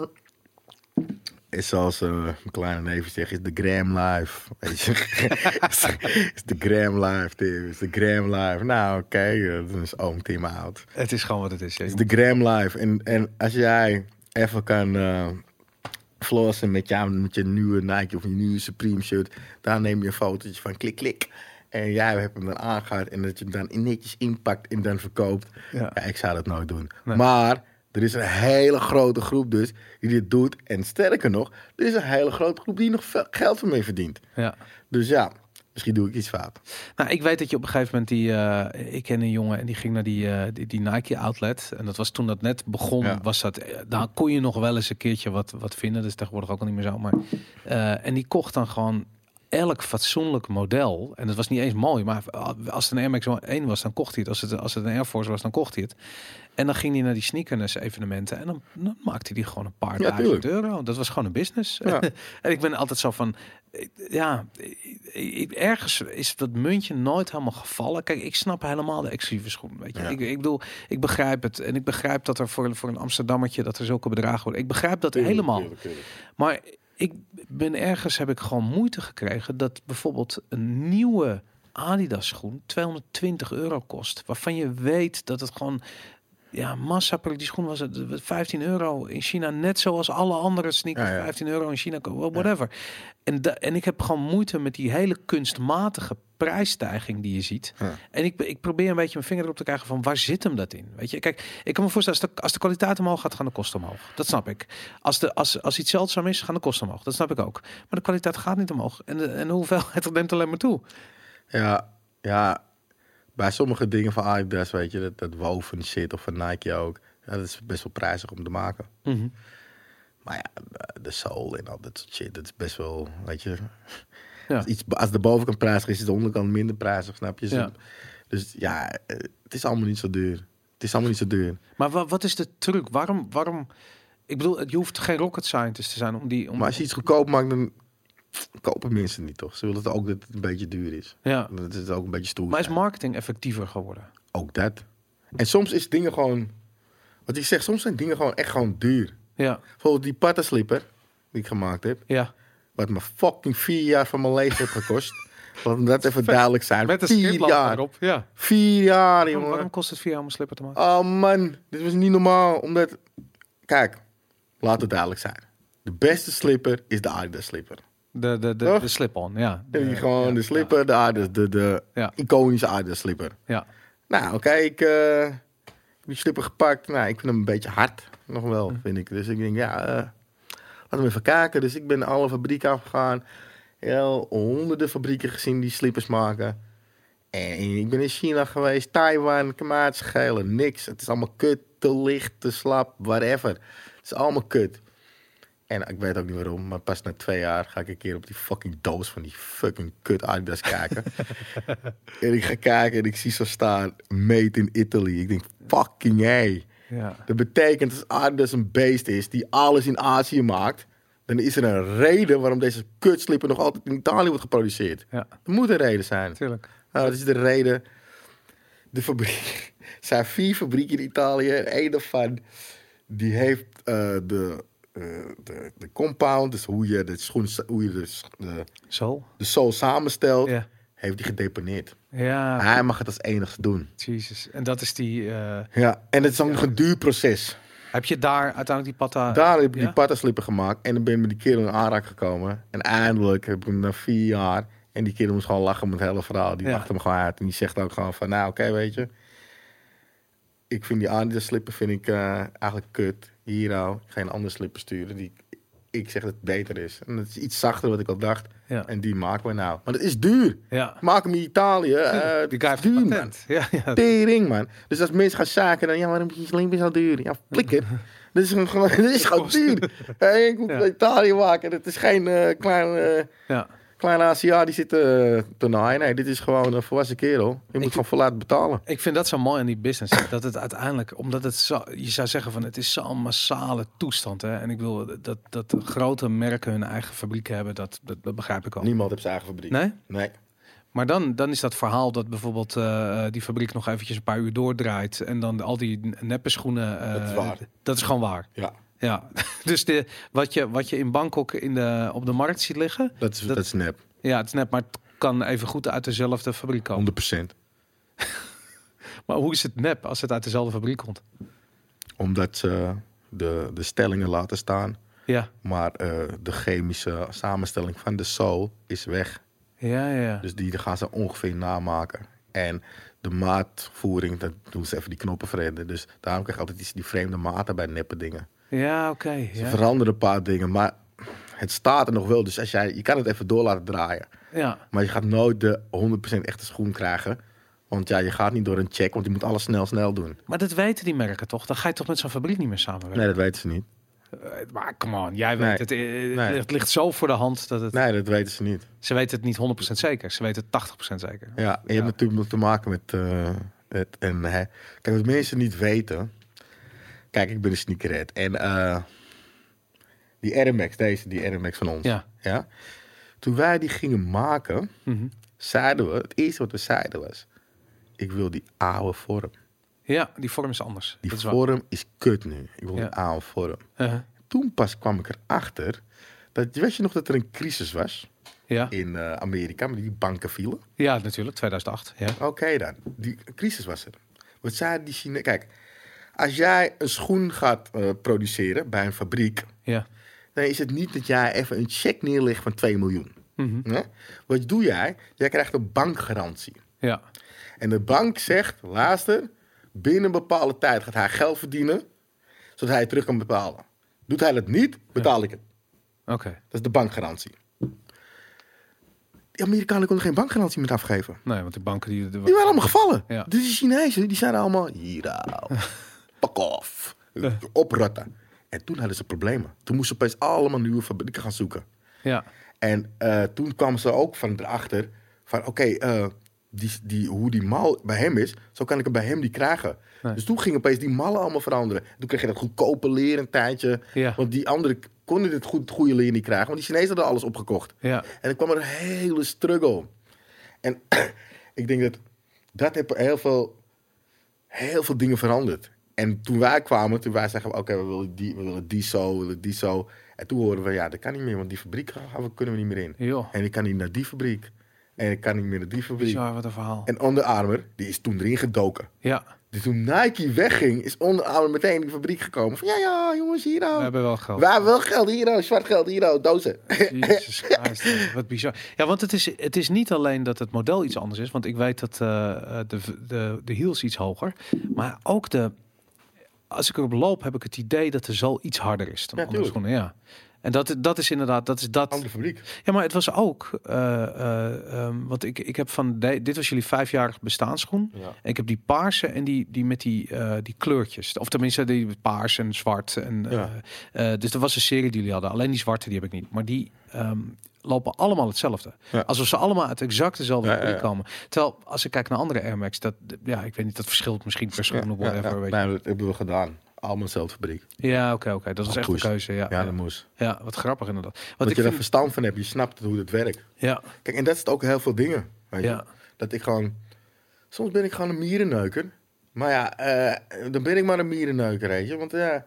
Speaker 3: Is zoals uh, mijn kleine neef zegt, is de gram live. Weet je? Is de gram live, Tim. Is de gram live. Nou, oké, okay, uh, dan is oom Tim oud.
Speaker 2: Het is gewoon wat het is.
Speaker 3: Het is de gram live. En, en als jij even kan uh, flossen met, jou, met je nieuwe Nike of je nieuwe Supreme shirt, dan neem je een fotootje van klik, klik. En jij hebt hem dan aangehad en dat je hem dan netjes inpakt en dan verkoopt.
Speaker 2: Ja.
Speaker 3: Ja, ik zou dat nooit doen.
Speaker 2: Nee.
Speaker 3: Maar er is een hele grote groep dus die dit doet. En sterker nog, er is een hele grote groep die nog veel geld ermee verdient.
Speaker 2: Ja.
Speaker 3: Dus ja, Misschien doe ik iets fout.
Speaker 2: Nou, ik weet dat je op een gegeven moment die... Uh, ik ken een jongen en die ging naar die, uh, die, die Nike outlet. En dat was toen dat net begon. Ja. Was dat, uh, daar kon je nog wel eens een keertje wat, wat vinden. Dat is tegenwoordig ook al niet meer zo. Maar, uh, en die kocht dan gewoon elk fatsoenlijk model. En dat was niet eens mooi. Maar als het een Air Max één was, dan kocht hij het. Als het, als het een Air Force was, dan kocht hij het. En dan ging hij naar die sneakers evenementen. En dan, dan maakte hij gewoon een paar ja, duizend euro. Dat was gewoon een business. Ja. En ik ben altijd zo van... Ja, ergens is dat muntje nooit helemaal gevallen. Kijk, ik snap helemaal de exclusieve schoen. Weet je? Ja. Ik, ik bedoel, ik begrijp het. En ik begrijp dat er voor, voor een Amsterdammertje... dat er zulke bedragen worden. Ik begrijp dat tuurlijk, helemaal. Tuurlijk, tuurlijk. Maar ik ben ergens... heb ik gewoon moeite gekregen... dat bijvoorbeeld een nieuwe Adidas schoen... tweehonderdtwintig euro kost. Waarvan je weet dat het gewoon... Ja, massa, die schoen was het vijftien euro in China, net zoals alle andere sneakers, ja, ja. vijftien euro in China, whatever. Ja. En, da, en ik heb gewoon moeite met die hele kunstmatige prijsstijging die je ziet. Ja. En ik, ik probeer een beetje mijn vinger erop te krijgen van waar zit hem dat in? Weet je, kijk, ik kan me voorstellen, als de, als de kwaliteit omhoog gaat, gaan de kosten omhoog. Dat snap ik. Als, de, als, als iets zeldzaam is, gaan de kosten omhoog. Dat snap ik ook. Maar de kwaliteit gaat niet omhoog. En de, en de hoeveelheid neemt alleen maar toe.
Speaker 3: Ja, ja. Bij sommige dingen van Adidas, weet je, dat, dat woven shit of van Nike ook. Ja, dat is best wel prijzig om te maken.
Speaker 2: Mm-hmm.
Speaker 3: Maar ja, de soul en al dat soort shit, dat is best wel, weet je.
Speaker 2: Ja.
Speaker 3: Als, iets, als de bovenkant prijzig is, is de onderkant minder prijzig, snap je?
Speaker 2: Ja.
Speaker 3: Dus ja, het is allemaal niet zo duur. Het is allemaal niet zo duur.
Speaker 2: Maar wa- wat is de truc? Waarom, waarom... Ik bedoel, je hoeft geen rocket scientist te zijn om die... Om...
Speaker 3: Maar als je iets goedkoop maakt, dan... kopen mensen niet, toch? Ze willen het ook dat het een beetje duur is.
Speaker 2: Ja.
Speaker 3: Dat het ook een beetje stoer.
Speaker 2: Maar is marketing effectiever geworden?
Speaker 3: Ook dat. En soms is dingen gewoon... Wat ik zeg, soms zijn dingen gewoon echt gewoon duur.
Speaker 2: Ja.
Speaker 3: Bijvoorbeeld die pattaslipper die ik gemaakt heb.
Speaker 2: Ja.
Speaker 3: Wat me fucking vier jaar van mijn leven heeft gekost. Laat dat even duidelijk zijn.
Speaker 2: Met de
Speaker 3: vier jaar.
Speaker 2: Erop. Ja.
Speaker 3: Vier jaar, jongen.
Speaker 2: Waarom, waarom kost het vier jaar om een slipper te maken?
Speaker 3: Oh man, dit was niet normaal. Omdat... Kijk, laat het duidelijk zijn. De beste slipper is de Adidas slipper.
Speaker 2: De, de, de, de slip-on, ja.
Speaker 3: De,
Speaker 2: de,
Speaker 3: gewoon
Speaker 2: ja,
Speaker 3: de slipper,
Speaker 2: ja.
Speaker 3: de Adidas, de, de
Speaker 2: ja.
Speaker 3: iconische Adidas slipper.
Speaker 2: Ja.
Speaker 3: Nou, oké, okay, ik uh, heb die slipper gepakt. Nou, ik vind hem een beetje hard, nog wel, mm. vind ik. Dus ik denk, ja, uh, laten we even kijken. Dus ik ben naar alle fabrieken afgegaan. Heel honderden fabrieken gezien die slippers maken. En ik ben in China geweest, Taiwan, kamaat, schelen, niks. Het is allemaal kut, te licht, te slap, whatever. Het is allemaal kut. En ik weet ook niet waarom, maar pas na twee jaar ga ik een keer op die fucking doos van die fucking kut Adidas kijken. En ik ga kijken en ik zie zo staan, made in Italy. Ik denk, fucking hey.
Speaker 2: Ja.
Speaker 3: Dat betekent als Adidas een beest is die alles in Azië maakt, dan is er een reden waarom deze kutslipper nog altijd in Italië wordt geproduceerd.
Speaker 2: Ja.
Speaker 3: Er moet een reden zijn.
Speaker 2: Tuurlijk.
Speaker 3: Nou, dat is de reden. De fabriek. Er zijn vier fabrieken in Italië. En één daarvan, die heeft uh, de... Uh, de, de compound, dus hoe je de schoen, hoe je de, de,
Speaker 2: Zo?
Speaker 3: de zool samenstelt,
Speaker 2: ja.
Speaker 3: heeft hij gedeponeerd.
Speaker 2: Ja.
Speaker 3: Hij mag het als enigste doen.
Speaker 2: Jezus. En dat is die... Uh...
Speaker 3: Ja, en het is ook ja. nog een duur proces.
Speaker 2: Heb je daar uiteindelijk die patta...
Speaker 3: Daar heb ik
Speaker 2: ja?
Speaker 3: die patta-slipper gemaakt en dan ben ik met die kerel in aanraking gekomen. En eindelijk heb ik hem na vier jaar en die kerel moest gewoon lachen met het hele verhaal. Die ja. lacht hem gewoon uit en die zegt ook gewoon van, nou oké, okay, weet je. Ik vind die Adidas-slipper vind ik uh, eigenlijk kut. Hier nou, ik ga een andere slipper sturen die ik zeg dat het beter is. En dat is iets zachter wat ik al dacht.
Speaker 2: Ja.
Speaker 3: En die maken we nou. Maar dat is duur.
Speaker 2: Ja.
Speaker 3: Maak hem in Italië. Uh,
Speaker 2: die guy heeft
Speaker 3: duur,
Speaker 2: patent. Ja, ja.
Speaker 3: Tering, man. Dus als mensen gaan zaken, dan ja, waarom is je slim zo duur? Ja, flikker. Dit is gewoon, dit is gewoon duur. Hey, ik moet ja. Italië maken. Het is geen uh, klein... Uh,
Speaker 2: ja.
Speaker 3: Kleine Aziat die zit uh, te naaien. Nee, dit is gewoon een volwassen kerel. Je moet ik, gewoon voluit betalen.
Speaker 2: Ik vind dat zo mooi aan die business. Dat het uiteindelijk, omdat het zo, je zou zeggen van het is zo'n massale toestand. Hè? En ik wil dat, dat grote merken hun eigen fabrieken hebben. Dat, dat, dat begrijp ik al.
Speaker 3: Niemand heeft zijn eigen fabriek.
Speaker 2: Nee?
Speaker 3: Nee.
Speaker 2: Maar dan, dan is dat verhaal dat bijvoorbeeld uh, die fabriek nog eventjes een paar uur doordraait. En dan al die neppe schoenen. Uh,
Speaker 3: dat is waar.
Speaker 2: Dat is gewoon waar.
Speaker 3: Ja.
Speaker 2: Ja. Dus de, wat, je, wat je in Bangkok in de, op de markt ziet liggen.
Speaker 3: Dat is, dat, dat is nep.
Speaker 2: Ja, het is net, maar het kan even goed uit dezelfde fabriek komen.
Speaker 3: honderd procent.
Speaker 2: Maar hoe is het nep als het uit dezelfde fabriek komt?
Speaker 3: Omdat ze de, de stellingen laten staan.
Speaker 2: Ja.
Speaker 3: Maar uh, de chemische samenstelling van de zool is weg.
Speaker 2: Ja, ja.
Speaker 3: Dus die gaan ze ongeveer namaken. En de maatvoering, dat doen ze even die knoppen veranderen. Dus daarom krijg je altijd die, die vreemde maten bij neppe dingen.
Speaker 2: Ja, oké. Okay,
Speaker 3: ze
Speaker 2: ja.
Speaker 3: veranderen een paar dingen, maar het staat er nog wel. Dus als jij, je kan het even door laten draaien.
Speaker 2: Ja.
Speaker 3: Maar je gaat nooit de honderd procent echte schoen krijgen. Want ja, je gaat niet door een check, want je moet alles snel, snel doen.
Speaker 2: Maar dat weten die merken toch? Dan ga je toch met zo'n fabriek niet meer samenwerken?
Speaker 3: Nee, dat weten ze niet.
Speaker 2: Uh, maar come on, jij weet
Speaker 3: Nee.
Speaker 2: het. Uh,
Speaker 3: Nee.
Speaker 2: Het ligt zo voor de hand dat het...
Speaker 3: Nee, dat weten ze niet.
Speaker 2: Ze weten het niet honderd procent zeker. Ze weten het tachtig procent zeker.
Speaker 3: Ja, en je hebt natuurlijk te maken met... Uh, het, en, hè. Kijk, wat mensen niet weten... Kijk, ik ben een sneakerhead. En uh, die Air Max, deze, die Air Max van ons.
Speaker 2: Ja.
Speaker 3: Ja, toen wij die gingen maken,
Speaker 2: Mm-hmm.
Speaker 3: zeiden we... Het eerste wat we zeiden was... Ik wil die oude vorm.
Speaker 2: Ja, die vorm is anders.
Speaker 3: Die
Speaker 2: dat is waar.
Speaker 3: vorm is kut nu. Ik wil
Speaker 2: Ja.
Speaker 3: die oude vorm.
Speaker 2: Uh-huh.
Speaker 3: Toen pas kwam ik erachter... Dat, weet je nog dat er een crisis was...
Speaker 2: Ja.
Speaker 3: in uh, Amerika, met die banken vielen?
Speaker 2: ja, natuurlijk. tweeduizend acht. Ja.
Speaker 3: Oké okay, dan. Die crisis was er. Wat zeiden die Chinezen? Kijk, als jij een schoen gaat uh, produceren bij een fabriek...
Speaker 2: Ja.
Speaker 3: dan is het niet dat jij even een check neerlegt van twee miljoen.
Speaker 2: Mm-hmm.
Speaker 3: Nee? Wat doe jij? Jij krijgt een bankgarantie.
Speaker 2: Ja.
Speaker 3: En de bank zegt, luister, binnen een bepaalde tijd gaat hij geld verdienen... zodat hij het terug kan betalen. Doet hij dat niet, betaal ja. ik het.
Speaker 2: Oké. Okay.
Speaker 3: Dat is de bankgarantie. Die Amerikanen konden geen bankgarantie meer afgeven.
Speaker 2: Nee, want die banken... Die,
Speaker 3: Die waren allemaal gevallen.
Speaker 2: Ja.
Speaker 3: Dus die Chinezen, die zeiden allemaal... Hier, nou, pak af. Oprotten. En toen hadden ze problemen. Toen moesten ze opeens allemaal nieuwe fabrieken gaan zoeken.
Speaker 2: Ja.
Speaker 3: En uh, toen kwamen ze ook van erachter... van oké, okay, uh, die, die, hoe die mal bij hem is... zo kan ik hem bij hem niet krijgen. Nee. Dus toen gingen opeens die mallen allemaal veranderen. Toen kreeg je dat goedkope leer een tijdje.
Speaker 2: Ja.
Speaker 3: Want die anderen konden het goed, goede leer niet krijgen. Want die Chinezen hadden alles opgekocht.
Speaker 2: Ja.
Speaker 3: En dan kwam er een hele struggle. En ik denk dat dat heeft heel veel, heel veel dingen veranderd. En toen wij kwamen, toen wij zeggen... oké, okay, we willen die, we willen die zo, we willen die zo. En toen hoorden we, ja, dat kan niet meer. Want die fabriek gaan we, kunnen we niet meer in.
Speaker 2: Jo.
Speaker 3: En ik kan niet naar die fabriek. En ik kan niet meer naar die fabriek.
Speaker 2: Bizar, wat een verhaal.
Speaker 3: En Under Armour, die is toen erin gedoken.
Speaker 2: Ja.
Speaker 3: Dus toen Nike wegging, is Under Armour meteen in de fabriek gekomen. Van ja, ja, jongens, hier nou.
Speaker 2: We hebben wel geld.
Speaker 3: We hebben wel geld, hier nou, zwart geld, hier nou, dozen.
Speaker 2: Jezus Christus, wat bizar. Ja, want het is, het is niet alleen dat het model iets anders is. Want ik weet dat uh, de, de, de heels iets hoger. Maar ook de... Als ik erop loop, heb ik het idee dat de zool iets harder is dan
Speaker 3: ja,
Speaker 2: andere schoenen. Ja. En dat, dat is inderdaad, dat is dat.
Speaker 3: Andere fabriek.
Speaker 2: Ja, maar het was ook, uh, uh, um, want ik, ik heb van, de, dit was jullie vijfjarig bestaansschoen.
Speaker 3: Ja.
Speaker 2: En ik heb die paarse en die, die met die, uh, die kleurtjes. Of tenminste, die paars en zwart. En,
Speaker 3: Ja.
Speaker 2: uh, uh, dus dat was een serie die jullie hadden. Alleen die zwarte, die heb ik niet. Maar die um, lopen allemaal hetzelfde.
Speaker 3: Ja.
Speaker 2: Alsof ze allemaal uit exact dezelfde
Speaker 3: Ja,
Speaker 2: fabriek
Speaker 3: ja, ja.
Speaker 2: komen. Terwijl, als ik kijk naar andere Air Max, dat, ja, ik weet niet, dat verschilt misschien per schoen of whatever.
Speaker 3: Ja, ja.
Speaker 2: Weet je.
Speaker 3: Nee, dat hebben we gedaan. Allemaal dezelfde fabriek.
Speaker 2: Ja, oké, okay, oké. Okay. Dat was echt een
Speaker 3: Moest.
Speaker 2: keuze. Ja,
Speaker 3: Ja,
Speaker 2: ja.
Speaker 3: dat moest.
Speaker 2: Ja, wat grappig inderdaad. Want
Speaker 3: Dat
Speaker 2: ik
Speaker 3: je er
Speaker 2: vind...
Speaker 3: verstand van hebt, je snapt hoe het werkt.
Speaker 2: Ja,
Speaker 3: Kijk, en dat is het ook heel veel dingen. Weet je?
Speaker 2: ja.
Speaker 3: Dat ik gewoon... Soms ben ik gewoon een mierenneuker. Maar ja, uh, dan ben ik maar een mierenneuker, weet je. Want ja,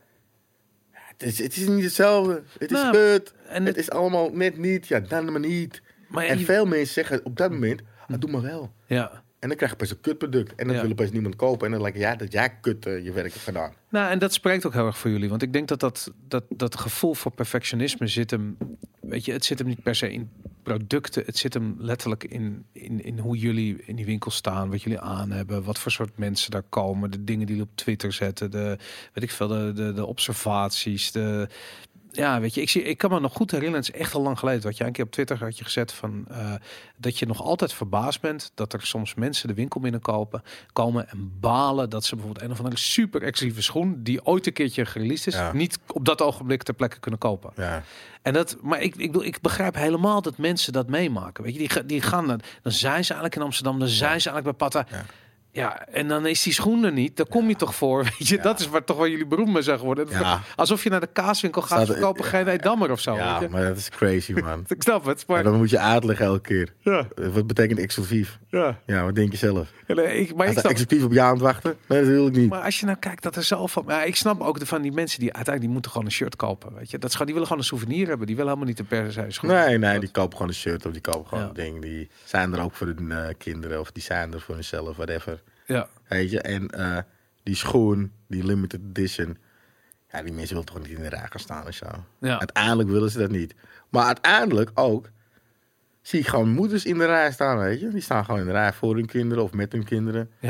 Speaker 3: het is, het is niet hetzelfde. Het is
Speaker 2: Nou,
Speaker 3: kut.
Speaker 2: en
Speaker 3: Het
Speaker 2: het-
Speaker 3: is allemaal net niet. Ja, dan maar niet.
Speaker 2: Maar ja,
Speaker 3: En
Speaker 2: je-
Speaker 3: veel mensen zeggen op dat moment, ah, doe maar wel.
Speaker 2: Ja.
Speaker 3: En dan krijg je opeens een kutproduct. En dan
Speaker 2: Ja.
Speaker 3: wil opeens niemand kopen. En dan lijkt ja, dat jij kut uh, je werk hebt gedaan.
Speaker 2: Nou, en dat spreekt ook heel erg voor jullie. Want ik denk dat dat, dat, dat gevoel voor perfectionisme zit hem... Weet je, het zit hem niet per se in producten. Het zit hem letterlijk in, in, in hoe jullie in die winkel staan. Wat jullie aan hebben. Wat voor soort mensen daar komen. De dingen die jullie op Twitter zetten. De, weet ik veel, de, de, de observaties. De... Ja, weet je, ik, zie, ik kan me nog goed herinneren, het is echt al lang geleden. Wat jij een keer op Twitter had je gezet van uh, dat je nog altijd verbaasd bent dat er soms mensen de winkel binnenkopen, komen en balen dat ze bijvoorbeeld een of andere super exclusieve schoen die ooit een keertje gereleased is,
Speaker 3: Ja.
Speaker 2: niet op dat ogenblik ter plekke kunnen kopen.
Speaker 3: Ja.
Speaker 2: En dat, maar ik, ik, bedoel, ik begrijp helemaal dat mensen dat meemaken. Weet je, die, ga- die gaan dan, dan zijn ze eigenlijk in Amsterdam, dan zijn ze eigenlijk bij Patta.
Speaker 3: Ja.
Speaker 2: Ja, en dan is die schoen er niet. Daar kom je toch voor, weet je.
Speaker 3: Ja.
Speaker 2: Dat is waar toch wel jullie beroemd mee zijn geworden.
Speaker 3: Ja.
Speaker 2: Alsof je naar de kaaswinkel gaat
Speaker 3: Staat-
Speaker 2: verkopen,
Speaker 3: ja.
Speaker 2: geen Edammer of zo. weet
Speaker 3: Ja,
Speaker 2: je.
Speaker 3: maar dat is crazy, man.
Speaker 2: Ik snap het, maar
Speaker 3: Maar dan moet je uitleggen elke keer.
Speaker 2: ja,
Speaker 3: Wat betekent exclusief?
Speaker 2: ja.
Speaker 3: Ja, wat denk je zelf?
Speaker 2: Ja, nee, ik, maar, ik
Speaker 3: Als
Speaker 2: snap,
Speaker 3: exclusief op je aan het wachten? Nee, dat wil ik niet.
Speaker 2: maar als je nou kijkt dat er zo van... Ja, ik snap ook de, van die mensen die uiteindelijk die moeten gewoon een shirt kopen. Weet je? Dat is gewoon, die willen gewoon een souvenir hebben. Die willen helemaal niet een per se schoen.
Speaker 3: Nee, nee, die kopen gewoon een shirt of die kopen gewoon
Speaker 2: Ja.
Speaker 3: een ding. Die zijn er ook voor hun uh, kinderen of die zijn er voor hunzelf, whatever.
Speaker 2: Ja,
Speaker 3: Weet je, en uh, die schoen, die limited edition. Ja, die mensen willen toch niet in de rij gaan staan of zo.
Speaker 2: ja.
Speaker 3: Uiteindelijk willen ze dat niet. Maar uiteindelijk ook zie ik gewoon moeders in de rij staan, weet je. Die staan gewoon in de rij voor hun kinderen of met hun kinderen.
Speaker 2: ja.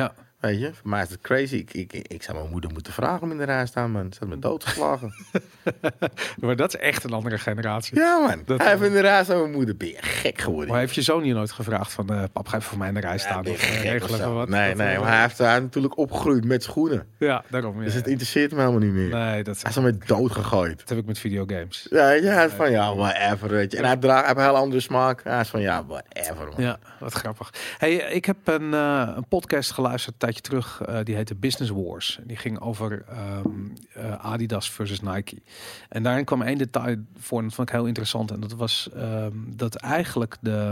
Speaker 3: weet je. Voor mij is het crazy. Ik, ik, ik zou mijn moeder moeten vragen om in de rij te staan, man. Ze had me doodgeslagen.
Speaker 2: Maar dat is echt een andere generatie.
Speaker 3: Ja, man.
Speaker 2: Dat-
Speaker 3: Hij heeft in de rij staan mijn moeder. Ben je gek geworden?
Speaker 2: Maar heeft je zoon je nooit gevraagd van... Uh, pap, ga even voor mij in de rij staan?
Speaker 3: ben je
Speaker 2: of uh,
Speaker 3: gek
Speaker 2: regelen
Speaker 3: of
Speaker 2: even
Speaker 3: zo?
Speaker 2: wat?
Speaker 3: Nee,
Speaker 2: Dat,
Speaker 3: nee.
Speaker 2: uh,
Speaker 3: Maar hij heeft daar natuurlijk opgegroeid met schoenen.
Speaker 2: Ja, daarom. Ja,
Speaker 3: Dus het
Speaker 2: ja.
Speaker 3: interesseert me helemaal niet meer.
Speaker 2: Nee, dat,
Speaker 3: Hij is al met dood gegooid.
Speaker 2: dat heb ik met videogames.
Speaker 3: Ja, ja, hij is van ja, whatever, weet je. En hij, draagt, hij heeft een heel andere smaak. Hij is van ja, whatever, man.
Speaker 2: Ja, wat grappig. Hey, ik heb een, uh, een podcast geluisterd een tijdje terug. Uh, die heette Business Wars. Die ging over um, uh, Adidas versus Nike. En daarin kwam één detail voor. En dat vond ik heel interessant. En dat was um, dat eigenlijk de...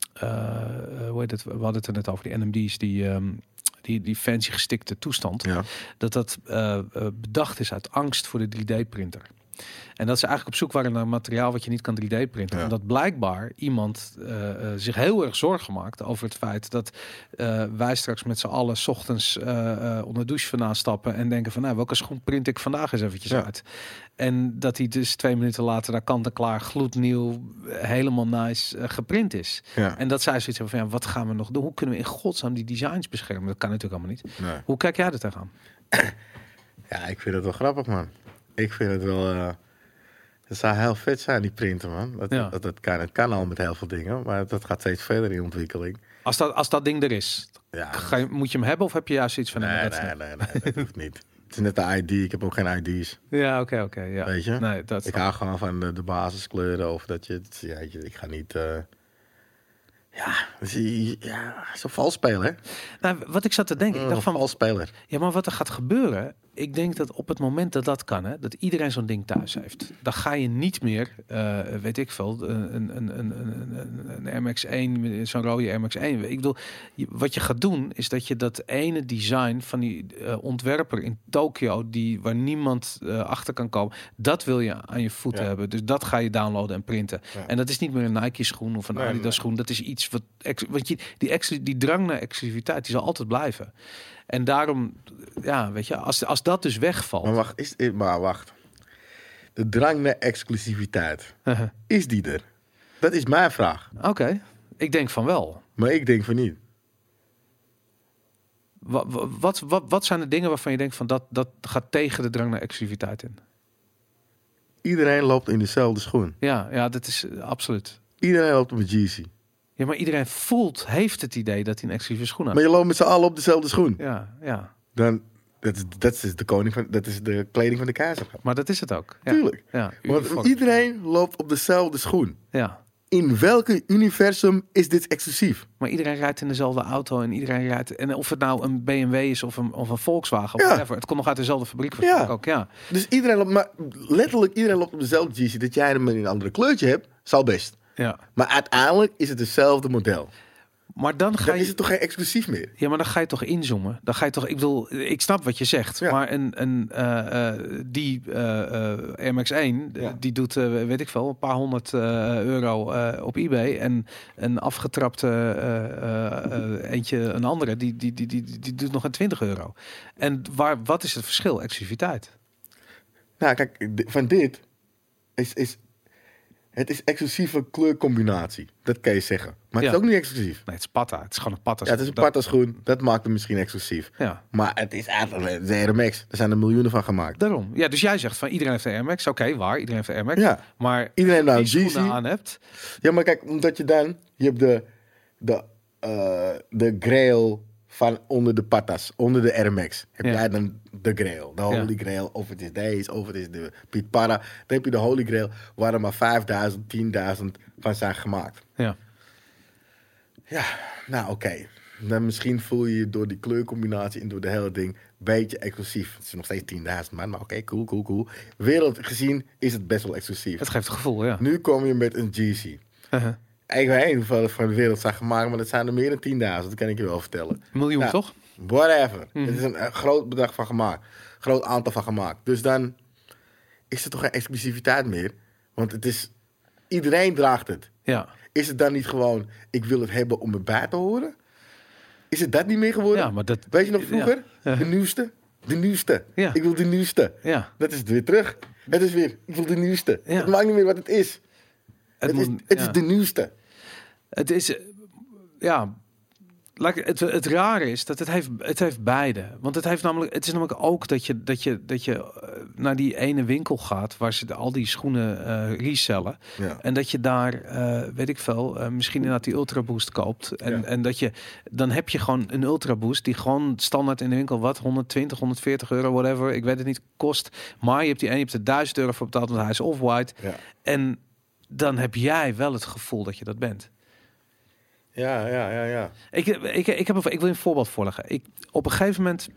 Speaker 2: Uh, hoe heet het? We hadden het er net over. Die N M D's, die... Um, Die, die fancy gestikte toestand.
Speaker 3: Ja.
Speaker 2: Dat dat uh, uh, bedacht is uit angst voor de drie D-printer. En dat ze eigenlijk op zoek waren naar een materiaal wat je niet kan drie D-printen.
Speaker 3: Ja.
Speaker 2: En dat blijkbaar iemand uh, uh, zich heel erg zorgen maakt over het feit dat uh, wij straks met z'n allen 's ochtends uh, uh, onder de douche vandaan stappen en denken van nou, welke schoen print ik vandaag eens eventjes
Speaker 3: Ja.
Speaker 2: uit. En dat hij dus twee minuten later daar kant en klaar, gloednieuw, helemaal nice uh, geprint is.
Speaker 3: Ja.
Speaker 2: En dat zij zoiets hebben van ja, wat gaan we nog doen? Hoe kunnen we in godsnaam die designs beschermen? Dat kan natuurlijk allemaal niet.
Speaker 3: Nee.
Speaker 2: Hoe kijk jij er tegenaan?
Speaker 3: Ja, ik vind het wel grappig, man. Ik vind het wel... Uh, het zou heel vet zijn, die printen, man. Dat,
Speaker 2: Ja.
Speaker 3: dat, dat, kan, het kan al met heel veel dingen, maar dat gaat steeds verder in ontwikkeling.
Speaker 2: Als dat, als dat ding er is,
Speaker 3: Ja,
Speaker 2: ga je, moet je hem hebben of heb je juist iets van...
Speaker 3: nee,
Speaker 2: nee,
Speaker 3: nee,
Speaker 2: dat is
Speaker 3: nee,
Speaker 2: niet-
Speaker 3: nee, dat hoeft niet. Het is net de I D, ik heb ook geen I D's,
Speaker 2: Ja, oké, oké. ja.
Speaker 3: weet je.
Speaker 2: Nee, dat
Speaker 3: Ik hou gewoon van de, de basiskleuren, of dat je... Ja, je- ik ga niet... Uh, ja, dus je- ja, zo vals spelen, hè?
Speaker 2: Nou, wat ik zat te denken, ik
Speaker 3: Mm,
Speaker 2: dacht van,
Speaker 3: vals speler.
Speaker 2: ja, maar wat er gaat gebeuren, ik denk dat op het moment dat dat kan, hè, dat iedereen zo'n ding thuis heeft, dan ga je niet meer, uh, weet ik veel, een, een, een, een, een, een M X één, zo'n rode M X één. Ik bedoel, je, wat je gaat doen, is dat je dat ene design van die uh, ontwerper in Tokio, die waar niemand uh, achter kan komen, dat wil je aan je voeten
Speaker 3: Ja.
Speaker 2: hebben. Dus dat ga je downloaden en printen.
Speaker 3: Ja.
Speaker 2: En dat is niet meer een Nike schoen of een
Speaker 3: Nee,
Speaker 2: Adidas
Speaker 3: nee.
Speaker 2: schoen. Dat is iets wat, ex, want je, die, ex, die drang naar exclusiviteit, die zal altijd blijven. En daarom, ja, weet je, als, als dat dus wegvalt.
Speaker 3: Maar wacht, is, is- maar wacht. De drang naar exclusiviteit, is die er? Dat is mijn vraag.
Speaker 2: Oké, ik denk van wel.
Speaker 3: Maar ik denk van niet.
Speaker 2: Wat, wat, wat, wat zijn de dingen waarvan je denkt van dat, dat gaat tegen de drang naar exclusiviteit in?
Speaker 3: Iedereen loopt in dezelfde schoen.
Speaker 2: Ja, ja, dat is uh, absoluut.
Speaker 3: Iedereen loopt op een Yeezy.
Speaker 2: Ja, maar iedereen voelt, heeft het idee dat hij een exclusieve schoen
Speaker 3: Maar
Speaker 2: heeft.
Speaker 3: je loopt met z'n allen op dezelfde schoen.
Speaker 2: Ja, ja.
Speaker 3: Dan, dat is, dat is de koning van, dat is de kleding van de keizer.
Speaker 2: Maar dat is het ook. Ja.
Speaker 3: Tuurlijk.
Speaker 2: Ja,
Speaker 3: Want
Speaker 2: uniform.
Speaker 3: iedereen loopt op dezelfde schoen.
Speaker 2: Ja.
Speaker 3: In welke universum is dit exclusief?
Speaker 2: Maar iedereen rijdt in dezelfde auto en iedereen rijdt... En of het nou een B M W is of een, of een Volkswagen of
Speaker 3: Ja.
Speaker 2: whatever. Het komt nog uit dezelfde fabriek waarschijnlijk
Speaker 3: Ja.
Speaker 2: ook, ja.
Speaker 3: Dus iedereen loopt, maar letterlijk iedereen loopt op dezelfde Yeezy. Dat jij hem in een andere kleurtje hebt, zal best.
Speaker 2: ja.
Speaker 3: Maar uiteindelijk is het hetzelfde model.
Speaker 2: Maar dan ga
Speaker 3: Dan
Speaker 2: je...
Speaker 3: is het toch geen exclusief meer?
Speaker 2: Ja, maar dan ga je toch inzoomen. Dan ga je toch... Ik bedoel, ik snap wat je zegt.
Speaker 3: Ja.
Speaker 2: Maar een, een, uh, uh, die uh, uh, M X één,
Speaker 3: Ja.
Speaker 2: die doet, uh, weet ik veel, een paar honderd uh, euro uh, op eBay. En een afgetrapte uh, uh, uh, eentje, een andere, die, die, die, die, die, die doet nog een twintig euro. En waar, wat is het verschil? Exclusiviteit.
Speaker 3: Nou, kijk, d- van dit is, is... Het is exclusieve kleurcombinatie. Dat kan je zeggen. Maar het
Speaker 2: Ja.
Speaker 3: is ook niet exclusief.
Speaker 2: Nee, het is patta. Het is gewoon een patta.
Speaker 3: Ja, het is een
Speaker 2: Dat-
Speaker 3: pataschoen. Dat maakt hem misschien exclusief.
Speaker 2: Ja,
Speaker 3: Maar het is eigenlijk de R M X. Er zijn er miljoenen van gemaakt.
Speaker 2: daarom. Ja, dus jij zegt van iedereen heeft een Air Max. Oké, waar? Iedereen heeft een Air Max.
Speaker 3: Ja.
Speaker 2: Maar
Speaker 3: Iedereen nou
Speaker 2: die
Speaker 3: een
Speaker 2: schoenen
Speaker 3: Yeezy.
Speaker 2: aan hebt.
Speaker 3: Ja, maar kijk, omdat je dan... Je hebt de... De, uh, de grail van onder de patas. Onder de R M X. Heb
Speaker 2: Ja.
Speaker 3: jij dan de grail. De holy
Speaker 2: Ja.
Speaker 3: grail. Of het is deze. Of het is de Piet Parra. Dan heb je de holy grail. Waar er maar vijfduizend, tienduizend van zijn gemaakt.
Speaker 2: Ja.
Speaker 3: Ja, nou oké. Dan misschien voel je je door die kleurcombinatie en door de hele ding een beetje exclusief. Het is nog steeds tienduizend man, maar oké, cool, cool, cool. Wereld gezien is het best wel exclusief.
Speaker 2: Het geeft het gevoel, ja.
Speaker 3: Nu kom je met een G C.
Speaker 2: Uh-huh.
Speaker 3: Ik weet niet hoeveel er van de wereld zijn gemaakt, maar dat zijn er meer dan tienduizend, dat kan ik je wel vertellen.
Speaker 2: Miljoen,
Speaker 3: Nou,
Speaker 2: toch?
Speaker 3: Whatever.
Speaker 2: Mhm.
Speaker 3: Het is een, eh, groot bedrag van gemaakt. Groot aantal van gemaakt. Dus dan is er toch geen exclusiviteit meer. Want het is... Iedereen draagt het.
Speaker 2: Ja.
Speaker 3: Is het dan niet gewoon, ik wil het hebben om erbij te horen? Is het dat niet meer geworden?
Speaker 2: Ja, maar dat...
Speaker 3: Weet je nog vroeger?
Speaker 2: Ja.
Speaker 3: De nieuwste? De nieuwste.
Speaker 2: Ja.
Speaker 3: Ik wil de nieuwste.
Speaker 2: Ja.
Speaker 3: Dat is het weer terug. Het is weer, ik wil de nieuwste.
Speaker 2: Ja.
Speaker 3: Het maakt niet meer wat het is. Het, is,
Speaker 2: moet-
Speaker 3: het
Speaker 2: ja.
Speaker 3: is de nieuwste.
Speaker 2: Het is, eh, ja, like, het, het rare is dat het heeft, het heeft beide. Want het, heeft namelijk, het is namelijk ook dat je, dat je, dat je uh, naar die ene winkel gaat waar ze de, al die schoenen uh, resellen.
Speaker 3: Ja.
Speaker 2: En dat je daar, uh, weet ik veel, uh, misschien inderdaad die Ultra Boost koopt. En,
Speaker 3: Ja.
Speaker 2: en dat je, dan heb je gewoon een Ultra Boost die gewoon standaard in de winkel, wat, honderdtwintig, honderdveertig euro, whatever, ik weet het niet, kost. Maar je hebt die ene, je hebt er duizend euro voor betaald, want hij is off-white.
Speaker 3: Ja.
Speaker 2: En dan heb jij wel het gevoel dat je dat bent.
Speaker 3: Ja, ja, ja, ja.
Speaker 2: Ik, ik, ik, heb een, ik wil een voorbeeld voorleggen. Ik, op een gegeven moment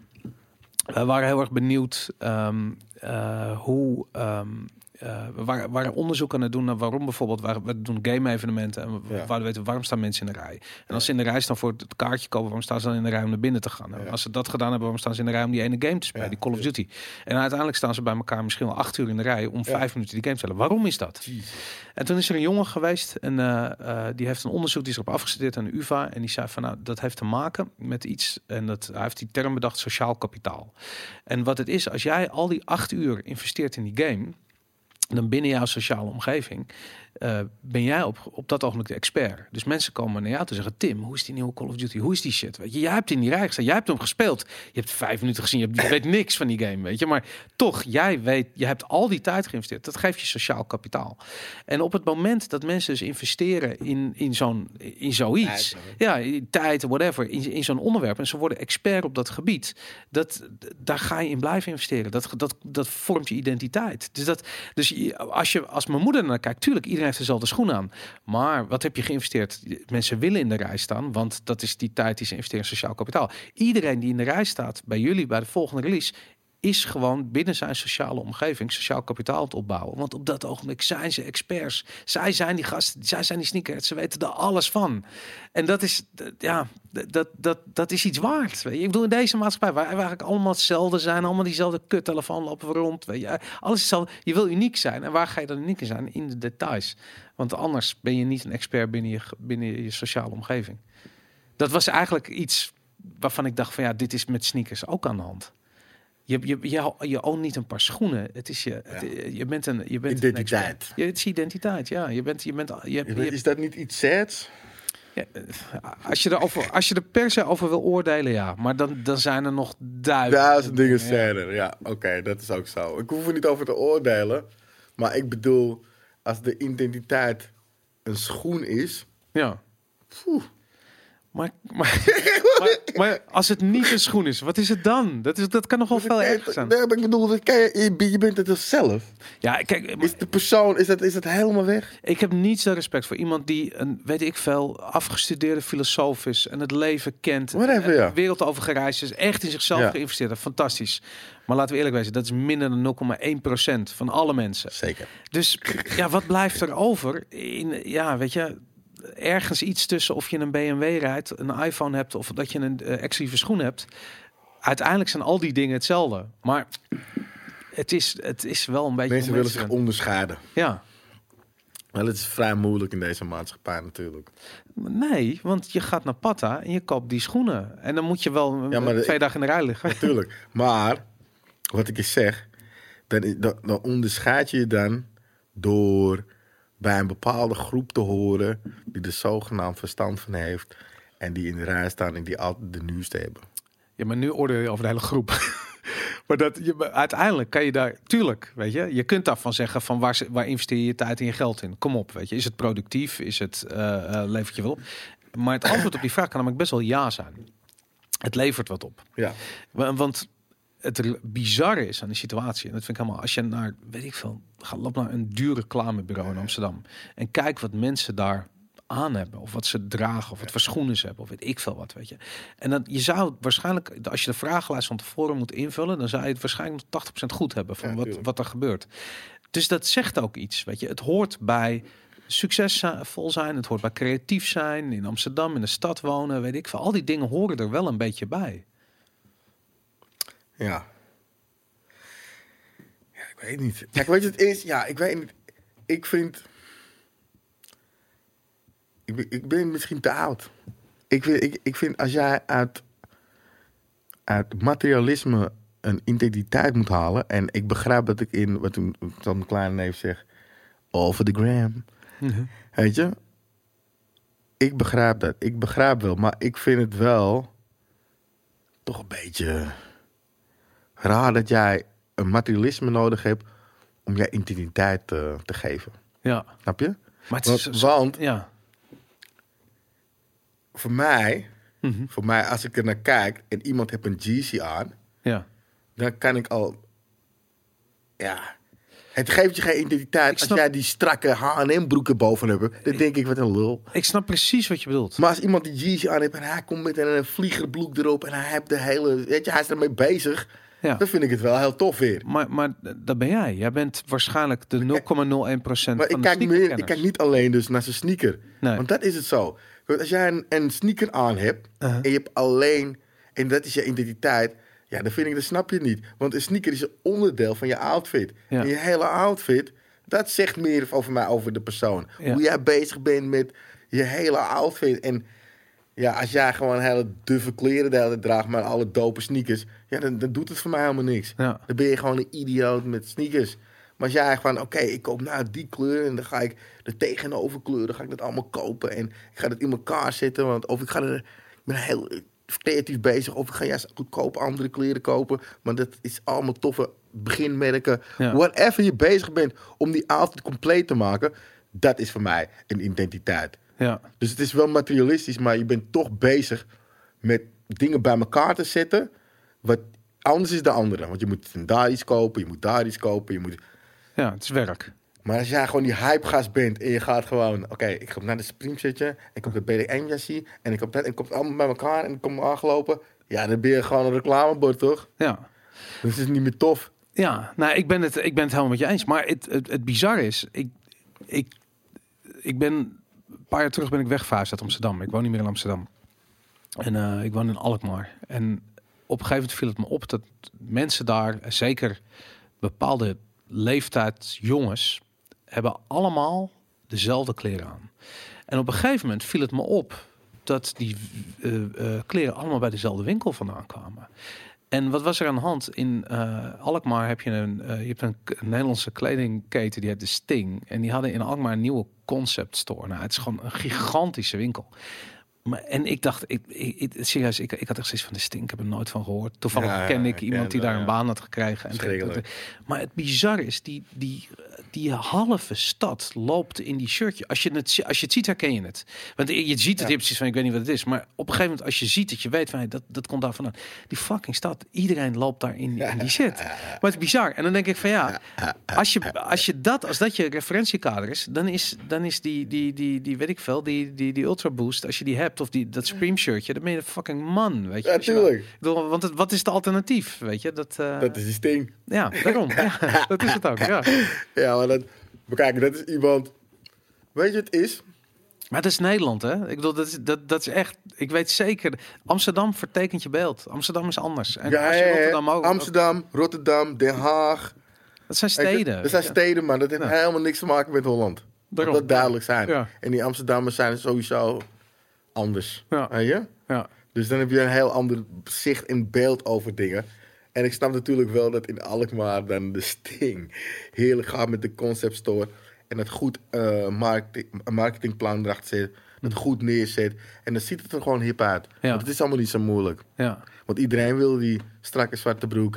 Speaker 2: uh, waren heel erg benieuwd um, uh, hoe... Um, uh, we waren, waren onderzoek aan het doen naar waarom bijvoorbeeld... Waar, we doen game-evenementen en we
Speaker 3: Ja.
Speaker 2: wouden weten waarom staan mensen in de rij. En als ze in de rij staan voor het kaartje kopen, waarom staan ze dan in de rij om naar binnen te gaan? Nou,
Speaker 3: Ja.
Speaker 2: Als ze dat gedaan hebben, waarom staan ze in de rij om die ene game te spelen,
Speaker 3: Ja.
Speaker 2: die Call of Duty? En uiteindelijk staan ze bij elkaar misschien wel acht uur in de rij om
Speaker 3: Ja.
Speaker 2: vijf minuten die game te spelen. Waarom is dat?
Speaker 3: Jeez.
Speaker 2: En toen is er een jongen geweest en uh, uh, die heeft een onderzoek, die is erop afgestudeerd aan de U vA. En die zei van nou, dat heeft te maken met iets, en dat, hij heeft die term bedacht, sociaal kapitaal. En wat het is, als jij al die acht uur investeert in die game, dan binnen jouw sociale omgeving uh, ben jij op, op dat ogenblik de expert. Dus mensen komen naar jou te zeggen, Tim, hoe is die nieuwe Call of Duty? Hoe is die shit? Weet je, jij hebt in die rij gestaan, jij hebt hem gespeeld. Je hebt vijf minuten gezien, je, hebt, je weet niks van die game, weet je. Maar toch, jij weet, je hebt al die tijd geïnvesteerd. Dat geeft je sociaal kapitaal. En op het moment dat mensen dus investeren in, in, zo'n, in zoiets,
Speaker 3: Tijd,
Speaker 2: ja, in tijd, whatever, in, in zo'n onderwerp, en ze worden expert op dat gebied, dat, daar ga je in blijven investeren. Dat, dat, dat vormt je identiteit. Dus dat, dus je, als je als mijn moeder naar kijkt, tuurlijk, iedereen heeft dezelfde schoen aan. Maar wat heb je geïnvesteerd? Mensen willen in de rij staan, want dat is die tijd die ze investeren in sociaal kapitaal. Iedereen die in de rij staat bij jullie bij de volgende release is gewoon binnen zijn sociale omgeving sociaal kapitaal aan het opbouwen. Want op dat ogenblik zijn ze experts. Zij zijn die gasten, zij zijn die sneakerheads. Ze weten er alles van. En dat is, ja, dat, dat, dat is iets waard. Weet je. Ik bedoel, in deze maatschappij, waar we eigenlijk allemaal hetzelfde zijn, allemaal diezelfde kuttelefoon lopen we rond. Weet je. Alles hetzelfde. Je wil uniek zijn. En waar ga je dan uniek in zijn? In de details. Want anders ben je niet een expert binnen je, binnen je sociale omgeving. Dat was eigenlijk iets waarvan ik dacht van ja, dit is met sneakers ook aan de hand. Je, je, je, je oont niet een paar schoenen. Het is je,
Speaker 3: Ja.
Speaker 2: het, je bent een, je bent
Speaker 3: Identiteit.
Speaker 2: Een expert. Ja, het is identiteit. Ja, je bent, je bent, je,
Speaker 3: Ja, maar
Speaker 2: je,
Speaker 3: is dat niet iets sads?
Speaker 2: ja, als je erover, als je er per se over wil oordelen, ja. Maar dan, dan zijn er nog duizend,
Speaker 3: Duizend dingen
Speaker 2: Ja.
Speaker 3: sadder. Ja, oké, okay, dat is ook zo. Ik hoef er niet over te oordelen. Maar ik bedoel, als de identiteit een schoen is...
Speaker 2: Ja.
Speaker 3: Poeh.
Speaker 2: Maar, maar, maar, maar als het niet een schoen is, wat is het dan? Dat, is, dat kan nog wel veel erger zijn.
Speaker 3: Nee, maar ik bedoel, dat kan je, je bent het dus zelf.
Speaker 2: Ja, kijk,
Speaker 3: Is de persoon, is dat, is dat helemaal weg?
Speaker 2: ik heb niet zo respect voor iemand die een, weet ik veel, afgestudeerde filosoof is en het leven kent,
Speaker 3: Whatever,
Speaker 2: en
Speaker 3: ja.
Speaker 2: de wereld over gereisd is, echt in zichzelf
Speaker 3: Ja.
Speaker 2: geïnvesteerd heeft. Fantastisch. Maar laten we eerlijk wezen, dat is minder dan nul komma één procent van alle mensen.
Speaker 3: Zeker.
Speaker 2: Dus ja, wat blijft er over? In, ja, weet je, ergens iets tussen of je een B M W rijdt, een iPhone hebt of dat je een uh, exclusieve schoen hebt. Uiteindelijk zijn al die dingen hetzelfde. Maar het is, het is wel een beetje...
Speaker 3: Mensen willen zich onderscheiden.
Speaker 2: Ja.
Speaker 3: Wel, het is vrij moeilijk in deze maatschappij natuurlijk.
Speaker 2: Nee, want je gaat naar Patta en je koopt die schoenen. En dan moet je wel
Speaker 3: Ja, maar de-
Speaker 2: twee dagen in de rij liggen.
Speaker 3: Natuurlijk. Maar, wat ik eens zeg, dan, dan, dan onderscheid je je dan door bij een bepaalde groep te horen die er zogenaamd verstand van heeft en die in de rij staan en die altijd de nieuwste hebben.
Speaker 2: Ja, maar nu oordeel je over de hele groep. Maar dat, je, maar uiteindelijk kan je daar... Tuurlijk, weet je. Je kunt daarvan zeggen van waar, waar investeer je je tijd en je geld in? Kom op, weet je. Is het productief? Is het, uh, uh, levert je wel op? Maar het antwoord op die vraag kan namelijk best wel ja zijn. Het levert wat op.
Speaker 3: Ja.
Speaker 2: Wa- Want het bizarre is aan die situatie, en dat vind ik helemaal, als je naar, weet ik veel, ga loop naar een duur reclamebureau in Amsterdam en kijk wat mensen daar aan hebben, of wat ze dragen, of wat voor schoenen ze hebben, of weet ik veel wat, weet je. En dan, je zou waarschijnlijk, als je de vragenlijst van tevoren moet invullen, dan zou je het waarschijnlijk nog tachtig procent goed hebben van
Speaker 3: Ja,
Speaker 2: wat,
Speaker 3: tuurlijk.
Speaker 2: wat er gebeurt. Dus dat zegt ook iets, weet je. Het hoort bij succesvol zijn, het hoort bij creatief zijn, in Amsterdam, in de stad wonen, weet ik veel. Al die dingen horen er wel een beetje bij.
Speaker 3: Ja. Ja, ik weet niet. Kijk, weet je wat het is? Ja, ik weet niet. Ik vind... Ik ben, ik ben misschien te oud. Ik vind, ik, ik vind als jij uit, uit materialisme een identiteit moet halen... en ik begrijp dat ik in, wat toen wat mijn kleine neef zegt... over the gram. Weet je? ik begrijp dat. Ik begrijp wel. Maar ik vind het wel toch een beetje raar dat jij een materialisme nodig hebt om je identiteit te, te geven.
Speaker 2: Ja.
Speaker 3: Snap je?
Speaker 2: Maar het
Speaker 3: Want,
Speaker 2: is,
Speaker 3: want
Speaker 2: ja.
Speaker 3: voor mij,
Speaker 2: Mhm.
Speaker 3: voor mij, als ik er naar kijk en iemand heeft een Yeezy aan,
Speaker 2: Ja.
Speaker 3: dan kan ik al, ja, het geeft je geen identiteit.
Speaker 2: snap-
Speaker 3: Als jij die strakke H en M broeken boven hebt, dan denk ik, wat een lul.
Speaker 2: Ik snap precies wat je bedoelt.
Speaker 3: Maar als iemand die Yeezy aan heeft en hij komt met een vliegerbloek erop en hij heeft de hele, weet je, hij is ermee bezig,
Speaker 2: Ja.
Speaker 3: dan vind ik het wel heel tof weer.
Speaker 2: Maar, maar dat ben jij. Jij bent waarschijnlijk de nul komma nul één procent
Speaker 3: Maar
Speaker 2: van
Speaker 3: ik
Speaker 2: de
Speaker 3: kijk, meer, ik
Speaker 2: sneakerkenners.
Speaker 3: kijk niet alleen dus naar zijn sneaker.
Speaker 2: Nee.
Speaker 3: Want dat is het zo. Want als jij een, een sneaker aan hebt
Speaker 2: Uh-huh.
Speaker 3: en je hebt alleen, en dat is je identiteit, ja, dan vind ik, dat snap je het niet. Want een sneaker is een onderdeel van je outfit.
Speaker 2: Ja.
Speaker 3: En je hele outfit, dat zegt meer over mij, over de persoon.
Speaker 2: Ja.
Speaker 3: Hoe jij bezig bent met je hele outfit. En ja, als jij gewoon hele duffe kleren de hele tijd draagt, maar alle dope sneakers, ja, dan, dan doet het voor mij helemaal niks.
Speaker 2: Ja.
Speaker 3: Dan ben je gewoon een idioot met sneakers. Maar als jij van, oké, ik koop nou die kleur en dan ga ik de tegenoverkleur, dan ga ik dat allemaal kopen en ik ga dat in elkaar zetten, want of ik ga er, ik ben heel creatief bezig, of ik ga juist goedkoop andere kleren kopen, maar dat is allemaal toffe beginmerken.
Speaker 2: Ja.
Speaker 3: Whatever je bezig bent om die outfit compleet te maken, dat is voor mij een identiteit.
Speaker 2: Ja.
Speaker 3: Dus het is wel materialistisch, maar je bent toch bezig met dingen bij elkaar te zetten, wat anders is de andere. Want je moet daar iets kopen, je moet daar iets kopen, je moet...
Speaker 2: Ja, het is werk.
Speaker 3: Maar als jij gewoon die hypegast bent en je gaat gewoon, oké, ik ga naar de Supreme zitje, ik heb de B D M-jassie en ik heb dat en ik kom het allemaal bij elkaar en ik kom aangelopen. Ja, dan ben je gewoon een reclamebord, toch?
Speaker 2: Ja.
Speaker 3: Dus het is niet meer tof.
Speaker 2: Ja, nou, ik ben het, ik ben het helemaal met je eens. Maar het, het, het bizarre is, ik, ik, ik ben, een paar jaar terug ben ik weggeverhuisd uit Amsterdam. Ik woon niet meer in Amsterdam. En uh, ik woon in Alkmaar. En op een gegeven moment viel het me op dat mensen daar, zeker bepaalde leeftijd jongens, hebben allemaal dezelfde kleren aan. En op een gegeven moment viel het me op dat die uh, uh, kleren allemaal bij dezelfde winkel vandaan kwamen. En wat was er aan de hand? In uh, Alkmaar heb je een, uh, je hebt een, k- een Nederlandse kledingketen, die heet de Sting. En die hadden in Alkmaar een nieuwe concept store. Nou, het is gewoon een gigantische winkel. Maar, en ik dacht, ik, ik, ik, serieus, ik, ik had echt zoiets van de Sting, ik heb er nooit van gehoord. Toevallig
Speaker 3: Ja, ja,
Speaker 2: ken ik
Speaker 3: ik
Speaker 2: iemand
Speaker 3: ken
Speaker 2: die
Speaker 3: wel,
Speaker 2: daar een
Speaker 3: ja.
Speaker 2: baan had gekregen. En
Speaker 3: Schrikkelijk.
Speaker 2: maar het bizarre is, die, die, die halve stad loopt in die shirtje. Als je het, als je het ziet, herken je het. Want je je ziet het,
Speaker 3: Ja.
Speaker 2: je hebt precies van, ik weet niet wat het is. Maar op een gegeven moment, als je ziet dat je weet van, hey, dat, dat komt daar vandaan. Die fucking stad, iedereen loopt daar in, in die shit. Maar het is bizar. En dan denk ik van ja, als je, als je dat, als dat je referentiekader is, dan is, dan is die, die, die, die, weet ik veel, die, die, die Ultra Boost, als je die hebt, of die, dat Supreme shirtje, dan ben je een fucking man, weet je.
Speaker 3: Ja,
Speaker 2: Als je
Speaker 3: tuurlijk.
Speaker 2: dat- ik bedoel, want het, wat is het alternatief, weet je? Dat, uh,
Speaker 3: Dat is die Sting.
Speaker 2: ja, daarom. Ja, dat is het ook, ja.
Speaker 3: Ja, maar dat, maar kijk, dat is iemand, weet je wat het is?
Speaker 2: Maar dat is Nederland, hè? Ik bedoel, dat is, dat, dat is echt, ik weet zeker, Amsterdam vertekent je beeld. Amsterdam is anders. En
Speaker 3: Ja,
Speaker 2: als je
Speaker 3: ja, ja.
Speaker 2: Rotterdam ook,
Speaker 3: Amsterdam, Rotterdam, Den Haag.
Speaker 2: dat zijn
Speaker 3: Weet je,
Speaker 2: steden.
Speaker 3: Dat zijn steden, maar dat heeft
Speaker 2: Ja.
Speaker 3: helemaal niks te maken met Holland. Laat
Speaker 2: Daarom.
Speaker 3: dat duidelijk zijn.
Speaker 2: Ja.
Speaker 3: En die Amsterdammers zijn sowieso anders.
Speaker 2: Ja.
Speaker 3: Weet je?
Speaker 2: Ja.
Speaker 3: Dus dan heb je een heel ander zicht en beeld over dingen. En ik snap natuurlijk wel dat in Alkmaar dan de Sting heerlijk gaat met de concept store. En het goed eh, marketing, een marketingplan erachter zet. Dat goed neerzet. En dan ziet het er gewoon hip uit.
Speaker 2: Ja.
Speaker 3: Want het is allemaal niet zo moeilijk.
Speaker 2: Ja.
Speaker 3: Want iedereen wil die strakke zwarte broek.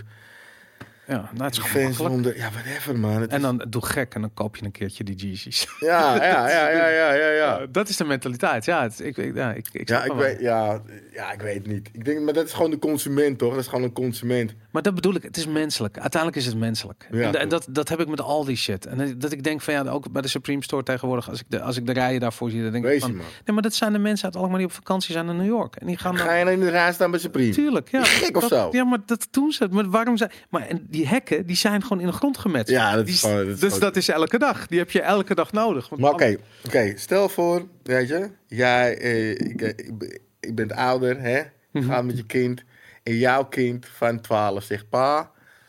Speaker 2: Ja, nou, het is gewoon
Speaker 3: Fans
Speaker 2: makkelijk.
Speaker 3: onder, ja, whatever man. Het
Speaker 2: En
Speaker 3: is-
Speaker 2: dan doe gek en dan koop je een keertje die Yeezys.
Speaker 3: Ja, ja, ja, ja, ja, ja, ja.
Speaker 2: Dat is de mentaliteit. Ja, het, ik, ik, ja, ik, ik snap
Speaker 3: Ja, ik
Speaker 2: hem wel.
Speaker 3: weet, ja, ja, ik weet niet. Ik denk, maar dat is gewoon de consument, toch? Dat is gewoon een consument.
Speaker 2: Maar dat bedoel ik, het is menselijk. Uiteindelijk is het menselijk.
Speaker 3: Ja,
Speaker 2: en en
Speaker 3: klopt.
Speaker 2: dat, dat heb ik met al die shit. En dat- dat ik denk van ja, ook bij de Supreme Store tegenwoordig, als ik de, als ik de rijen daarvoor zie, dan denk ik
Speaker 3: Wees
Speaker 2: van,
Speaker 3: je, man.
Speaker 2: nee, maar dat zijn de mensen uit Alkmaar die op vakantie zijn in New York. En die gaan dan...
Speaker 3: Ga je nou in de rij staan bij Supreme?
Speaker 2: Tuurlijk, ja.
Speaker 3: Ben je gek of
Speaker 2: dat,
Speaker 3: zo?
Speaker 2: Ja, maar dat doen ze. Maar waarom zijn... Maar en die hekken, die zijn gewoon in de grond gemet.
Speaker 3: Ja, dat is
Speaker 2: Die-
Speaker 3: gewoon- dat is
Speaker 2: dus
Speaker 3: gewoon-
Speaker 2: dat is elke dag. Die heb je elke dag nodig. Want
Speaker 3: Maar oké, oké, stel voor, weet je, jij, eh, ik, eh, ik, ben- ik ben ouder, hè?
Speaker 2: Mhm.
Speaker 3: Ga met je kind. En jouw kind van twaalf zegt, pa,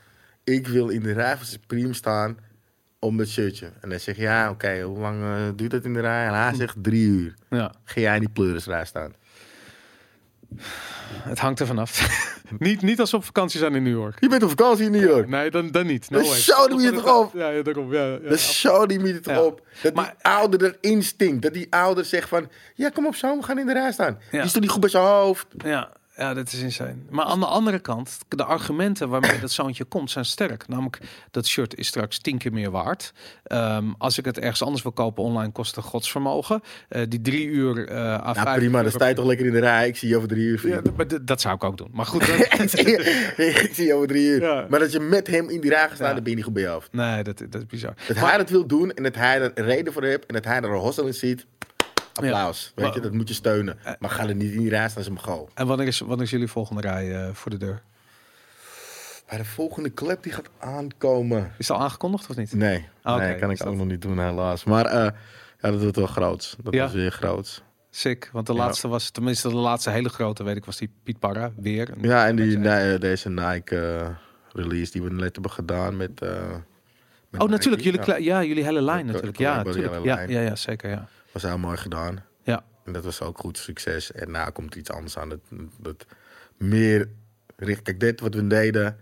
Speaker 3: ik wil in de rij van Supreme staan om dat shirtje. En dan zeg je, ja, oké, hoe lang eh, duurt dat in de rij? En hij zegt drie uur.
Speaker 2: Ja.
Speaker 3: Ga jij in die pleurisrij staan?
Speaker 2: Het hangt er vanaf. niet, niet als we op vakantie zijn in New York.
Speaker 3: Je bent op vakantie in New York.
Speaker 2: Nee, dan, dan niet. No
Speaker 3: Dan
Speaker 2: way.
Speaker 3: show die het toch op.
Speaker 2: Ja, ja, daarom. Ja, ja,
Speaker 3: Dan show die het
Speaker 2: Ja.
Speaker 3: erop. Dat
Speaker 2: Maar-
Speaker 3: die ouder erin stinkt. Dat die ouder zegt van... Ja, kom op zo, we gaan in de rij staan.
Speaker 2: Ja.
Speaker 3: Die is toch niet goed bij zijn hoofd?
Speaker 2: Ja, ja, dat is insane. Maar aan de andere kant, de argumenten waarmee dat zoontje komt zijn sterk. Namelijk, dat shirt is straks tien keer meer waard. Ehm, als ik het ergens anders wil kopen online, kost het godsvermogen. Uh, die drie uur uh, à
Speaker 3: Ja,
Speaker 2: vijf
Speaker 3: prima, dan
Speaker 2: euro-
Speaker 3: sta je toch lekker in de rij. Ik zie je over drie uur.
Speaker 2: Ja,
Speaker 3: vriend.
Speaker 2: maar d- dat zou ik ook doen. Maar goed, dat-
Speaker 3: ik, zie je, ik zie je over drie uur.
Speaker 2: Ja.
Speaker 3: Maar dat je met hem in die rij gaat staan,
Speaker 2: Ja.
Speaker 3: dan ben je niet goed bij je hoofd.
Speaker 2: nee, dat, dat is bizar.
Speaker 3: Dat
Speaker 2: Maar-
Speaker 3: hij dat wil doen en dat hij er een reden voor heeft en dat hij er een hossel in ziet. Applaus. Weet
Speaker 2: Maar-
Speaker 3: je, dat moet je steunen. Maar ga er niet in die rij staan als een goal.
Speaker 2: En wanneer is, wanneer is jullie volgende rij uh, voor de deur?
Speaker 3: Bij de volgende club die gaat aankomen.
Speaker 2: Is het al aangekondigd of niet?
Speaker 3: Nee,
Speaker 2: Ah, oké,
Speaker 3: nee kan
Speaker 2: is
Speaker 3: ik
Speaker 2: dat-
Speaker 3: ook nog niet doen helaas. Maar uh, ja, dat wordt wel groots. Dat
Speaker 2: Ja?
Speaker 3: is weer groots.
Speaker 2: Sick, want de
Speaker 3: Ja.
Speaker 2: laatste was, tenminste de laatste hele grote, weet ik, was die Piet Parra weer.
Speaker 3: Ja, en die, nee, deze Nike uh, release die we net hebben gedaan met... Uh, met
Speaker 2: Oh, natuurlijk,
Speaker 3: Nike.
Speaker 2: jullie, ja. ja, jullie hele lijn
Speaker 3: De-
Speaker 2: natuurlijk.
Speaker 3: de
Speaker 2: Ja,
Speaker 3: collaboratie
Speaker 2: natuurlijk. Ja,
Speaker 3: lijn.
Speaker 2: ja, ja, zeker, ja.
Speaker 3: Was heel mooi gedaan.
Speaker 2: Ja,
Speaker 3: En dat was ook goed succes. En daarna komt er iets anders aan. Dat, dat meer richt. Kijk, dit wat we deden.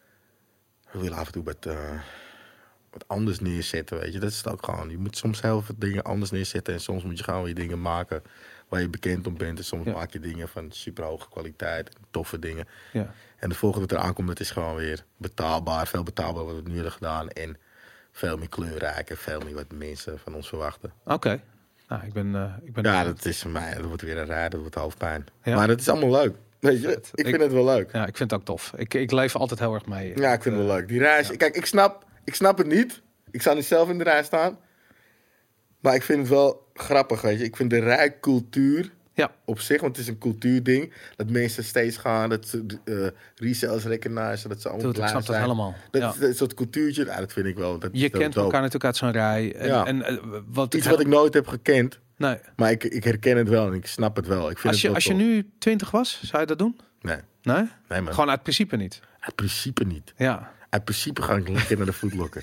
Speaker 3: We willen af en toe wat, uh, wat anders neerzetten. Weet je, dat is het ook gewoon. Je moet soms heel veel dingen anders neerzetten. En soms moet je gewoon weer dingen maken waar je bekend om bent. En soms
Speaker 2: Ja.
Speaker 3: maak je dingen van super hoge kwaliteit. Toffe dingen.
Speaker 2: ja.
Speaker 3: En de volgende wat eraan komt, dat is gewoon weer betaalbaar. Veel betaalbaar wat we nu hebben gedaan. En veel meer kleurrijk. En veel meer wat mensen van ons verwachten.
Speaker 2: Oké. Okay. Nou, ik ben... Uh, ik ben
Speaker 3: Ja, dat is voor mij. Dat wordt weer een raar, dat wordt hoofdpijn.
Speaker 2: Ja.
Speaker 3: Maar het is allemaal leuk. Weet je, ik vind
Speaker 2: Ik-
Speaker 3: het wel leuk.
Speaker 2: Ja, ik vind het ook tof. Ik, ik leef altijd heel erg mee.
Speaker 3: Ja, ik vind het
Speaker 2: Uh,
Speaker 3: wel leuk. Die reis, kijk, ik snap, ik snap het niet. Ik zou niet zelf in de rij staan. Maar ik vind het wel grappig, weet je. Ik vind de rijcultuur
Speaker 2: Ja,
Speaker 3: op zich, want het is een cultuurding. Dat mensen steeds gaan, dat ze uh, resellers recognizen, dat ze allemaal
Speaker 2: Dude, ik
Speaker 3: blij
Speaker 2: snap dat
Speaker 3: zijn.
Speaker 2: helemaal.
Speaker 3: Dat,
Speaker 2: Ja.
Speaker 3: is, dat is dat cultuurtje, ja, dat vind ik wel. Dat,
Speaker 2: je
Speaker 3: dat
Speaker 2: kent
Speaker 3: dope.
Speaker 2: elkaar natuurlijk uit zo'n rij. En,
Speaker 3: Ja.
Speaker 2: en, uh, wat
Speaker 3: Iets wat ik nooit heb gekend,
Speaker 2: Nee.
Speaker 3: maar ik, ik herken het wel en ik snap het wel. Ik vind
Speaker 2: Als
Speaker 3: het
Speaker 2: je,
Speaker 3: wel
Speaker 2: als je
Speaker 3: tof.
Speaker 2: nu twintig was, zou je dat doen?
Speaker 3: Nee,
Speaker 2: Nee?
Speaker 3: nee man.
Speaker 2: Gewoon uit principe niet.
Speaker 3: Uit principe niet.
Speaker 2: Ja.
Speaker 3: Uit principe ga ik lekker naar de Footlocker.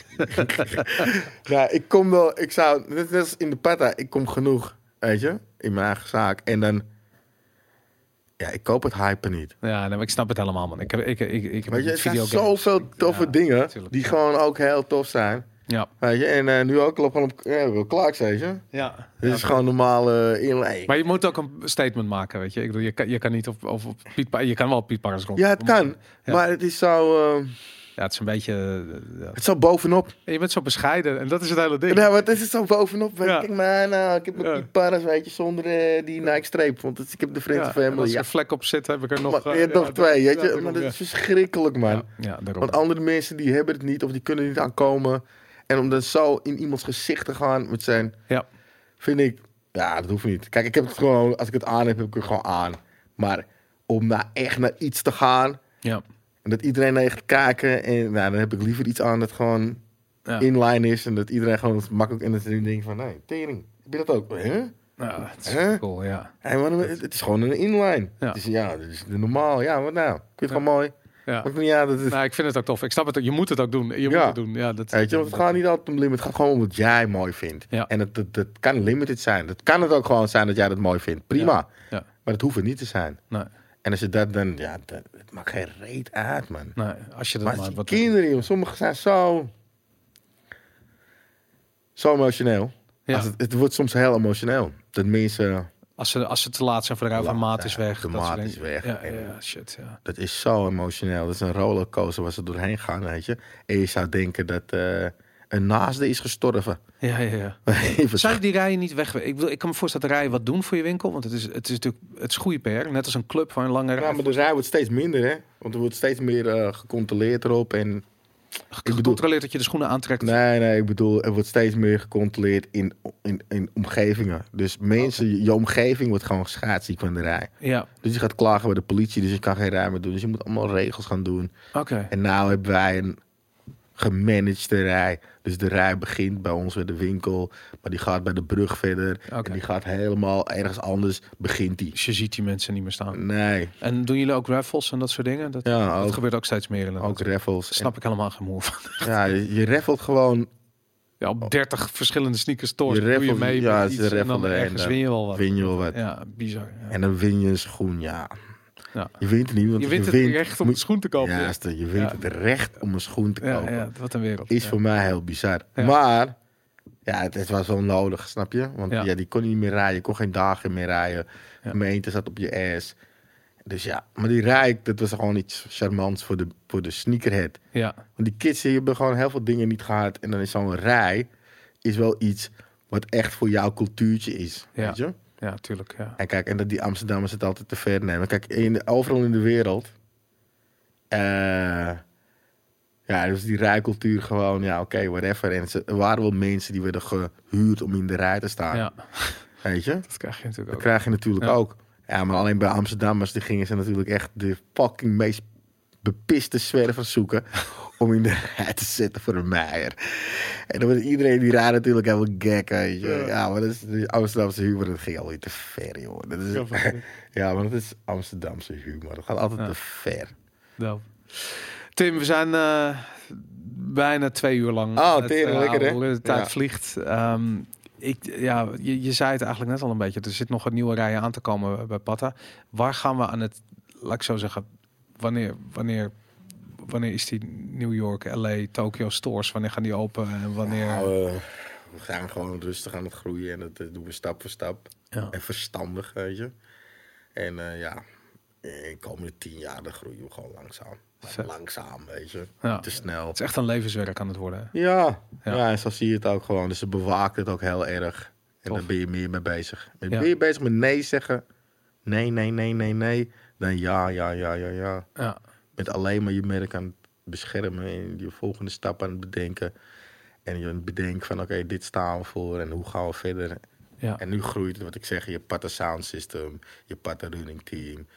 Speaker 3: Ja, ik kom wel, ik zou, net net als in de Pata, ik kom genoeg, weet je, in mijn eigen zaak. En dan, ja, ik koop het hype niet.
Speaker 2: Ja, nee, maar ik snap het helemaal, man. Ik heb, ik, ik, ik heb
Speaker 3: Weet je, er zijn
Speaker 2: videogames.
Speaker 3: zoveel toffe
Speaker 2: Ja,
Speaker 3: dingen
Speaker 2: natuurlijk.
Speaker 3: die gewoon ook heel tof zijn.
Speaker 2: Ja.
Speaker 3: Weet je, en uh, nu ook, ik loop gewoon op ja, wel Clarks, weet je.
Speaker 2: Ja.
Speaker 3: Dit is gewoon normale uh, inlay.
Speaker 2: Maar je moet ook een statement maken, weet je. Ik bedoel, je kan, je kan niet op, op, op Piet Pa- je kan wel op Piet Parras rond.
Speaker 3: Ja, het kan,
Speaker 2: Ja.
Speaker 3: maar het is zo, uh,
Speaker 2: Ja, het is een beetje... uh, ja.
Speaker 3: het is zo bovenop.
Speaker 2: En je bent zo bescheiden en dat is het hele ding.
Speaker 3: Nou, wat is het zo bovenop? Weet je.
Speaker 2: Ja.
Speaker 3: Kijk maar, nou, ik heb mijn
Speaker 2: Ja.
Speaker 3: Piet Parras, weet je, zonder uh, die Nike-streep. Want het, ik heb de Friends
Speaker 2: Ja,
Speaker 3: of
Speaker 2: en
Speaker 3: Family.
Speaker 2: als er
Speaker 3: Ja.
Speaker 2: een vlek op zit, heb ik er nog...
Speaker 3: Maar,
Speaker 2: uh,
Speaker 3: ja, nog
Speaker 2: ja,
Speaker 3: twee, weet
Speaker 2: ja,
Speaker 3: je.
Speaker 2: daarom,
Speaker 3: Maar dat
Speaker 2: ja.
Speaker 3: is verschrikkelijk, man.
Speaker 2: Ja, ja, daarom.
Speaker 3: Want andere mensen die hebben het niet of die kunnen er niet aankomen. En om dan zo in iemands gezicht te gaan met zijn,
Speaker 2: Ja.
Speaker 3: vind ik, ja, dat hoeft niet. Kijk, ik heb het gewoon, als ik het aan heb, heb ik het gewoon aan. Maar om naar echt naar iets te gaan
Speaker 2: Ja.
Speaker 3: en dat iedereen naar je gaat kijken en nou, dan heb ik liever iets aan dat gewoon
Speaker 2: Ja.
Speaker 3: inline is en dat iedereen gewoon makkelijk en dat ze denkt van, nee, tering, heb je dat ook? Hè?
Speaker 2: Ja, het is
Speaker 3: Hè?
Speaker 2: cool, ja.
Speaker 3: Hey, maar het, het is gewoon een inline.
Speaker 2: Ja.
Speaker 3: Het is, ja, dat is normaal. Ja, wat nou? Ik vind het gewoon mooi.
Speaker 2: Ja.
Speaker 3: Maakt niet uit, dat is,
Speaker 2: Nou, ik vind het ook tof. Ik snap het ook. Je moet het ook doen. Je
Speaker 3: Ja.
Speaker 2: moet het doen. Ja, dat,
Speaker 3: weet je, want het gaat niet altijd om limit. Het gaat gewoon om wat jij mooi vindt.
Speaker 2: Ja.
Speaker 3: En het, het, het kan limited zijn. Het kan het ook gewoon zijn dat jij dat mooi vindt. Prima.
Speaker 2: Ja. Ja.
Speaker 3: Maar het hoeft het niet te zijn.
Speaker 2: Nee,
Speaker 3: En als je dat dan... Ja, dat, het maakt geen reet uit, man.
Speaker 2: nee, als je dat
Speaker 3: Maar
Speaker 2: maar
Speaker 3: die
Speaker 2: wat
Speaker 3: kinderen, joh, sommigen zijn zo... Zo emotioneel.
Speaker 2: Ja.
Speaker 3: Als het, het wordt soms heel emotioneel. Dat mensen...
Speaker 2: als ze als ze te laat zijn voor de rouw van
Speaker 3: Laat,
Speaker 2: maat is
Speaker 3: ja,
Speaker 2: weg.
Speaker 3: de
Speaker 2: dat
Speaker 3: maat
Speaker 2: soort
Speaker 3: is
Speaker 2: dingen.
Speaker 3: weg.
Speaker 2: Ja,
Speaker 3: En-
Speaker 2: ja, shit, ja.
Speaker 3: Dat is zo emotioneel. Dat is een rollercoaster waar ze doorheen gaan, weet je. En je zou denken dat eh, een naaste is gestorven.
Speaker 2: Ja, ja, ja.
Speaker 3: Even
Speaker 2: Zou je die rijen niet weg? Ik, wil, ik kan me voorstellen dat rijen wat doen voor je winkel. Want het is, het is natuurlijk het is goede P R. Net als een club van een lange rij.
Speaker 3: Ja, maar de rij wordt steeds minder, hè? Want er wordt steeds meer eh, gecontroleerd erop. En
Speaker 2: gecontroleerd dat je de schoenen aantrekt.
Speaker 3: nee, nee, ik bedoel, er wordt steeds meer gecontroleerd in, in, in omgevingen. Dus mensen, je, je omgeving wordt gewoon schaatsziek van de rij.
Speaker 2: Ja,
Speaker 3: Dus je gaat klagen bij de politie, dus je kan geen rij meer doen. Dus je moet allemaal regels gaan doen.
Speaker 2: oké.
Speaker 3: En nou hebben wij een gemanagede rij. Dus de rij begint bij ons bij de winkel, maar die gaat bij de brug verder.
Speaker 2: Oké.
Speaker 3: En die gaat helemaal ergens anders, begint die.
Speaker 2: Dus je ziet die mensen niet meer staan.
Speaker 3: Nee,
Speaker 2: En doen jullie ook raffles en dat soort dingen? Dat,
Speaker 3: ja,
Speaker 2: dat
Speaker 3: ook,
Speaker 2: gebeurt ook steeds meer.
Speaker 3: ook raffles.
Speaker 2: Daar snap ik helemaal geen moe van.
Speaker 3: En, ja, je, je raffelt gewoon,
Speaker 2: Ja, op dertig verschillende sneakers stores
Speaker 3: Je
Speaker 2: doe je
Speaker 3: raffelt-
Speaker 2: mee
Speaker 3: ja,
Speaker 2: met
Speaker 3: ze
Speaker 2: iets en dan
Speaker 3: raffelen en
Speaker 2: ergens
Speaker 3: dan
Speaker 2: win je wel wat.
Speaker 3: win je wel wat.
Speaker 2: Ja, bizar. Ja.
Speaker 3: En dan win je een schoen, ja.
Speaker 2: Ja.
Speaker 3: Je wint het niet, want
Speaker 2: Je wint
Speaker 3: je
Speaker 2: het
Speaker 3: wint,
Speaker 2: recht om een schoen te kopen.
Speaker 3: Ja, ja. Je wint
Speaker 2: Ja.
Speaker 3: het recht om een schoen te
Speaker 2: Ja,
Speaker 3: kopen.
Speaker 2: ja, wat een wereld.
Speaker 3: Is
Speaker 2: ja.
Speaker 3: voor mij heel bizar.
Speaker 2: Ja.
Speaker 3: Maar ja, het, het was wel nodig, snap je? Want
Speaker 2: Ja.
Speaker 3: ja. die kon niet meer rijden. Je kon geen dagen meer rijden.
Speaker 2: Ja.
Speaker 3: De gemeente zat op je ass. Dus ja, maar die rij, dat was gewoon iets charmants voor de, voor de sneakerhead.
Speaker 2: Ja,
Speaker 3: Want die kids die hebben gewoon heel veel dingen niet gehad. En dan is zo'n rij is wel iets wat echt voor jouw cultuurtje is.
Speaker 2: Ja.
Speaker 3: Weet je?
Speaker 2: ja, tuurlijk. Ja.
Speaker 3: En kijk, en dat die Amsterdammers het altijd te ver nemen. Kijk, in de, overal in de wereld. eh ja, dus die rijcultuur gewoon, ja, oké, okay, whatever. En ze, er waren wel mensen die werden gehuurd om in de rij te staan.
Speaker 2: ja,
Speaker 3: Weet je?
Speaker 2: dat krijg je natuurlijk
Speaker 3: Dat
Speaker 2: ook.
Speaker 3: krijg je natuurlijk
Speaker 2: Ja.
Speaker 3: ook. Ja, maar alleen bij Amsterdammers, die gingen ze natuurlijk echt de fucking meest bepiste zwervers zoeken om in de rij te zetten voor een meijer. En dan was iedereen die raar natuurlijk helemaal gek, weet je. Ja, ja maar dat is de Amsterdamse humor, dat ging alweer te ver, joh. Dat is,
Speaker 2: Ja, van-
Speaker 3: ja, maar dat is Amsterdamse humor. Dat gaat altijd
Speaker 2: Ja.
Speaker 3: te ver.
Speaker 2: Dope. Tim, we zijn eh, bijna twee uur lang.
Speaker 3: Oh,
Speaker 2: aan het,
Speaker 3: tering,
Speaker 2: eh,
Speaker 3: lekker, hè?
Speaker 2: ouwe, De tijd
Speaker 3: Ja.
Speaker 2: vliegt. Ehm, ik, ja, je, je zei het eigenlijk net al een beetje. Er zit nog een nieuwe rij aan te komen bij Patta. Waar gaan we aan het, laat ik zo zeggen, wanneer, wanneer, wanneer is die New York, L A, Tokyo stores? Wanneer gaan die open en wanneer?
Speaker 3: Nou, eh, we gaan gewoon rustig aan het groeien en dat eh, doen we stap voor stap.
Speaker 2: Ja.
Speaker 3: En verstandig, weet je. En eh, ja, in de komende tien jaar dan groeien we gewoon langzaam. Maar
Speaker 2: Vet.
Speaker 3: langzaam, weet je.
Speaker 2: Ja.
Speaker 3: Niet te snel.
Speaker 2: Het is echt een levenswerk aan het worden. hè?
Speaker 3: Ja.
Speaker 2: Ja.
Speaker 3: Ja. en zo zie je het ook gewoon. Dus ze bewaken het ook heel erg. En
Speaker 2: Tof.
Speaker 3: daar ben je meer mee bezig. Ben
Speaker 2: Ja.
Speaker 3: je bezig met nee zeggen? Nee, nee, nee, nee, nee. Dan ja, ja, ja, ja, ja.
Speaker 2: Ja,
Speaker 3: Met alleen maar je merk aan het beschermen en je volgende stap aan het bedenken. En je bedenkt van oké, dit staan we voor en hoe gaan we verder.
Speaker 2: ja,
Speaker 3: En nu groeit het, wat ik zeg, je Patta Sound System, je Patta Running Team,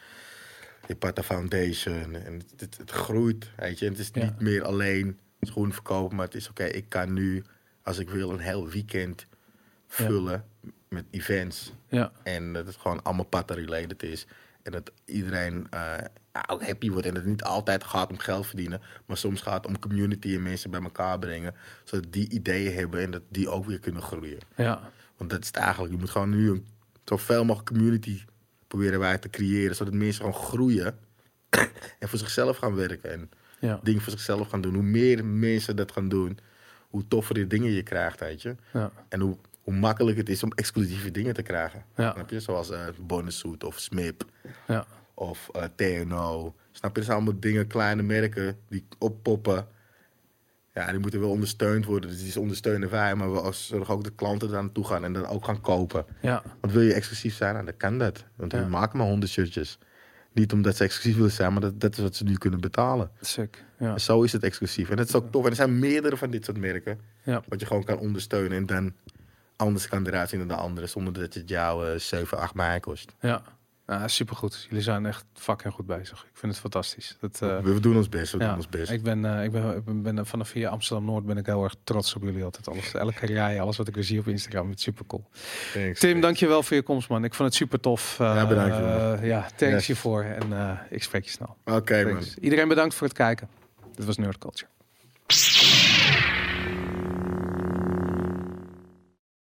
Speaker 3: je Patta Foundation. En het, het, het groeit, weet je. En het is
Speaker 2: Ja.
Speaker 3: niet meer alleen schoen verkopen, maar het is oké, ik kan nu, als ik wil, een heel weekend vullen met events.
Speaker 2: ja,
Speaker 3: En dat het gewoon allemaal Patta-related is. En dat iedereen eh, ook happy wordt. En dat het niet altijd gaat om geld verdienen. Maar soms gaat het om community en mensen bij elkaar brengen. Zodat die ideeën hebben en dat die ook weer kunnen groeien.
Speaker 2: ja,
Speaker 3: Want dat is het eigenlijk. Je moet gewoon nu een zoveel mogelijk community proberen wij te creëren. Zodat mensen gewoon groeien. En voor zichzelf gaan werken. En
Speaker 2: ja,
Speaker 3: dingen voor zichzelf gaan doen. Hoe meer mensen dat gaan doen, hoe toffer dingen je krijgt, weet je.
Speaker 2: ja,
Speaker 3: En hoe, hoe makkelijk het is om exclusieve dingen te krijgen.
Speaker 2: Ja.
Speaker 3: Snap je? Zoals uh, Bonnesuit of Smip
Speaker 2: ja,
Speaker 3: of uh, T N O. Snap je? Dat zijn allemaal dingen, kleine merken die oppoppen. Ja, die moeten wel ondersteund worden. Dus die ondersteunen wij. Maar we zorgen ook dat klanten daar naartoe gaan en dan ook gaan kopen.
Speaker 2: ja,
Speaker 3: Want wil je exclusief zijn, nou, dan kan dat. Want
Speaker 2: Ja.
Speaker 3: we maken maar honderd shirtjes. Niet omdat ze exclusief willen zijn, maar dat, dat is wat ze nu kunnen betalen.
Speaker 2: sick. Ja,
Speaker 3: En zo is het exclusief. En dat is ook tof. En er zijn meerdere van dit soort merken.
Speaker 2: ja,
Speaker 3: Wat je gewoon kan ondersteunen. En dan anders kan eruit zien dan de andere. Zonder dat het jou uh, zeven, acht mei kost.
Speaker 2: ja. Ja, supergoed. Jullie zijn echt fucking goed bezig. Ik vind het fantastisch. Dat, eh,
Speaker 3: we, we doen ons best. We
Speaker 2: ja,
Speaker 3: doen ons best.
Speaker 2: ik ben, eh, ik ben, ik ben, ben vanaf via Amsterdam-Noord ben ik heel erg trots op jullie altijd. Alles, elke rij, alles wat ik weer zie op Instagram. Het is super cool.
Speaker 3: Thanks,
Speaker 2: Tim,
Speaker 3: thanks.
Speaker 2: dankjewel voor je komst, man. Ik vond het super tof. Uh,
Speaker 3: Ja, bedankt, jongen.
Speaker 2: uh, ja, thanks
Speaker 3: Yes.
Speaker 2: hiervoor. En uh, ik spreek je snel.
Speaker 3: Oké, man.
Speaker 2: Thanks. Iedereen bedankt voor het kijken. Dit was Nerd Culture.